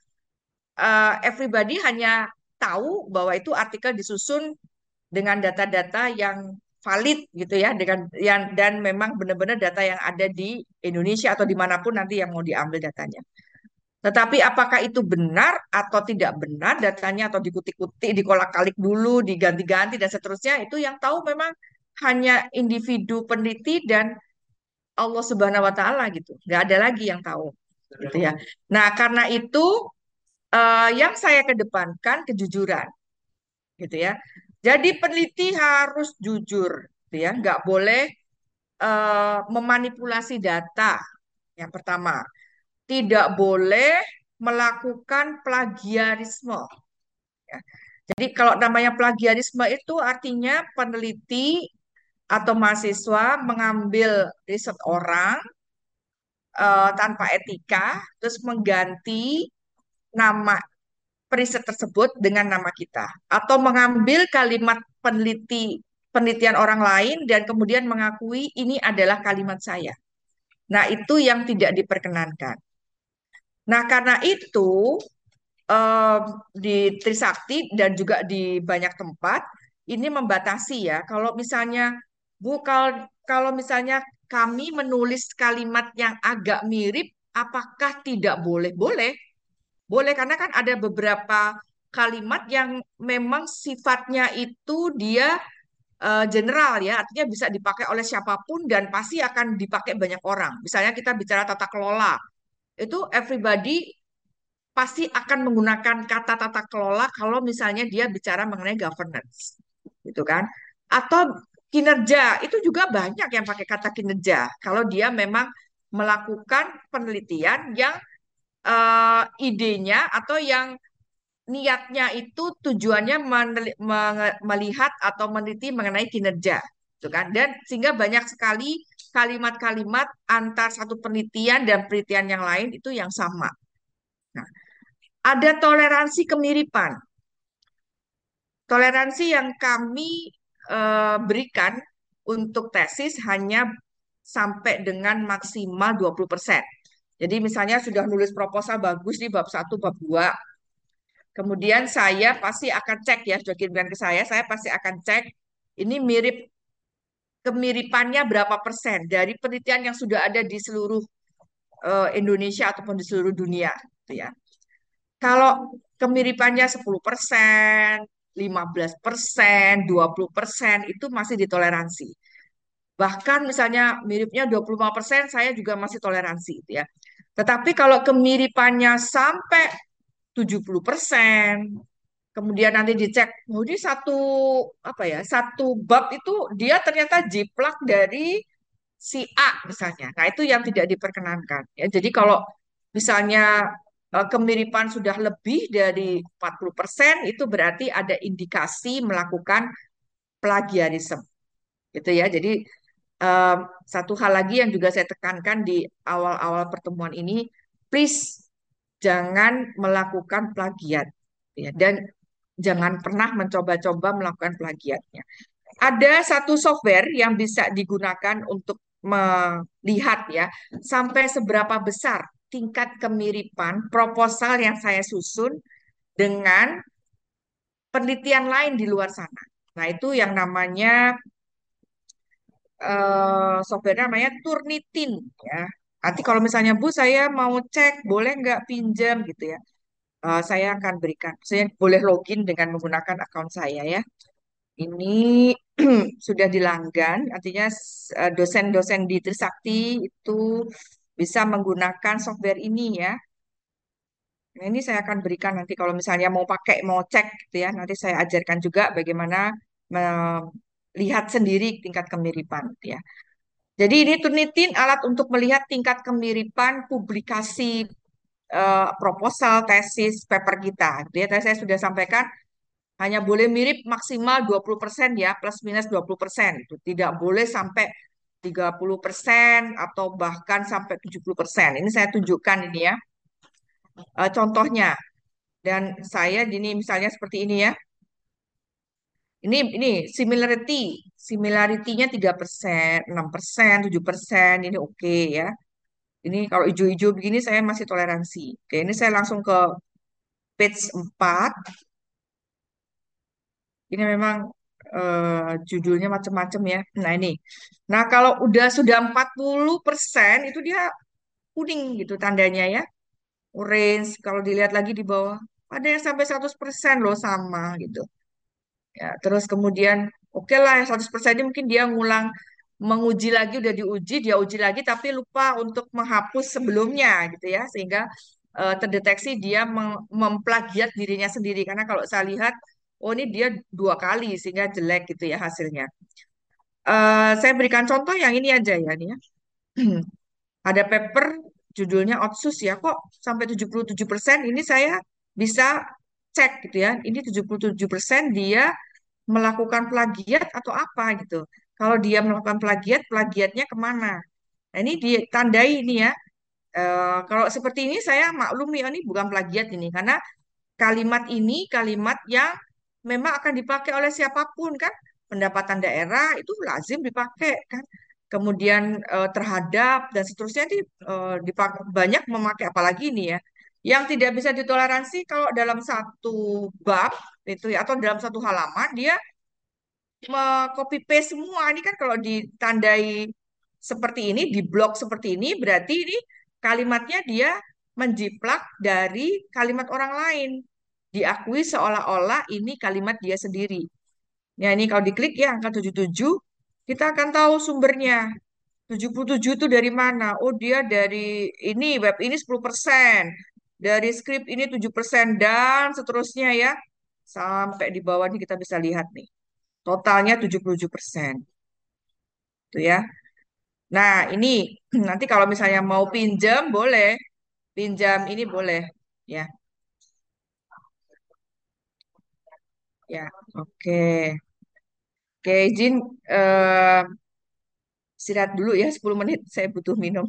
Eh, everybody hanya tahu bahwa itu artikel disusun dengan data-data yang valid gitu ya, dengan yang dan memang benar-benar data yang ada di Indonesia atau dimanapun nanti yang mau diambil datanya. Tetapi apakah itu benar atau tidak benar datanya atau dikutik-kutik, dikolak-kalik dulu, diganti-ganti dan seterusnya, itu yang tahu memang hanya individu peneliti dan Allah Subhanahu wa taala gitu. Nggak ada lagi yang tahu gitu ya. Nah, karena itu eh, yang saya kedepankan kejujuran gitu ya. Jadi peneliti harus jujur gitu ya, nggak boleh eh, memanipulasi data. Yang pertama, tidak boleh melakukan plagiarisme. Ya. Jadi kalau namanya plagiarisme itu artinya peneliti atau mahasiswa mengambil riset orang eh, tanpa etika, terus mengganti nama periset tersebut dengan nama kita, atau mengambil kalimat peneliti penelitian orang lain dan kemudian mengakui ini adalah kalimat saya. Nah, itu yang tidak diperkenankan. Nah, karena itu eh, di Trisakti dan juga di banyak tempat ini membatasi ya. Kalau misalnya Bu, kalau, kalau misalnya kami menulis kalimat yang agak mirip, apakah tidak boleh? Boleh, boleh karena kan ada beberapa kalimat yang memang sifatnya itu dia eh, general ya, artinya bisa dipakai oleh siapapun dan pasti akan dipakai banyak orang. Misalnya kita bicara tata kelola, itu everybody pasti akan menggunakan kata tata kelola kalau misalnya dia bicara mengenai governance, gitu kan? Atau kinerja, itu juga banyak yang pakai kata kinerja. Kalau dia memang melakukan penelitian yang eh, idenya atau yang niatnya itu tujuannya meneli- menge- melihat atau meneliti mengenai kinerja, gitu kan? Dan sehingga banyak sekali kalimat-kalimat antar satu penelitian dan penelitian yang lain itu yang sama. Nah, ada toleransi kemiripan. Toleransi yang kami eh, berikan untuk tesis hanya sampai dengan maksimal dua puluh persen. Jadi misalnya sudah nulis proposal bagus di bab satu, bab dua, kemudian saya pasti akan cek ya, sudah kirimkan ke saya, saya pasti akan cek ini mirip kemiripannya berapa persen dari penelitian yang sudah ada di seluruh eh, Indonesia ataupun di seluruh dunia, gitu ya. Kalau kemiripannya sepuluh persen, lima belas persen, dua puluh persen itu masih ditoleransi. Bahkan misalnya miripnya dua puluh lima persen saya juga masih toleransi gitu ya. Tetapi kalau kemiripannya sampai tujuh puluh persen, kemudian nanti dicek, oh ini satu apa ya, satu bab itu dia ternyata jiplak dari si A misalnya. Nah, itu yang tidak diperkenankan. Ya, jadi kalau misalnya eh, kemiripan sudah lebih dari empat puluh persen itu berarti ada indikasi melakukan plagiarisme. Gitu ya. Jadi em, satu hal lagi yang juga saya tekankan di awal-awal pertemuan ini, please jangan melakukan plagiat. Ya, dan jangan pernah mencoba-coba melakukan plagiatnya. Ada satu software yang bisa digunakan untuk melihat ya sampai seberapa besar tingkat kemiripan proposal yang saya susun dengan penelitian lain di luar sana. Nah, itu yang namanya eh, software namanya Turnitin ya. Nanti kalau misalnya Bu saya mau cek boleh nggak pinjam gitu ya. Eh, saya akan berikan. Saya boleh login dengan menggunakan akun saya ya. Ini sudah dilanggan, artinya eh, dosen-dosen di Trisakti itu bisa menggunakan software ini ya. Nah, ini saya akan berikan nanti kalau misalnya mau pakai, mau cek gitu ya. Nanti saya ajarkan juga bagaimana melihat sendiri tingkat kemiripan gitu ya. Jadi ini Turnitin alat untuk melihat tingkat kemiripan publikasi eh, proposal, tesis, paper kita. Gitu ya. Tadi saya sudah sampaikan hanya boleh mirip maksimal dua puluh persen ya, plus minus dua puluh persen. Itu tidak boleh sampai tiga puluh persen atau bahkan sampai tujuh puluh persen. Ini saya tunjukkan ini ya, eh, contohnya. Dan saya ini misalnya seperti ini ya. Ini ini similarity, similarity-nya tiga persen, enam persen, tujuh persen, ini oke ya. Ini kalau hijau-hijau begini saya masih toleransi. Oke, ini saya langsung ke page empat. Ini memang eh, judulnya macam-macam ya. Nah, ini. Nah, kalau udah sudah empat puluh persen itu dia kuning gitu tandanya ya. Orange. Kalau dilihat lagi di bawah, ada yang sampai seratus persen loh sama gitu. Ya, terus kemudian oke lah yang seratus persen ini mungkin dia ngulang menguji lagi, udah diuji, dia uji lagi tapi lupa untuk menghapus sebelumnya gitu ya. Sehingga eh, terdeteksi dia mem- memplagiat dirinya sendiri. Karena kalau saya lihat, oh ini dia dua kali sehingga jelek gitu ya hasilnya. Eh, saya berikan contoh yang ini aja ya nih ya. Ada paper judulnya Otsus ya, kok sampai tujuh puluh tujuh persen ini saya bisa cek gitu ya. Ini tujuh puluh tujuh persen dia melakukan plagiat atau apa gitu. Kalau dia melakukan plagiat, plagiatnya kemana? Nah, ini ditandai ini ya. Eh, kalau seperti ini saya maklumi, oh, ini bukan plagiat ini, karena kalimat ini kalimat yang memang akan dipakai oleh siapapun kan. Pendapatan daerah itu lazim dipakai kan. Kemudian eh, terhadap dan seterusnya di, eh, dipakai, banyak memakai apalagi ini ya. Yang tidak bisa ditoleransi kalau dalam satu bab itu ya atau dalam satu halaman dia copy paste semua. Ini kan kalau ditandai seperti ini, di blok seperti ini, berarti ini kalimatnya dia menjiplak dari kalimat orang lain. Diakui seolah-olah ini kalimat dia sendiri. Ya, ini kalau diklik ya angka tujuh puluh tujuh, kita akan tahu sumbernya. tujuh puluh tujuh itu dari mana? Oh, dia dari ini, web ini sepuluh persen. Dari script ini tujuh persen dan seterusnya ya. Sampai di bawah ini kita bisa lihat nih. Totalnya tujuh puluh tujuh persen. Tuh ya. Nah, ini nanti kalau misalnya mau pinjam boleh, pinjam ini boleh, ya, ya, oke, oke, izin eh, istirahat dulu ya sepuluh menit, saya butuh minum.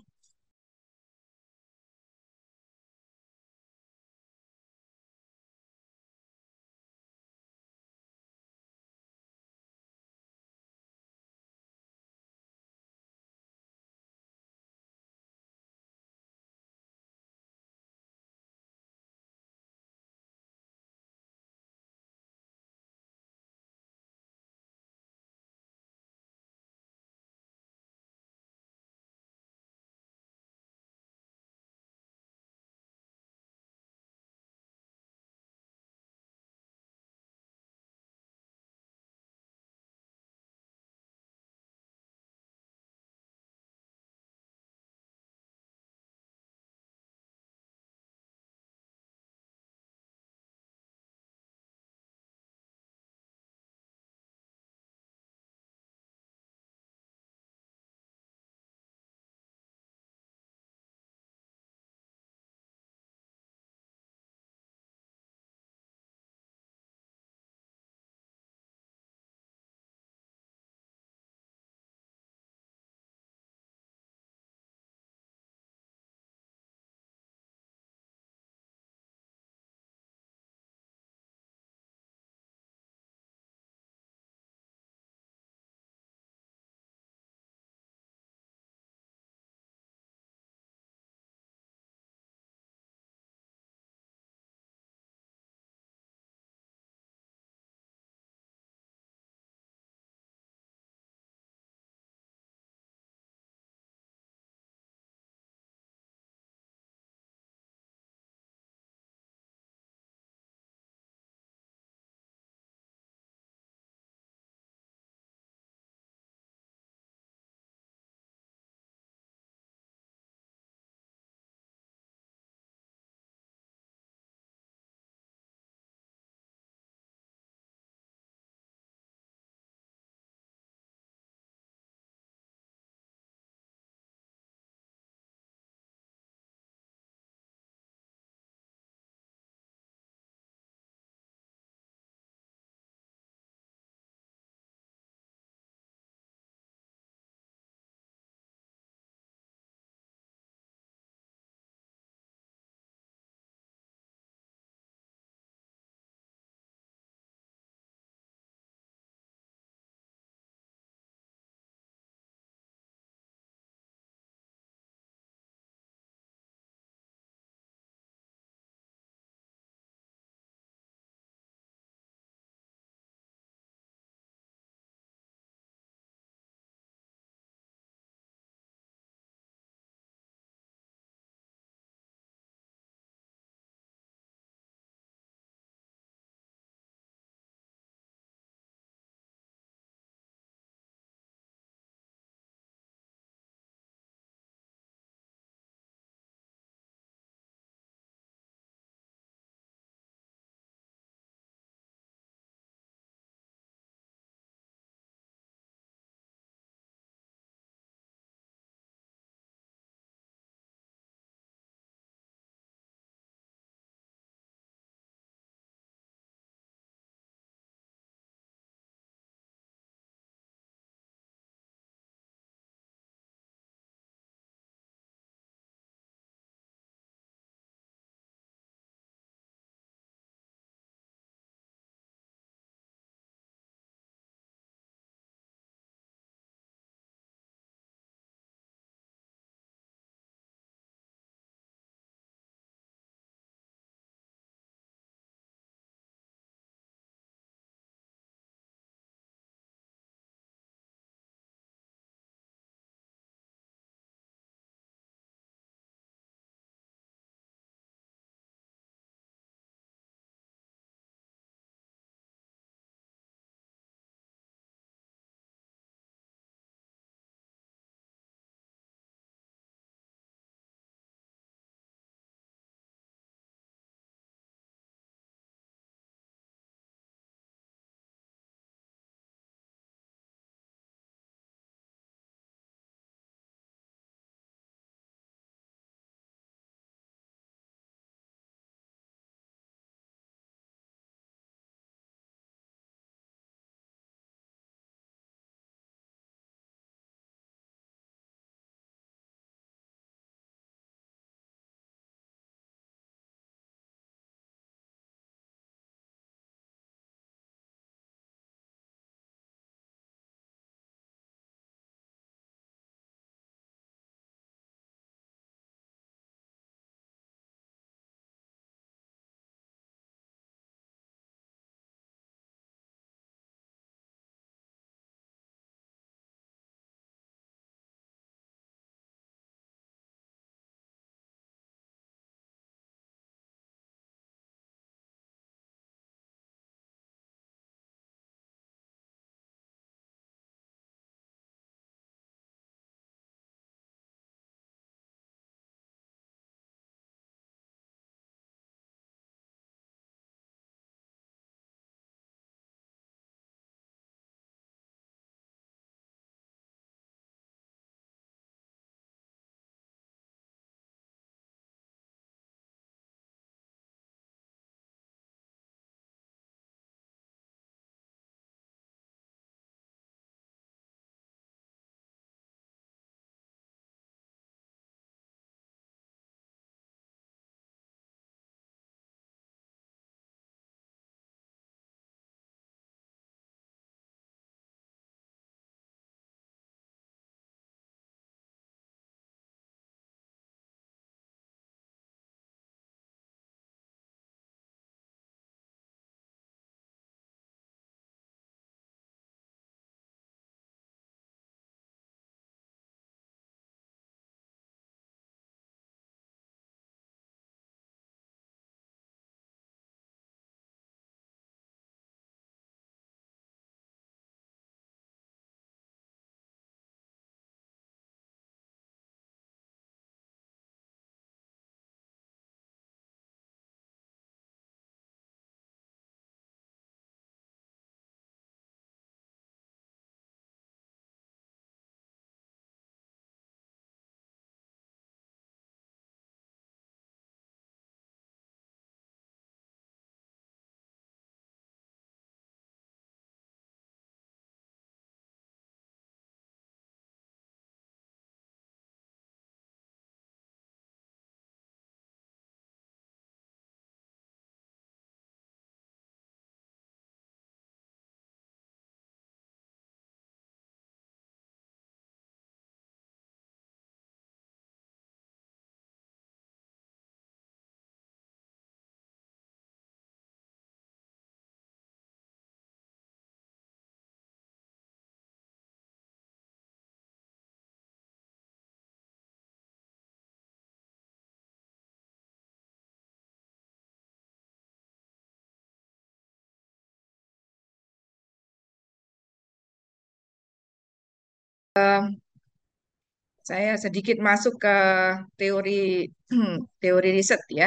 Saya sedikit masuk ke teori teori riset ya.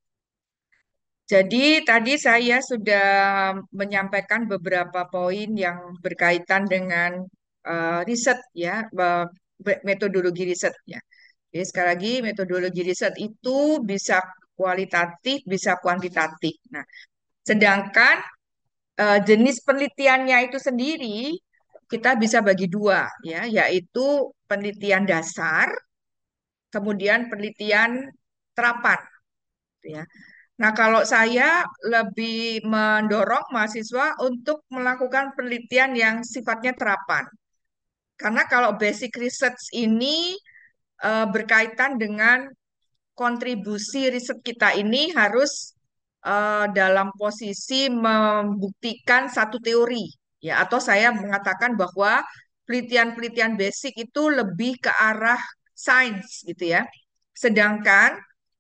Jadi tadi saya sudah menyampaikan beberapa poin yang berkaitan dengan eh, riset ya, be- be- metodologi riset ya. Jadi sekali lagi metodologi riset itu bisa kualitatif, bisa kuantitatif. Nah, sedangkan eh, jenis penelitiannya itu sendiri kita bisa bagi dua ya, yaitu penelitian dasar, kemudian penelitian terapan gitu ya. Nah, kalau saya lebih mendorong mahasiswa untuk melakukan penelitian yang sifatnya terapan. Karena kalau basic research ini eh, berkaitan dengan kontribusi riset kita ini harus eh, dalam posisi membuktikan satu teori, ya, atau saya mengatakan bahwa penelitian-penelitian basic itu lebih ke arah sains, gitu ya. Sedangkan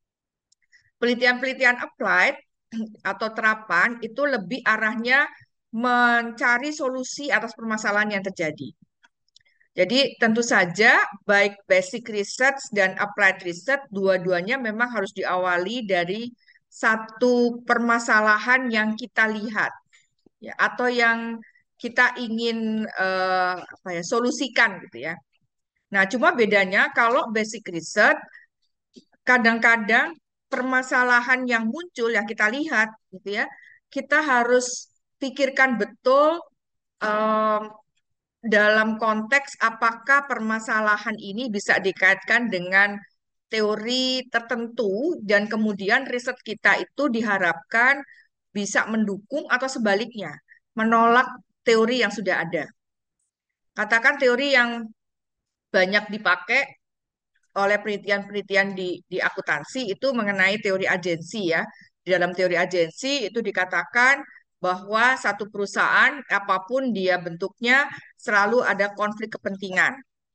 penelitian-penelitian applied atau terapan itu lebih arahnya mencari solusi atas permasalahan yang terjadi. Jadi tentu saja baik basic research dan applied research dua-duanya memang harus diawali dari satu permasalahan yang kita lihat ya atau yang kita ingin eh, apa ya solusikan gitu ya. Nah, cuma bedanya kalau basic research kadang-kadang permasalahan yang muncul yang kita lihat gitu ya, kita harus pikirkan betul em, dalam konteks apakah permasalahan ini bisa dikaitkan dengan teori tertentu dan kemudian riset kita itu diharapkan bisa mendukung atau sebaliknya menolak teori yang sudah ada. Katakan teori yang banyak dipakai oleh penelitian-penelitian di, di akuntansi itu mengenai teori agensi ya. Di dalam teori agensi itu dikatakan bahwa satu perusahaan apapun dia bentuknya selalu ada konflik kepentingan.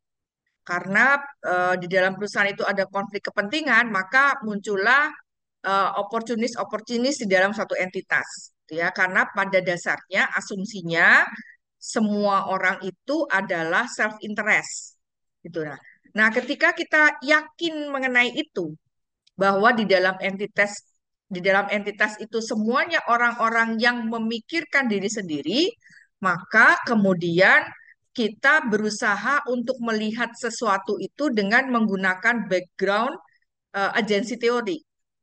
Karena eh, di dalam perusahaan itu ada konflik kepentingan, maka muncullah eh, oportunis-oportunis di dalam satu entitas. Gitu ya, karena pada dasarnya asumsinya semua orang itu adalah self interest. Gitu. Nah, nah, ketika kita yakin mengenai itu, bahwa di dalam entitas di dalam entitas itu semuanya orang-orang yang memikirkan diri sendiri, maka kemudian kita berusaha untuk melihat sesuatu itu dengan menggunakan background eh, agensi teori,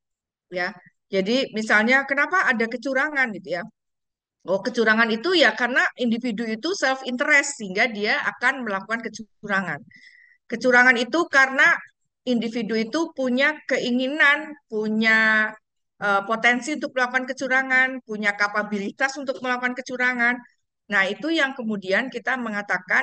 ya. Jadi misalnya kenapa ada kecurangan gitu ya? Oh, kecurangan itu ya karena individu itu self interest sehingga dia akan melakukan kecurangan. Kecurangan itu karena individu itu punya keinginan, punya eh, potensi untuk melakukan kecurangan, punya kapabilitas untuk melakukan kecurangan. Nah, itu yang kemudian kita mengatakan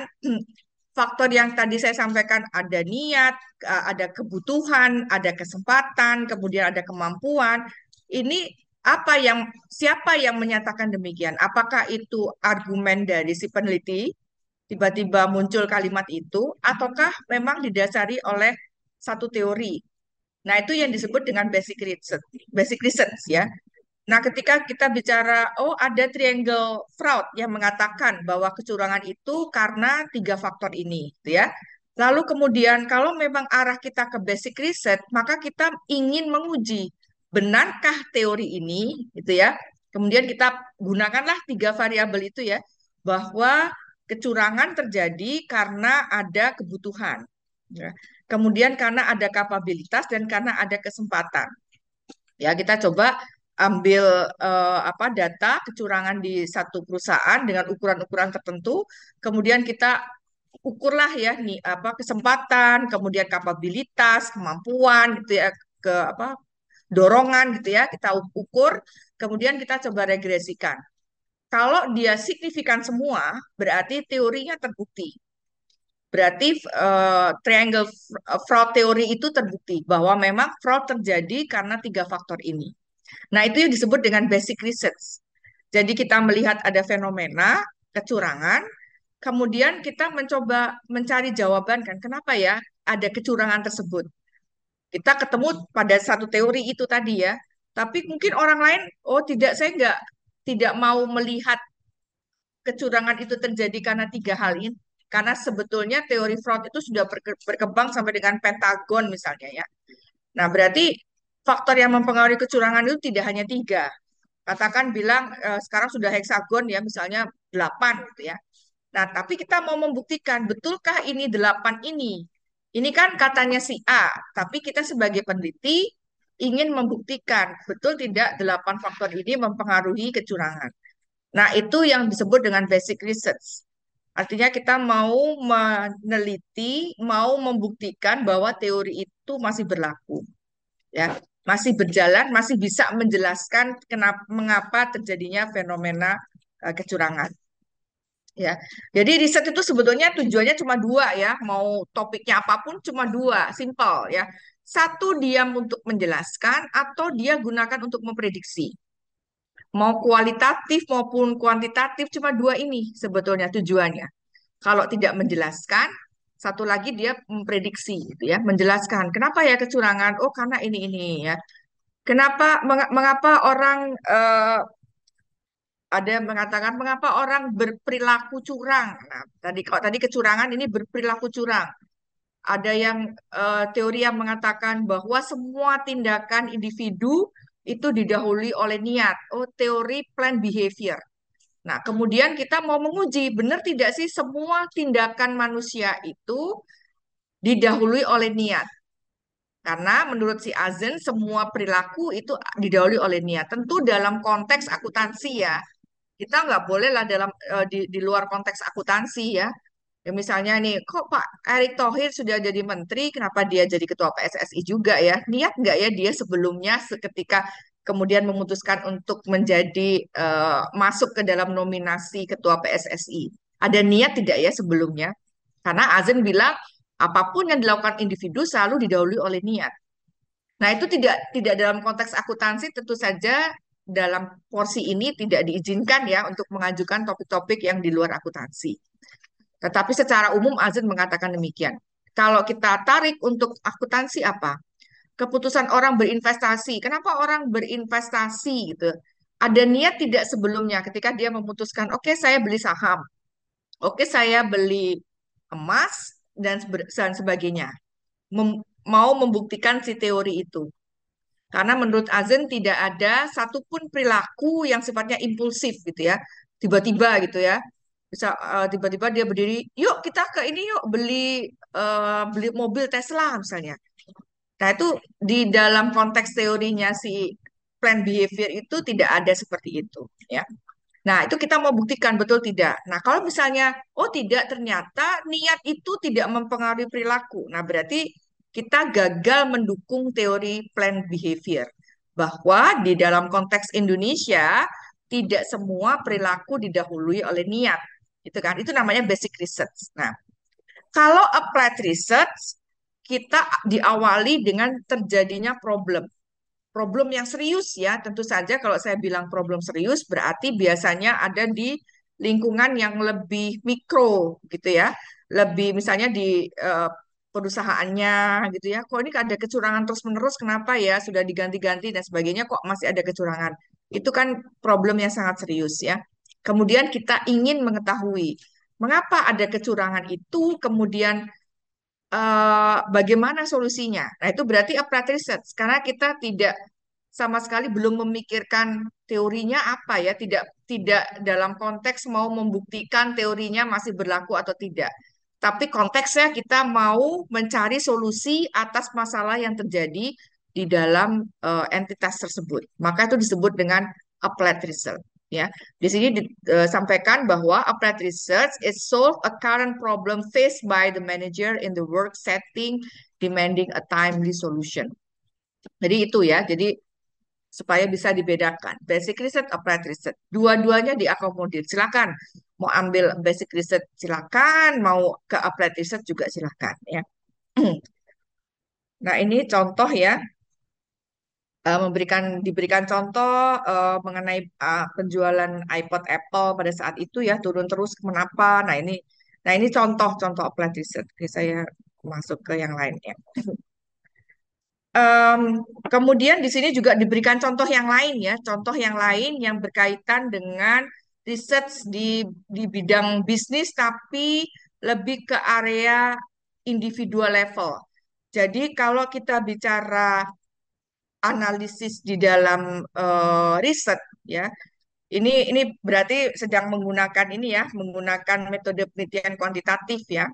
faktor yang tadi saya sampaikan ada niat, eh, ada kebutuhan, ada kesempatan, kemudian ada kemampuan. Ini apa yang siapa yang menyatakan demikian? Apakah itu argumen dari si peneliti tiba-tiba muncul kalimat itu, ataukah memang didasari oleh satu teori? Nah, itu yang disebut dengan basic research, basic research ya. Nah, ketika kita bicara, oh ada triangle fraud yang mengatakan bahwa kecurangan itu karena tiga faktor ini, gitu ya. Lalu kemudian kalau memang arah kita ke basic research, maka kita ingin menguji benarkah teori ini, gitu ya. Kemudian kita gunakanlah tiga variabel itu ya, bahwa kecurangan terjadi karena ada kebutuhan, ya. Kemudian karena ada kapabilitas dan karena ada kesempatan. Ya, kita coba ambil eh, apa data kecurangan di satu perusahaan dengan ukuran-ukuran tertentu, kemudian kita ukurlah ya nih apa kesempatan, kemudian kapabilitas, kemampuan gitu ya, ke apa dorongan gitu ya, kita ukur, kemudian kita coba regresikan. Kalau dia signifikan semua, berarti teorinya terbukti. Berarti eh, triangle fraud teori itu terbukti bahwa memang fraud terjadi karena tiga faktor ini. Nah, itu yang disebut dengan basic research. Jadi kita melihat ada fenomena kecurangan, kemudian kita mencoba mencari jawaban kan, kenapa ya ada kecurangan tersebut. Kita ketemu pada satu teori itu tadi ya, tapi mungkin orang lain, oh tidak, saya nggak tidak mau melihat kecurangan itu terjadi karena tiga hal ini. Karena sebetulnya teori fraud itu sudah berke- berkembang sampai dengan Pentagon misalnya ya. Nah, berarti faktor yang mempengaruhi kecurangan itu tidak hanya tiga. Katakan bilang eh, sekarang sudah heksagon ya, misalnya delapan gitu ya. Nah, tapi kita mau membuktikan, betulkah ini delapan ini? Ini kan katanya si A, tapi kita sebagai peneliti ingin membuktikan, betul tidak delapan faktor ini mempengaruhi kecurangan. Nah, itu yang disebut dengan basic research. Artinya kita mau meneliti, mau membuktikan bahwa teori itu masih berlaku, ya, masih berjalan, masih bisa menjelaskan kenapa, mengapa terjadinya fenomena eh, kecurangan. Ya, jadi riset itu sebetulnya tujuannya cuma dua ya, mau topiknya apapun cuma dua, simple ya. Satu diam untuk menjelaskan atau dia gunakan untuk memprediksi. Mau kualitatif maupun kuantitatif cuma dua ini sebetulnya tujuannya. Kalau tidak menjelaskan, satu lagi dia memprediksi gitu ya, menjelaskan kenapa ya kecurangan? Oh, karena ini ini ya. Kenapa meng- mengapa orang eh, ada yang mengatakan mengapa orang berperilaku curang. Nah, tadi kalau tadi kecurangan ini berperilaku curang. Ada yang eh, teori yang mengatakan bahwa semua tindakan individu itu didahului oleh niat. Oh, teori planned behavior. Nah, kemudian kita mau menguji, benar tidak sih semua tindakan manusia itu didahului oleh niat? Karena menurut si Azen, semua perilaku itu didahului oleh niat. Tentu dalam konteks akuntansi ya. Kita nggak boleh lah dalam eh, di, di luar konteks akuntansi ya. Ya misalnya nih, kok Pak Erick Thohir sudah jadi menteri, kenapa dia jadi ketua P S S I juga ya? Niat nggak ya dia sebelumnya seketika kemudian memutuskan untuk menjadi eh, masuk ke dalam nominasi ketua P S S I? Ada niat tidak ya sebelumnya? Karena Azen bilang apapun yang dilakukan individu selalu didahului oleh niat. Nah, itu tidak tidak dalam konteks akuntansi tentu saja dalam porsi ini tidak diizinkan ya untuk mengajukan topik-topik yang di luar akuntansi. Tetapi secara umum Azan mengatakan demikian. Kalau kita tarik untuk akuntansi apa? Keputusan orang berinvestasi. Kenapa orang berinvestasi gitu? Ada niat tidak sebelumnya ketika dia memutuskan, oke okay, saya beli saham, oke okay, saya beli emas dan dan sebagainya. Mem- mau membuktikan si teori itu. Karena menurut Azen tidak ada satupun perilaku yang sifatnya impulsif gitu ya. Tiba-tiba gitu ya. Bisa eh, tiba-tiba dia berdiri, yuk kita ke ini yuk beli eh, beli mobil Tesla misalnya. Nah, itu di dalam konteks teorinya si plan behavior itu tidak ada seperti itu ya. Nah, itu kita mau buktikan betul tidak. Nah, kalau misalnya, oh tidak, ternyata niat itu tidak mempengaruhi perilaku. Nah, berarti kita gagal mendukung teori planned behavior. Bahwa di dalam konteks Indonesia, tidak semua perilaku didahului oleh niat. Itu kan, itu namanya basic research. Nah, kalau applied research, kita diawali dengan terjadinya problem problem yang serius ya. Tentu saja kalau saya bilang problem serius berarti biasanya ada di lingkungan yang lebih mikro gitu ya. Lebih misalnya di eh, perusahaannya gitu ya. Kok ini ada kecurangan terus-menerus kenapa ya? Sudah diganti-ganti dan sebagainya kok masih ada kecurangan. Itu kan problem yang sangat serius ya. Kemudian kita ingin mengetahui mengapa ada kecurangan itu, kemudian eh, bagaimana solusinya. Nah, itu berarti applied research karena kita tidak sama sekali belum memikirkan teorinya apa ya, tidak tidak dalam konteks mau membuktikan teorinya masih berlaku atau tidak. Tapi konteksnya kita mau mencari solusi atas masalah yang terjadi di dalam eh, entitas tersebut. Maka itu disebut dengan applied research. Ya, di sini disampaikan bahwa applied research is solve a current problem faced by the manager in the work setting demanding a timely solution. Jadi itu ya, jadi supaya bisa dibedakan. Basic research, applied research. Dua-duanya diakomodir. Silakan. Mau ambil basic research silakan, mau ke applied research juga silakan ya. Nah, ini contoh ya, eh, memberikan diberikan contoh eh, mengenai eh, penjualan iPod Apple pada saat itu ya turun terus kenapa. Nah, ini nah ini contoh-contoh applied research. Oke, saya masuk ke yang lainnya. Em, kemudian di sini juga diberikan contoh yang lain ya, contoh yang lain yang berkaitan dengan research di di bidang bisnis tapi lebih ke area individual level. Jadi kalau kita bicara analisis di dalam eh, riset ya, ini ini berarti sedang menggunakan ini ya, menggunakan metode penelitian kuantitatif ya,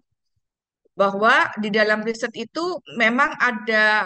bahwa di dalam riset itu memang ada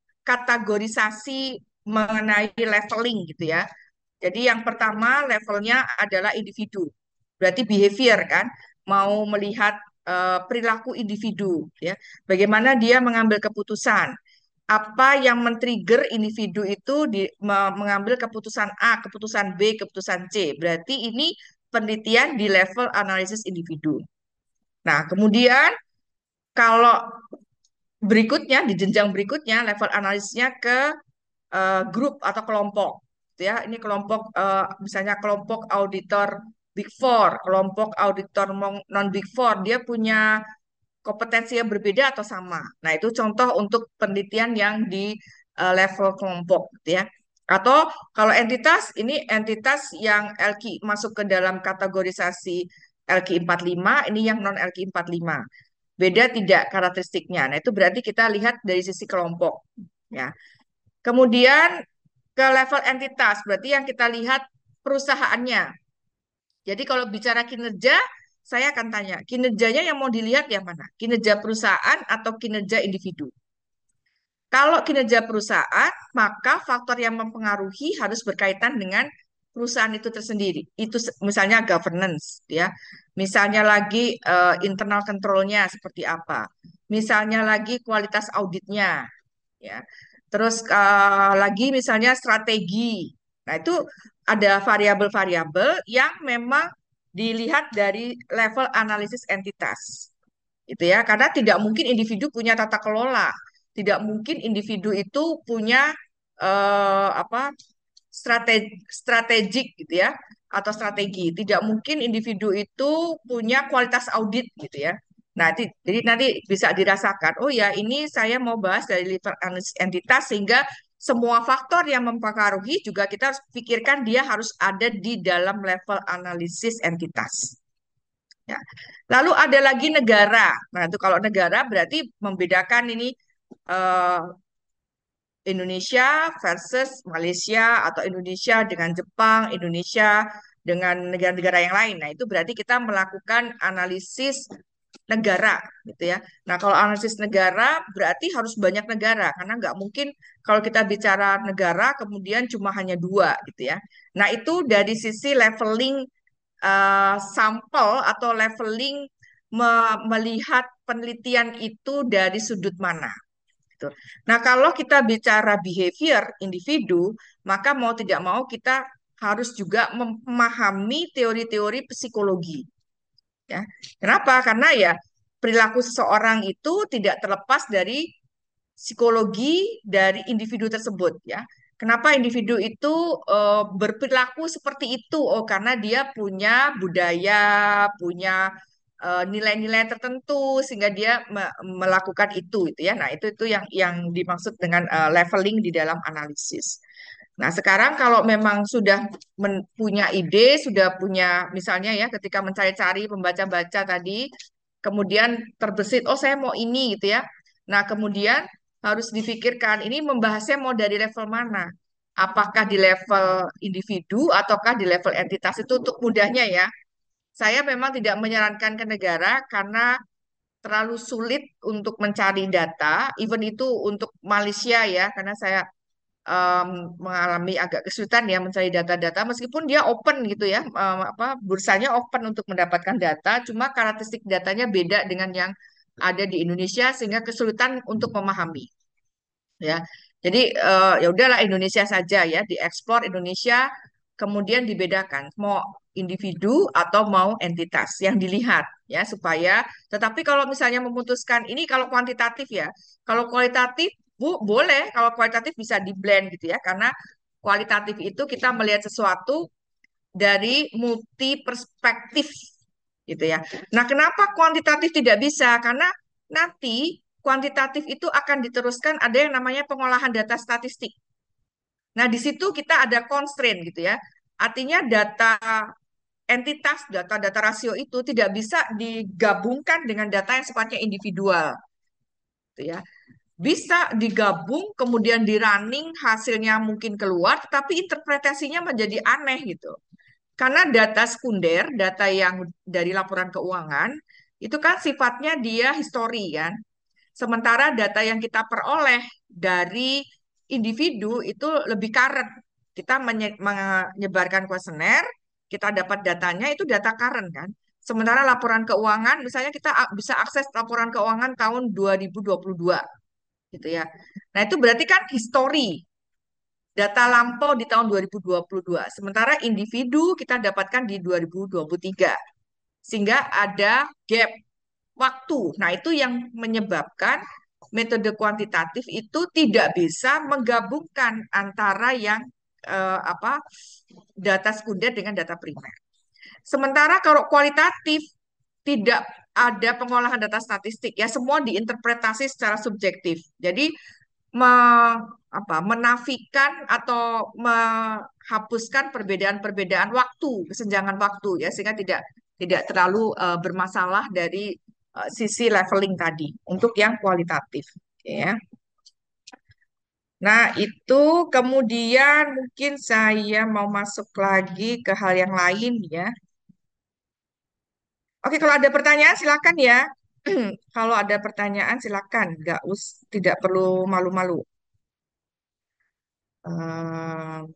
kategorisasi mengenai leveling gitu ya. Jadi yang pertama levelnya adalah individu. Berarti behavior kan, mau melihat eh, perilaku individu ya. Bagaimana dia mengambil keputusan. Apa yang men-trigger individu itu di, me- mengambil keputusan A, keputusan B, keputusan C. Berarti ini penelitian di level analisis individu. Nah, kemudian kalau berikutnya di jenjang berikutnya level analisisnya ke eh, grup atau kelompok gitu ya. Ini kelompok eh, misalnya kelompok auditor Big Four, kelompok auditor non Big Four, dia punya kompetensi yang berbeda atau sama. Nah, itu contoh untuk penelitian yang di eh, level kelompok gitu ya. Atau kalau entitas ini entitas yang L Q masuk ke dalam kategorisasi L Q lima, ini yang non L Q lima. Beda tidak karakteristiknya. Nah, itu berarti kita lihat dari sisi kelompok ya. Kemudian ke level entitas, berarti yang kita lihat perusahaannya. Jadi kalau bicara kinerja, saya akan tanya, kinerjanya yang mau dilihat yang mana? Kinerja perusahaan atau kinerja individu? Kalau kinerja perusahaan, maka faktor yang mempengaruhi harus berkaitan dengan perusahaan itu tersendiri. Itu se- misalnya governance, ya. Misalnya lagi eh, internal control-nya seperti apa. Misalnya lagi kualitas auditnya, ya. Terus eh, lagi misalnya strategi. Nah, itu ada variabel-variabel yang memang dilihat dari level analisis entitas. Gitu ya. Karena tidak mungkin individu punya tata kelola. Tidak mungkin individu itu punya eh, apa strategi strategik gitu ya atau strategi. Tidak mungkin individu itu punya kualitas audit gitu ya. Nah, ti- jadi nanti bisa dirasakan, oh ya ini saya mau bahas dari level analisis entitas sehingga semua faktor yang mempengaruhi juga kita harus pikirkan dia harus ada di dalam level analisis entitas. Ya. Lalu ada lagi negara. Nah, itu kalau negara berarti membedakan ini eh, Indonesia versus Malaysia atau Indonesia dengan Jepang, Indonesia dengan negara-negara yang lain. Nah, itu berarti kita melakukan analisis negara gitu ya. Nah, kalau analisis negara berarti harus banyak negara karena nggak mungkin kalau kita bicara negara kemudian cuma hanya dua gitu ya. Nah, itu dari sisi leveling eh, sampel atau leveling me- melihat penelitian itu dari sudut mana gitu. Nah, kalau kita bicara behavior individu, maka mau tidak mau kita harus juga memahami teori-teori psikologi. Ya, kenapa? Karena ya perilaku seseorang itu tidak terlepas dari psikologi dari individu tersebut. Ya, kenapa individu itu eh, berperilaku seperti itu? Oh, karena dia punya budaya, punya eh, nilai-nilai tertentu sehingga dia me- melakukan itu itu ya. Nah, itu itu yang yang dimaksud dengan eh, leveling di dalam analisis. Nah, sekarang kalau memang sudah men- punya ide, sudah punya misalnya ya ketika mencari-cari pembaca-baca tadi, kemudian terbesit, oh saya mau ini gitu ya. Nah, kemudian harus difikirkan ini membahasnya mau dari level mana? Apakah di level individu ataukah di level entitas itu untuk mudahnya ya. Saya memang tidak menyarankan ke negara karena terlalu sulit untuk mencari data, even itu untuk Malaysia ya, karena saya em, mengalami agak kesulitan ya mencari data-data meskipun dia open gitu ya, em, apa bursanya open untuk mendapatkan data, cuma karakteristik datanya beda dengan yang ada di Indonesia sehingga kesulitan untuk memahami ya. Jadi eh, ya udahlah Indonesia saja ya, dieksplor Indonesia kemudian dibedakan mau individu atau mau entitas yang dilihat ya supaya tetapi kalau misalnya memutuskan ini kalau kuantitatif ya, kalau kualitatif Bu, boleh kalau kualitatif bisa di blend gitu ya karena kualitatif itu kita melihat sesuatu dari multi perspektif gitu ya. Nah, kenapa kuantitatif tidak bisa? Karena nanti kuantitatif itu akan diteruskan ada yang namanya pengolahan data statistik. Nah, di situ kita ada constraint gitu ya. Artinya data entitas data-data rasio itu tidak bisa digabungkan dengan data yang sifatnya individual, gitu ya. Bisa digabung, kemudian di running hasilnya mungkin keluar, tapi interpretasinya menjadi aneh gitu. Karena data sekunder, data yang dari laporan keuangan, itu kan sifatnya dia histori kan. Sementara data yang kita peroleh dari individu itu lebih current. Kita menye- menyebarkan kuesioner, kita dapat datanya itu data current kan. Sementara laporan keuangan, misalnya kita a- bisa akses laporan keuangan tahun dua ribu dua puluh dua gitu ya. Nah, itu berarti kan histori data lampau di tahun dua ribu dua puluh dua. Sementara individu kita dapatkan di dua ribu dua puluh tiga. Sehingga ada gap waktu. Nah, itu yang menyebabkan metode kuantitatif itu tidak bisa menggabungkan antara yang eh, apa data sekunder dengan data primer. Sementara kalau kualitatif tidak ada pengolahan data statistik ya, semua diinterpretasi secara subjektif. Jadi me, apa, menafikan atau menghapuskan perbedaan-perbedaan waktu, kesenjangan waktu ya, sehingga tidak tidak terlalu eh, bermasalah dari eh, sisi leveling tadi untuk yang kualitatif. Oke, ya. Nah, itu kemudian mungkin saya mau masuk lagi ke hal yang lain ya. Oke, kalau ada pertanyaan silakan ya. Kalau ada pertanyaan silakan, nggak us, tidak perlu malu-malu. Eh,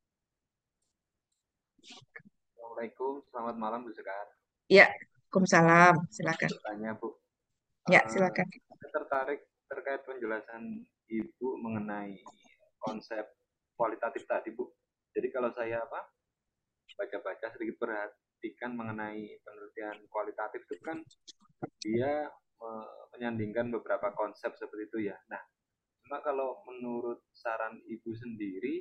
Assalamualaikum, selamat malam Bu Sekar. Ya, Waalaikumsalam. Silakan. Bertanya Bu, Ya, Eh, silakan. saya tertarik terkait penjelasan Ibu mengenai konsep kualitatif tadi Bu. Jadi kalau saya apa baca-baca sedikit perhatikan mengenai penelitian kualitatif itu kan dia me- menyandingkan beberapa konsep seperti itu ya. Nah, cuma kalau menurut saran Ibu sendiri,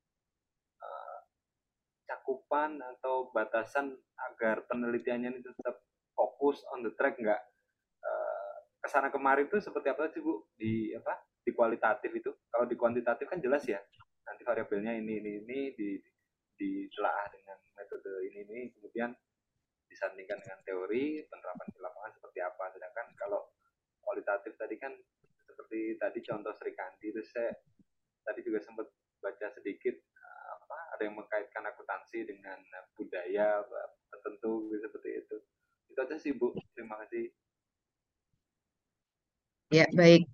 cakupan atau batasan agar penelitiannya ini tetap fokus on the track nggak eh, kesana kemari itu seperti apa sih Bu di apa di kualitatif itu? Kalau di kuantitatif kan jelas ya, nanti variabelnya ini ini ini di ditelaah dengan metode ini ini kemudian disandingkan dengan teori penerapan di lapangan seperti apa. Sedangkan kalau kualitatif tadi kan seperti tadi contoh Sri Kandi itu saya tadi juga sempat baca sedikit eh, apa ada yang mengkaitkan akuntansi dengan budaya tertentu seperti itu. Itu aja sih Bu. Terima kasih. Ya, baik.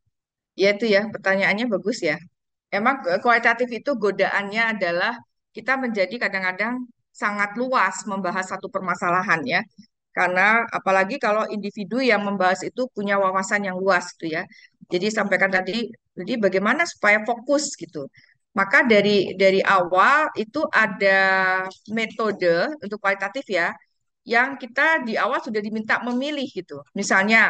Ya itu ya, pertanyaannya bagus ya. Emang eh, kualitatif itu godaannya adalah kita menjadi kadang-kadang sangat luas membahas satu permasalahan ya. Karena apalagi kalau individu yang membahas itu punya wawasan yang luas gitu ya. Jadi sampaikan tadi, jadi bagaimana supaya fokus gitu. Maka dari dari awal itu ada metode untuk kualitatif ya, yang kita di awal sudah diminta memilih gitu. Misalnya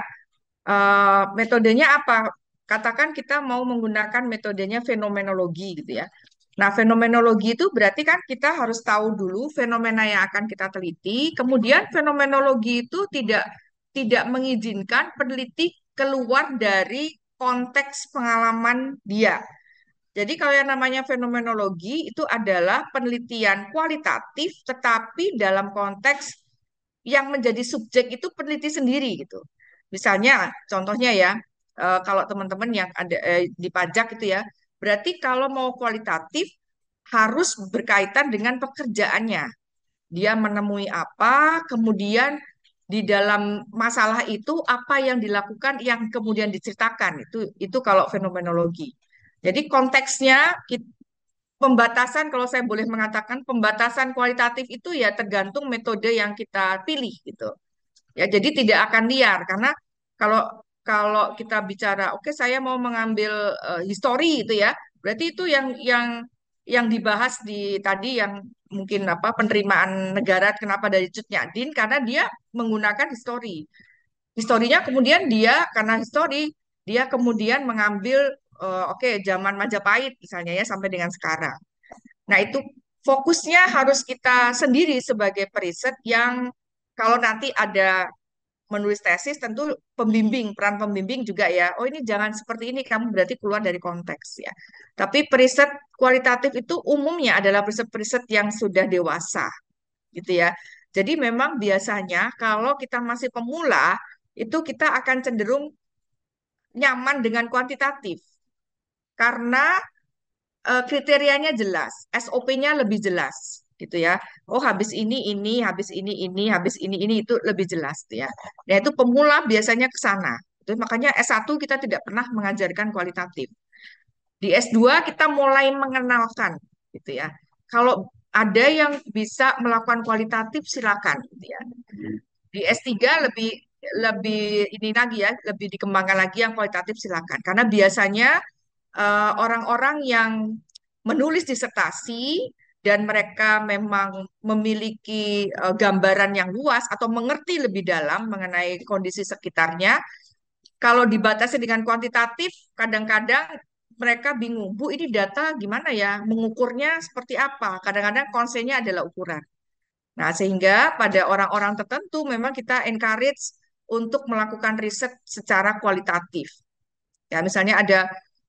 eh, metodenya apa? Katakan kita mau menggunakan metodenya fenomenologi gitu ya. Nah, fenomenologi itu berarti kan kita harus tahu dulu fenomena yang akan kita teliti. Kemudian fenomenologi itu tidak tidak mengizinkan peneliti keluar dari konteks pengalaman dia. Jadi kalau yang namanya fenomenologi itu adalah penelitian kualitatif tetapi dalam konteks yang menjadi subjek itu peneliti sendiri gitu. Misalnya, contohnya ya, eh, kalau teman-teman yang ada eh, di pajak itu ya, berarti kalau mau kualitatif harus berkaitan dengan pekerjaannya. Dia menemui apa, kemudian di dalam masalah itu apa yang dilakukan yang kemudian diceritakan. Itu itu kalau fenomenologi. Jadi konteksnya kit- pembatasan kalau saya boleh mengatakan pembatasan kualitatif itu ya tergantung metode yang kita pilih gitu. Ya, jadi tidak akan liar karena kalau kalau kita bicara, oke saya mau mengambil eh, histori itu ya, berarti itu yang yang yang dibahas di tadi yang mungkin apa penerimaan negara kenapa dari Cut Nyadin karena dia menggunakan histori. Historinya kemudian dia karena histori dia kemudian mengambil eh, oke zaman Majapahit misalnya ya sampai dengan sekarang. Nah, itu fokusnya harus kita sendiri sebagai periset yang kalau nanti ada menulis tesis tentu pembimbing, peran pembimbing juga ya. Oh ini jangan seperti ini, kamu berarti keluar dari konteks ya. Tapi periset kualitatif itu umumnya adalah periset-periset yang sudah dewasa gitu ya. Jadi memang biasanya kalau kita masih pemula, itu kita akan cenderung nyaman dengan kuantitatif karena eh, kriterianya jelas, S O P-nya lebih jelas gitu ya. Oh, habis ini ini, habis ini ini, habis ini ini itu lebih jelas gitu ya. Nah, itu pemula biasanya ke sana. Itu makanya S satu kita tidak pernah mengajarkan kualitatif. Di S dua kita mulai mengenalkan gitu ya. Kalau ada yang bisa melakukan kualitatif silakan gitu ya. Di S tiga lebih lebih ini lagi ya, lebih dikembangkan lagi yang kualitatif silakan. Karena biasanya eh, orang-orang yang menulis disertasi dan mereka memang memiliki eh, gambaran yang luas atau mengerti lebih dalam mengenai kondisi sekitarnya, kalau dibatasi dengan kuantitatif, kadang-kadang mereka bingung, Bu, ini data gimana ya? Mengukurnya seperti apa? Kadang-kadang konsennya adalah ukuran. Nah, sehingga pada orang-orang tertentu memang kita encourage untuk melakukan riset secara kualitatif. Ya, misalnya ada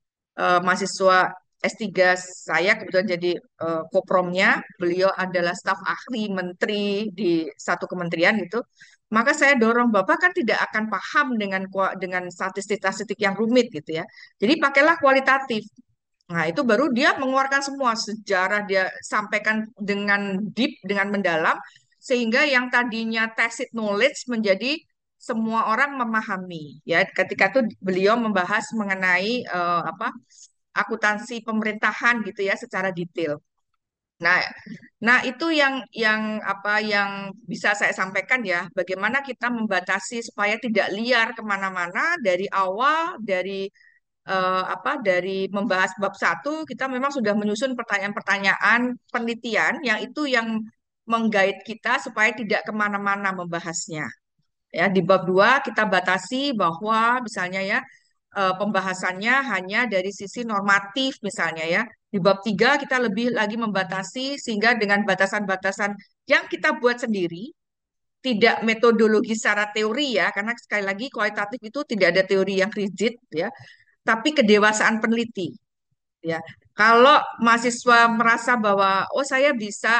eh, mahasiswa S tiga saya kebetulan jadi eh, kopromnya, beliau adalah staf ahli menteri di satu kementerian gitu. Maka saya dorong Bapak kan tidak akan paham dengan kua- dengan statistik-statistik yang rumit gitu ya. Jadi pakailah kualitatif. Nah, itu baru dia mengeluarkan semua sejarah dia sampaikan dengan deep, dengan mendalam, sehingga yang tadinya tacit knowledge menjadi semua orang memahami. Ya, ketika itu beliau membahas mengenai eh, apa akuntansi pemerintahan gitu ya secara detail. Nah, nah itu yang yang apa yang bisa saya sampaikan ya, bagaimana kita membatasi supaya tidak liar kemana-mana dari awal, dari eh, apa dari membahas bab satu kita memang sudah menyusun pertanyaan-pertanyaan penelitian yang itu yang menggait kita supaya tidak kemana-mana membahasnya. Ya, di bab dua kita batasi bahwa misalnya ya eh, pembahasannya hanya dari sisi normatif misalnya ya. Di bab tiga kita lebih lagi membatasi sehingga dengan batasan-batasan yang kita buat sendiri, tidak metodologi secara teori ya, karena sekali lagi kualitatif itu tidak ada teori yang rigid ya, tapi kedewasaan peneliti ya. Kalau mahasiswa merasa bahwa oh saya bisa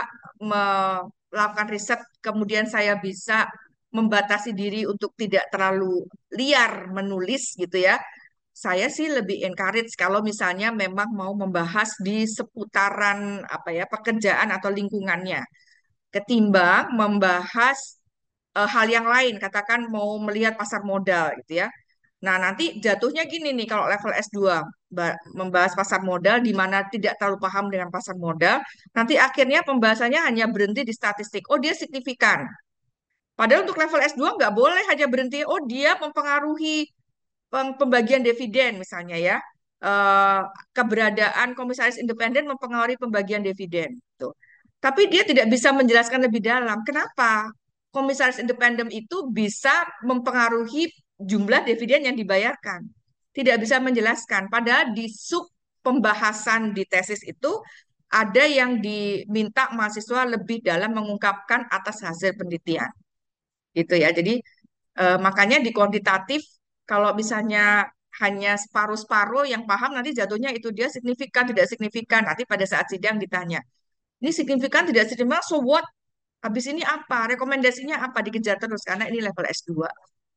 melakukan riset, kemudian saya bisa membatasi diri untuk tidak terlalu liar menulis gitu ya. Saya sih lebih encourage kalau misalnya memang mau membahas di seputaran apa ya pekerjaan atau lingkungannya, ketimbang membahas eh, hal yang lain, katakan mau melihat pasar modal gitu ya. Nah, nanti jatuhnya gini nih kalau level S dua ba- membahas pasar modal di mana tidak terlalu paham dengan pasar modal, nanti akhirnya pembahasannya hanya berhenti di statistik. Oh, dia signifikan. Padahal untuk level S dua nggak boleh hanya berhenti, oh dia mempengaruhi peng- pembagian dividen misalnya ya. Eh, keberadaan komisaris independen mempengaruhi pembagian dividen. Tuh. Tapi dia tidak bisa menjelaskan lebih dalam. Kenapa? Komisaris independen itu bisa mempengaruhi jumlah dividen yang dibayarkan. Tidak bisa menjelaskan. Padahal di sub pembahasan di tesis itu ada yang diminta mahasiswa lebih dalam mengungkapkan atas hasil penelitian. Gitu ya. Jadi eh, makanya di kuantitatif kalau misalnya hanya separuh-separuh yang paham nanti jatuhnya itu dia signifikan tidak signifikan nanti pada saat sidang ditanya ini signifikan tidak signifikan so what habis ini apa rekomendasinya apa dikejar terus karena ini level S dua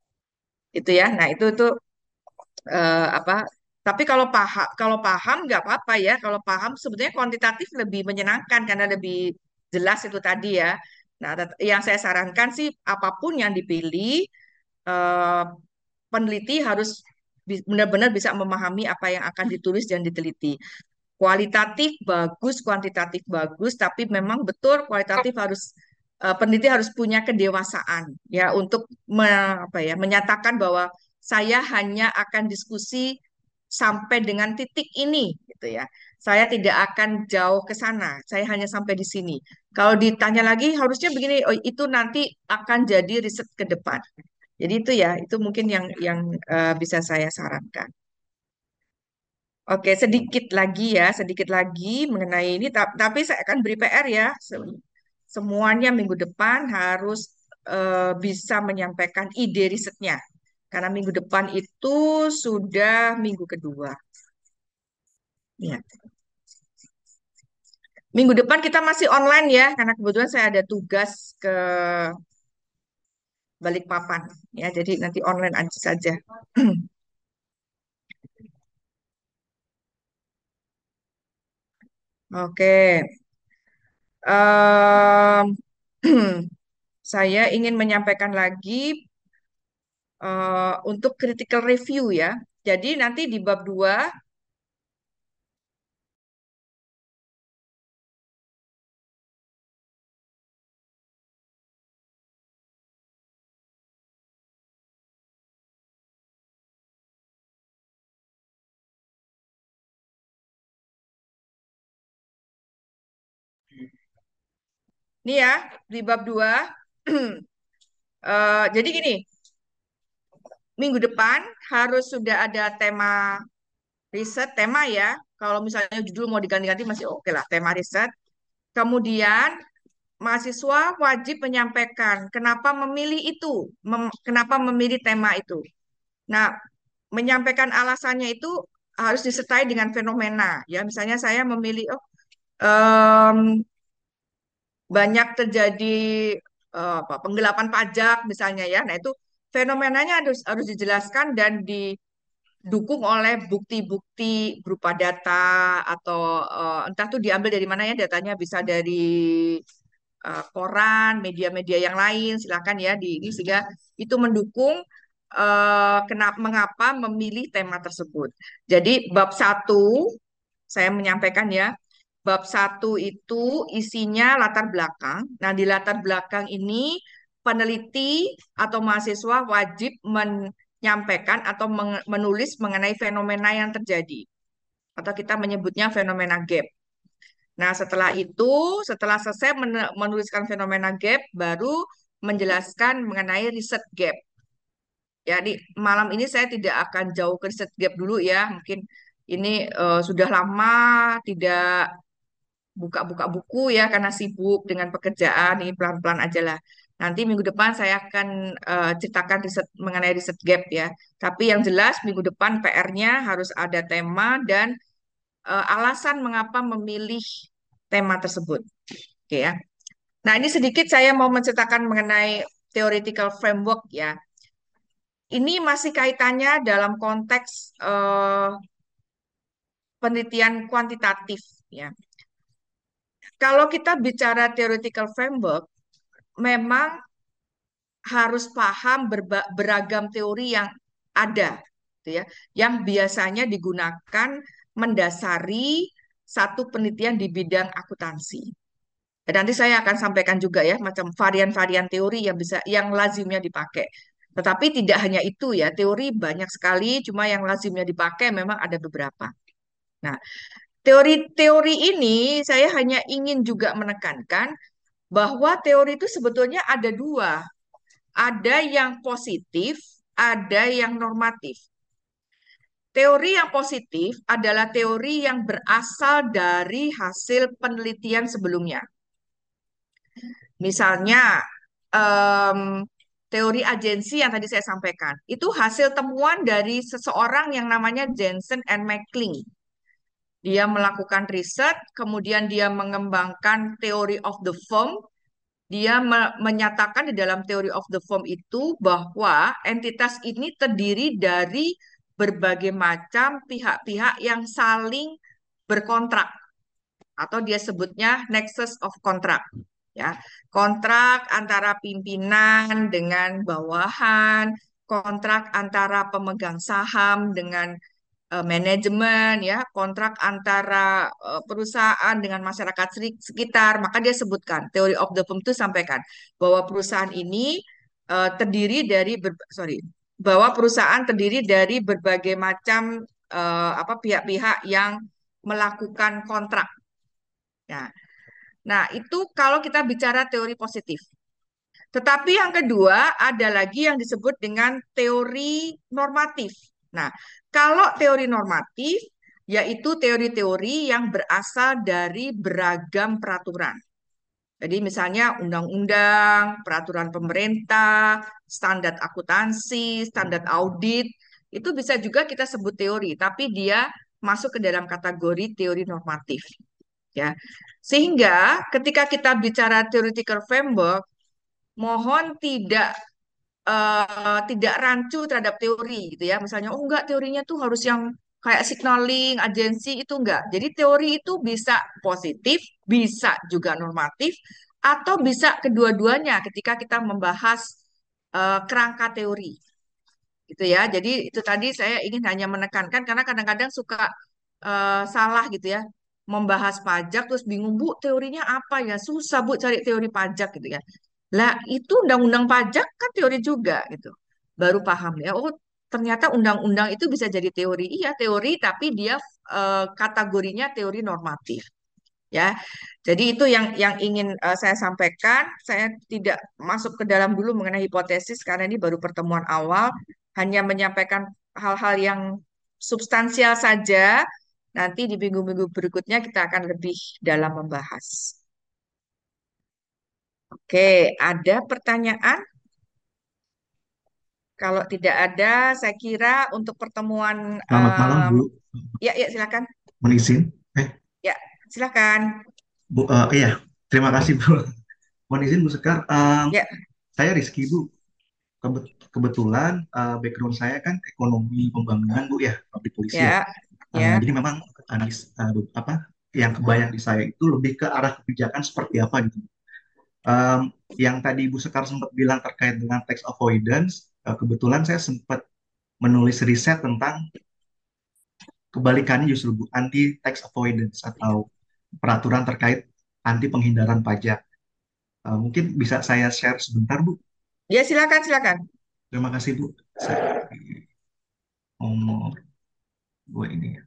itu ya nah itu itu eh, apa tapi kalau paham kalau paham nggak apa-apa ya kalau paham sebetulnya kuantitatif lebih menyenangkan karena lebih jelas itu tadi ya nah tet- yang saya sarankan sih apapun yang dipilih eh, peneliti harus bi- benar-benar bisa memahami apa yang akan ditulis dan diteliti. Kualitatif bagus, kuantitatif bagus, tapi memang betul kualitatif harus eh, peneliti harus punya kedewasaan ya untuk me- apa ya, menyatakan bahwa saya hanya akan diskusi sampai dengan titik ini gitu ya. Saya tidak akan jauh ke sana, saya hanya sampai di sini. Kalau ditanya lagi harusnya begini, oh, itu nanti akan jadi riset ke depan. Jadi itu ya, itu mungkin yang yang eh, bisa saya sarankan. Oke, sedikit lagi ya, sedikit lagi mengenai ini. Ta- Tapi saya akan beri P R ya. Se- Semuanya minggu depan harus eh, bisa menyampaikan ide risetnya. Karena minggu depan itu sudah minggu kedua. Ya. Minggu depan kita masih online ya, karena kebetulan saya ada tugas ke Balikpapan ya, jadi nanti online aja saja. Oke. Em, saya ingin menyampaikan lagi eh, untuk critical review ya. Jadi nanti di bab dua nih ya, di bab dua eh, jadi gini, minggu depan harus sudah ada tema riset, tema ya. Kalau misalnya judul mau diganti-ganti masih oke lah, tema riset. Kemudian mahasiswa wajib menyampaikan kenapa memilih itu, mem- kenapa memilih tema itu. Nah, menyampaikan alasannya itu harus disertai dengan fenomena. Ya, misalnya saya memilih, oh, em, banyak terjadi eh, apa, penggelapan pajak misalnya ya. Nah, itu fenomenanya harus harus dijelaskan dan didukung oleh bukti-bukti berupa data atau eh, entah tuh diambil dari mana ya datanya, bisa dari eh, koran, media-media yang lain, silakan ya di ini sehingga itu mendukung eh, kenapa mengapa memilih tema tersebut. Jadi bab satu saya menyampaikan ya, bab satu itu isinya latar belakang. Nah, di latar belakang ini peneliti atau mahasiswa wajib menyampaikan atau meng- menulis mengenai fenomena yang terjadi atau kita menyebutnya fenomena gap. Nah, setelah itu, setelah selesai men- menuliskan fenomena gap, baru menjelaskan mengenai riset gap. Ya, di malam ini saya tidak akan jauh ke riset gap dulu ya. Mungkin ini eh, sudah lama tidak buka-buka buku ya karena sibuk dengan pekerjaan. Ini pelan-pelan aja lah. Nanti minggu depan saya akan eh, ceritakan riset mengenai riset gap ya. Tapi yang jelas minggu depan P R-nya harus ada tema dan eh, alasan mengapa memilih tema tersebut. Oke ya. Nah, ini sedikit saya mau menceritakan mengenai theoretical framework ya. Ini masih kaitannya dalam konteks eh, penelitian kuantitatif ya. Kalau kita bicara theoretical framework, memang harus paham berba- beragam teori yang ada, gitu ya, yang biasanya digunakan mendasari satu penelitian di bidang akuntansi. Dan nanti saya akan sampaikan juga ya macam varian-varian teori yang bisa yang lazimnya dipakai. Tetapi tidak hanya itu ya, teori banyak sekali, cuma yang lazimnya dipakai memang ada beberapa. Nah, teori-teori ini saya hanya ingin juga menekankan bahwa teori itu sebetulnya ada dua. Ada yang positif, ada yang normatif. Teori yang positif adalah teori yang berasal dari hasil penelitian sebelumnya. Misalnya, em, teori agensi yang tadi saya sampaikan, itu hasil temuan dari seseorang yang namanya Jensen and McClellan. Dia melakukan riset, kemudian dia mengembangkan theory of the firm. Dia me- menyatakan di dalam theory of the firm itu bahwa entitas ini terdiri dari berbagai macam pihak-pihak yang saling berkontrak atau dia sebutnya nexus of contract ya, kontrak antara pimpinan dengan bawahan, kontrak antara pemegang saham dengan eh, manajemen ya, kontrak antara eh, perusahaan dengan masyarakat seri- sekitar. Maka dia sebutkan teori of the firm itu sampaikan bahwa perusahaan ini eh, terdiri dari ber- sorry bahwa perusahaan terdiri dari berbagai macam eh, apa pihak-pihak yang melakukan kontrak. Nah, nah, itu kalau kita bicara teori positif. Tetapi yang kedua ada lagi yang disebut dengan teori normatif. Nah, kalau teori normatif yaitu teori-teori yang berasal dari beragam peraturan. Jadi misalnya undang-undang, peraturan pemerintah, standar akuntansi, standar audit, itu bisa juga kita sebut teori, tapi dia masuk ke dalam kategori teori normatif. ya. Sehingga ketika kita bicara theoretical framework, mohon tidak eh, tidak rancu terhadap teori gitu ya. Misalnya, oh enggak teorinya tuh harus yang kayak signaling, agensi itu enggak. Jadi teori itu bisa positif, bisa juga normatif, atau bisa kedua-duanya ketika kita membahas eh, kerangka teori gitu ya. Jadi itu tadi saya ingin hanya menekankan karena kadang-kadang suka eh, salah gitu ya. Membahas pajak terus bingung, Bu, teorinya apa ya? Susah, Bu, cari teori pajak gitu ya. Lah, itu undang-undang pajak kan teori juga gitu. Baru paham ya. Oh, ternyata undang-undang itu bisa jadi teori. Iya, teori tapi dia eh, kategorinya teori normatif ya. Jadi itu yang yang ingin eh, saya sampaikan. Saya tidak masuk ke dalam dulu mengenai hipotesis karena ini baru pertemuan awal, hanya menyampaikan hal-hal yang substansial saja. Nanti di minggu-minggu berikutnya kita akan lebih dalam membahas. Oke, ada pertanyaan? Kalau tidak ada, saya kira untuk pertemuan Selamat malam, em, Bu. ya ya silakan. Mohon izin. Eh, Ya, silakan. Bu, eh, iya, terima kasih, Bu. Mohon izin, Bu Sekar. Em, Ya, saya Rizky, Bu. Kebe- kebetulan eh, background saya kan ekonomi pembangunan, Bu, ya, public policy ya. ya, Eh, ya. jadi memang analis eh, apa yang kebayang di saya itu lebih ke arah kebijakan seperti apa gitu. Em, yang tadi Bu Sekar sempat bilang terkait dengan tax avoidance, eh, kebetulan saya sempat menulis riset tentang kebalikannya justru Bu, anti tax avoidance atau peraturan terkait anti penghindaran pajak. Uh, mungkin bisa saya share sebentar, Bu. Ya, silakan, silakan. Terima kasih, Bu. Saya nomor gue ini ya.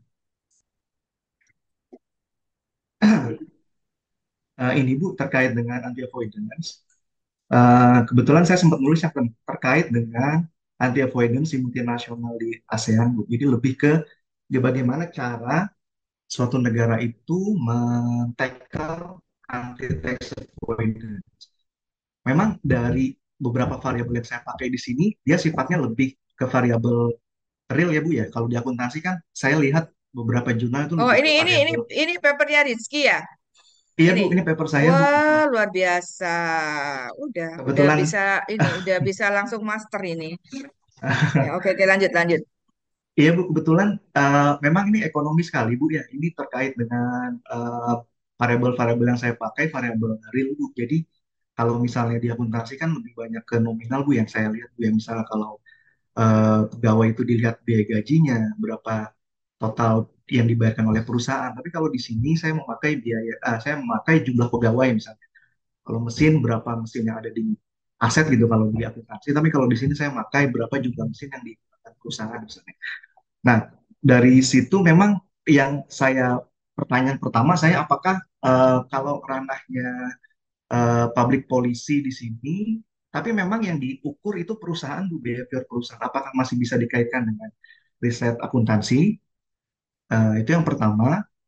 Uh, ini, Bu, terkait dengan anti avoidance. Uh, kebetulan saya sempat nulis yang ter- terkait dengan anti avoidance di multinasional di ASEAN, Bu. Jadi lebih ke ya bagaimana cara suatu negara itu men-tackle anti tax avoidance. Memang dari beberapa variabel yang saya pakai di sini, dia sifatnya lebih ke variabel real ya Bu ya. Kalau di akuntansi kan saya lihat beberapa jurnal itu Oh, lebih ke ini ini ini variabel. ini papernya Rizky ya. Iya Ini. Bu, ini paper saya Bu. Wah, luar biasa. Udah, udah Kebetulan, bisa ini, udah bisa langsung master ini. Ya, oke, oke, lanjut, lanjut. iya Bu, kebetulan eh, memang ini ekonomi sekali Bu ya. Ini terkait dengan eh, variabel-variabel yang saya pakai, variabel real Bu. Jadi kalau misalnya di akuntansi kan lebih banyak ke nominal Bu yang saya lihat Bu ya. Misalnya kalau eh, pegawai itu dilihat biaya gajinya, berapa total yang dibayarkan oleh perusahaan. Tapi kalau di sini saya memakai biaya, ah, saya memakai jumlah pegawai misalnya. Kalau mesin berapa mesin yang ada di aset gitu kalau di aplikasi. Tapi kalau di sini saya memakai berapa jumlah mesin yang digunakan perusahaan misalnya. Nah, dari situ memang yang saya pertanyaan pertama saya apakah eh, kalau ranahnya eh, public policy di sini, tapi memang yang diukur itu perusahaan, bu, behavior perusahaan. Apakah masih bisa dikaitkan dengan riset akuntansi? Eh, itu yang pertama.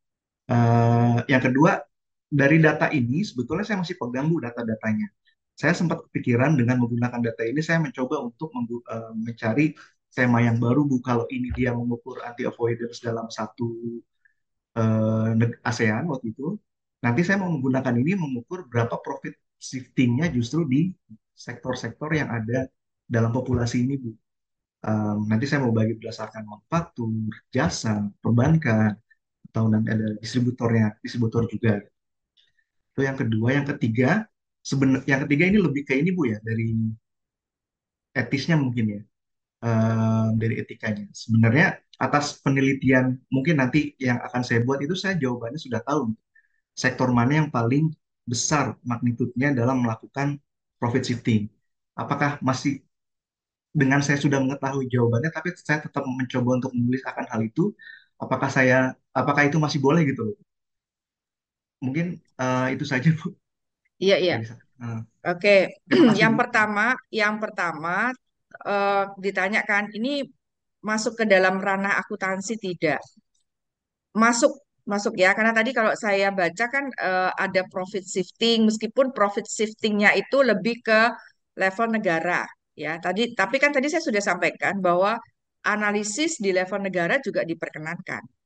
Eh, yang kedua, dari data ini sebetulnya saya masih pegang bu data-datanya. Saya sempat kepikiran dengan menggunakan data ini, saya mencoba untuk menggu- eh, mencari tema yang baru bu. Kalau ini dia mengukur anti avoidance dalam satu eh, neg- ASEAN waktu itu, nanti saya mau menggunakan ini mengukur berapa profit shiftingnya justru di sektor-sektor yang ada dalam populasi ini bu. Em, nanti saya mau bagi berdasarkan manufaktur, jasa, perbankan, atau nanti ada distributornya, distributor juga. Itu yang kedua, yang ketiga, sebenarnya yang ketiga ini lebih ke ini Bu ya, dari etisnya mungkin ya, eh, dari etikanya. Sebenarnya atas penelitian mungkin nanti yang akan saya buat itu saya jawabannya sudah tahu. Sektor mana yang paling besar magnitudenya dalam melakukan profit shifting. Apakah masih dengan saya sudah mengetahui jawabannya, tapi saya tetap mencoba untuk menulis akan hal itu. Apakah saya, apakah itu masih boleh gitu loh? Mungkin eh, itu saja Bu Iya, iya. dari saya. Eh, Oke. terima kasih Yang Bu. pertama, yang pertama eh, ditanyakan ini masuk ke dalam ranah akuntansi tidak? Masuk, masuk ya. Karena tadi kalau saya baca kan eh, ada profit shifting, meskipun profit shiftingnya itu lebih ke level negara, ya. Tadi, tapi kan tadi saya sudah sampaikan bahwa analisis di level negara juga diperkenankan.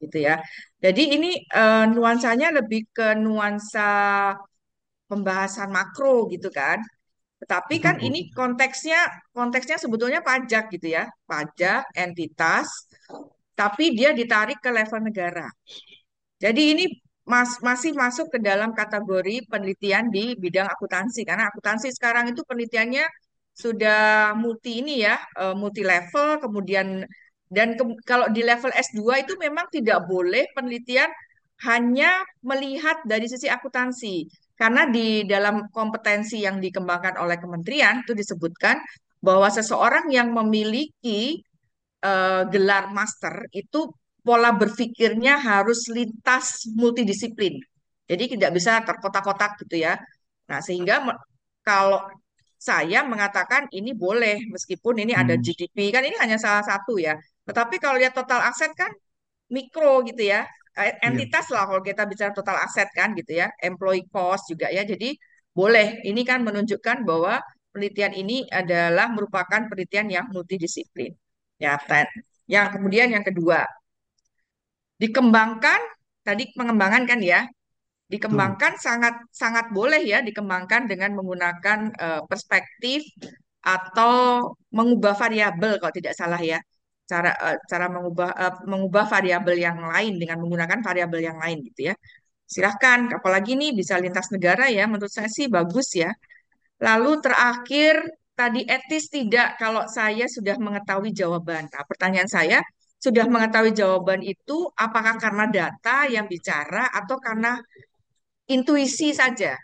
gitu ya. Jadi ini eh, nuansanya lebih ke nuansa pembahasan makro gitu kan. Tetapi Betul, kan Bu. ini konteksnya konteksnya sebetulnya pajak gitu ya, pajak entitas, tapi dia ditarik ke level negara. Jadi ini mas, masih masuk ke dalam kategori penelitian di bidang akuntansi karena akuntansi sekarang itu penelitiannya sudah multi ini ya, eh, multi level, kemudian dan ke- kalau di level S dua itu memang tidak boleh penelitian hanya melihat dari sisi akuntansi. Karena di dalam kompetensi yang dikembangkan oleh kementerian itu disebutkan bahwa seseorang yang memiliki eh, gelar master itu pola berpikirnya harus lintas multidisiplin. Jadi tidak bisa terkotak-kotak gitu ya. Nah, sehingga me- kalau saya mengatakan ini boleh meskipun ini ada Hmm, G D P kan ini hanya salah satu ya. Tetapi kalau lihat total aset kan mikro gitu ya. Eh, iya. Entitas lah kalau kita bicara total aset kan gitu ya. Employee cost juga ya. Jadi boleh. Ini kan menunjukkan bahwa penelitian ini adalah merupakan penelitian yang multidisiplin. Ya, ten. Yang kemudian yang kedua, dikembangkan tadi pengembangan kan ya, Betul, Bu. dikembangkan sangat sangat boleh ya dikembangkan dengan menggunakan eh, perspektif atau mengubah variabel kalau tidak salah ya. Cara eh, cara mengubah eh, mengubah variabel yang lain dengan menggunakan variabel yang lain gitu ya. Silahkan, apalagi nih bisa lintas negara ya, menurut saya sih bagus ya. Lalu terakhir, tadi etis tidak kalau saya sudah mengetahui jawaban. Nah, pertanyaan saya, sudah mengetahui jawaban itu apakah karena data yang bicara atau karena intuisi saja?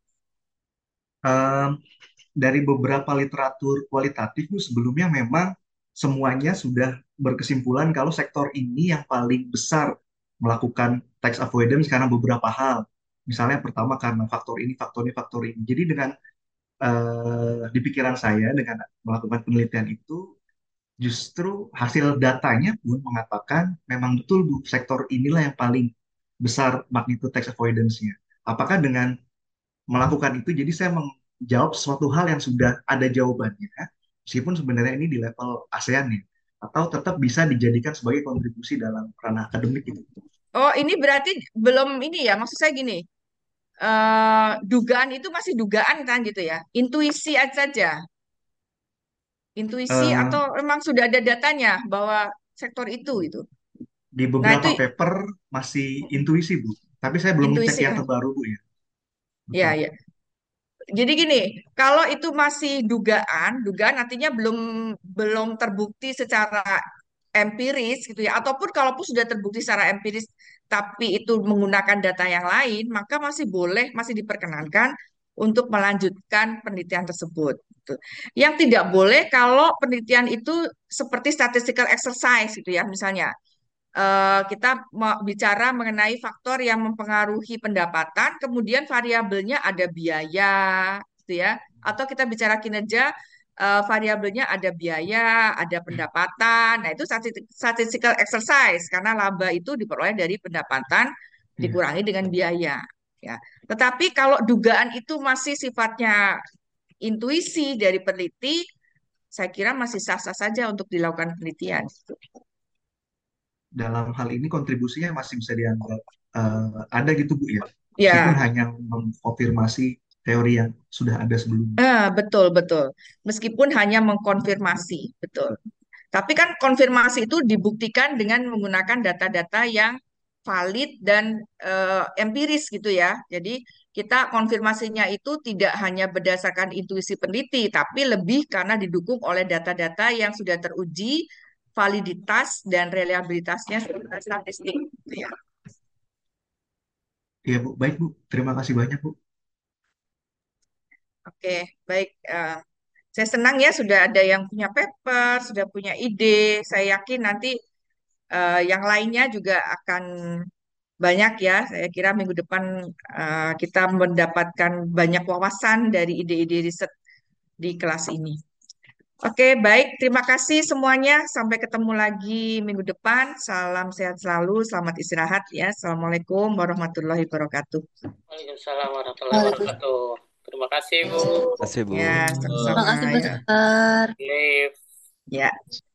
Em, dari beberapa literatur kualitatif, Bu, sebelumnya memang semuanya sudah berkesimpulan kalau sektor ini yang paling besar melakukan tax avoidance karena beberapa hal. Misalnya pertama karena faktor ini, faktor ini, faktor ini. Jadi dengan eh, di pikiran saya dengan melakukan penelitian itu justru hasil datanya pun mengatakan memang betul Bu, sektor inilah yang paling besar magnitude tax avoidance-nya. Apakah dengan melakukan itu jadi saya menjawab sesuatu hal yang sudah ada jawabannya, meskipun sebenarnya ini di level ASEAN ya, atau tetap bisa dijadikan sebagai kontribusi dalam ranah akademik gitu. Oh, ini berarti belum ini ya, maksud saya gini, eh, dugaan itu masih dugaan kan gitu ya, intuisi aja saja, intuisi Eh, atau memang sudah ada datanya bahwa sektor itu itu. di Nah itu beberapa paper masih intuisi Bu, tapi saya belum ngecek intuisi yang kan, terbaru Bu ya. Betul. ya ya. Jadi gini, kalau itu masih dugaan, dugaan artinya belum belum terbukti secara empiris gitu ya, ataupun kalaupun sudah terbukti secara empiris, tapi itu menggunakan data yang lain, maka masih boleh, masih diperkenankan untuk melanjutkan penelitian tersebut. Gitu. Yang tidak boleh kalau penelitian itu seperti statistical exercise gitu ya, misalnya eh, kita mau bicara mengenai faktor yang mempengaruhi pendapatan, kemudian variabelnya ada biaya, gitu ya. Atau kita bicara kinerja, eh, variabelnya ada biaya, ada pendapatan. Nah, itu stati- statistical exercise karena laba itu diperoleh dari pendapatan Iya. dikurangi dengan biaya. Ya. Tetapi kalau dugaan itu masih sifatnya intuisi dari peneliti, saya kira masih sah-sah saja untuk dilakukan penelitian. Dalam hal ini kontribusinya masih bisa dianggap eh, ada gitu Bu ya, meskipun Ya, hanya mengkonfirmasi teori yang sudah ada sebelumnya. ah, betul, betul. Meskipun hanya mengkonfirmasi, betul. Tapi kan konfirmasi itu dibuktikan dengan menggunakan data-data yang valid dan eh, empiris gitu ya. Jadi kita konfirmasinya itu tidak hanya berdasarkan intuisi peneliti, tapi lebih karena didukung oleh data-data yang sudah teruji validitas dan reliabilitasnya secara statistik. Gitu ya. Iya Bu, baik Bu, terima kasih banyak Bu. Oke, baik. eh, Saya senang ya sudah ada yang punya paper, sudah punya ide. Saya yakin nanti eh, yang lainnya juga akan banyak ya. Saya kira minggu depan eh, kita mendapatkan banyak wawasan dari ide-ide riset di kelas ini. Oke, baik. Terima kasih semuanya. Sampai ketemu lagi minggu depan. Salam sehat selalu. Selamat istirahat ya. Assalamualaikum warahmatullahi wabarakatuh. Waalaikumsalam warahmatullahi Waalaikumsalam. wabarakatuh. Terima kasih, Bu. Kasih, Bu. Ya, Terima sama-sama kasih, Bu ya. Dokter. Live. Ya.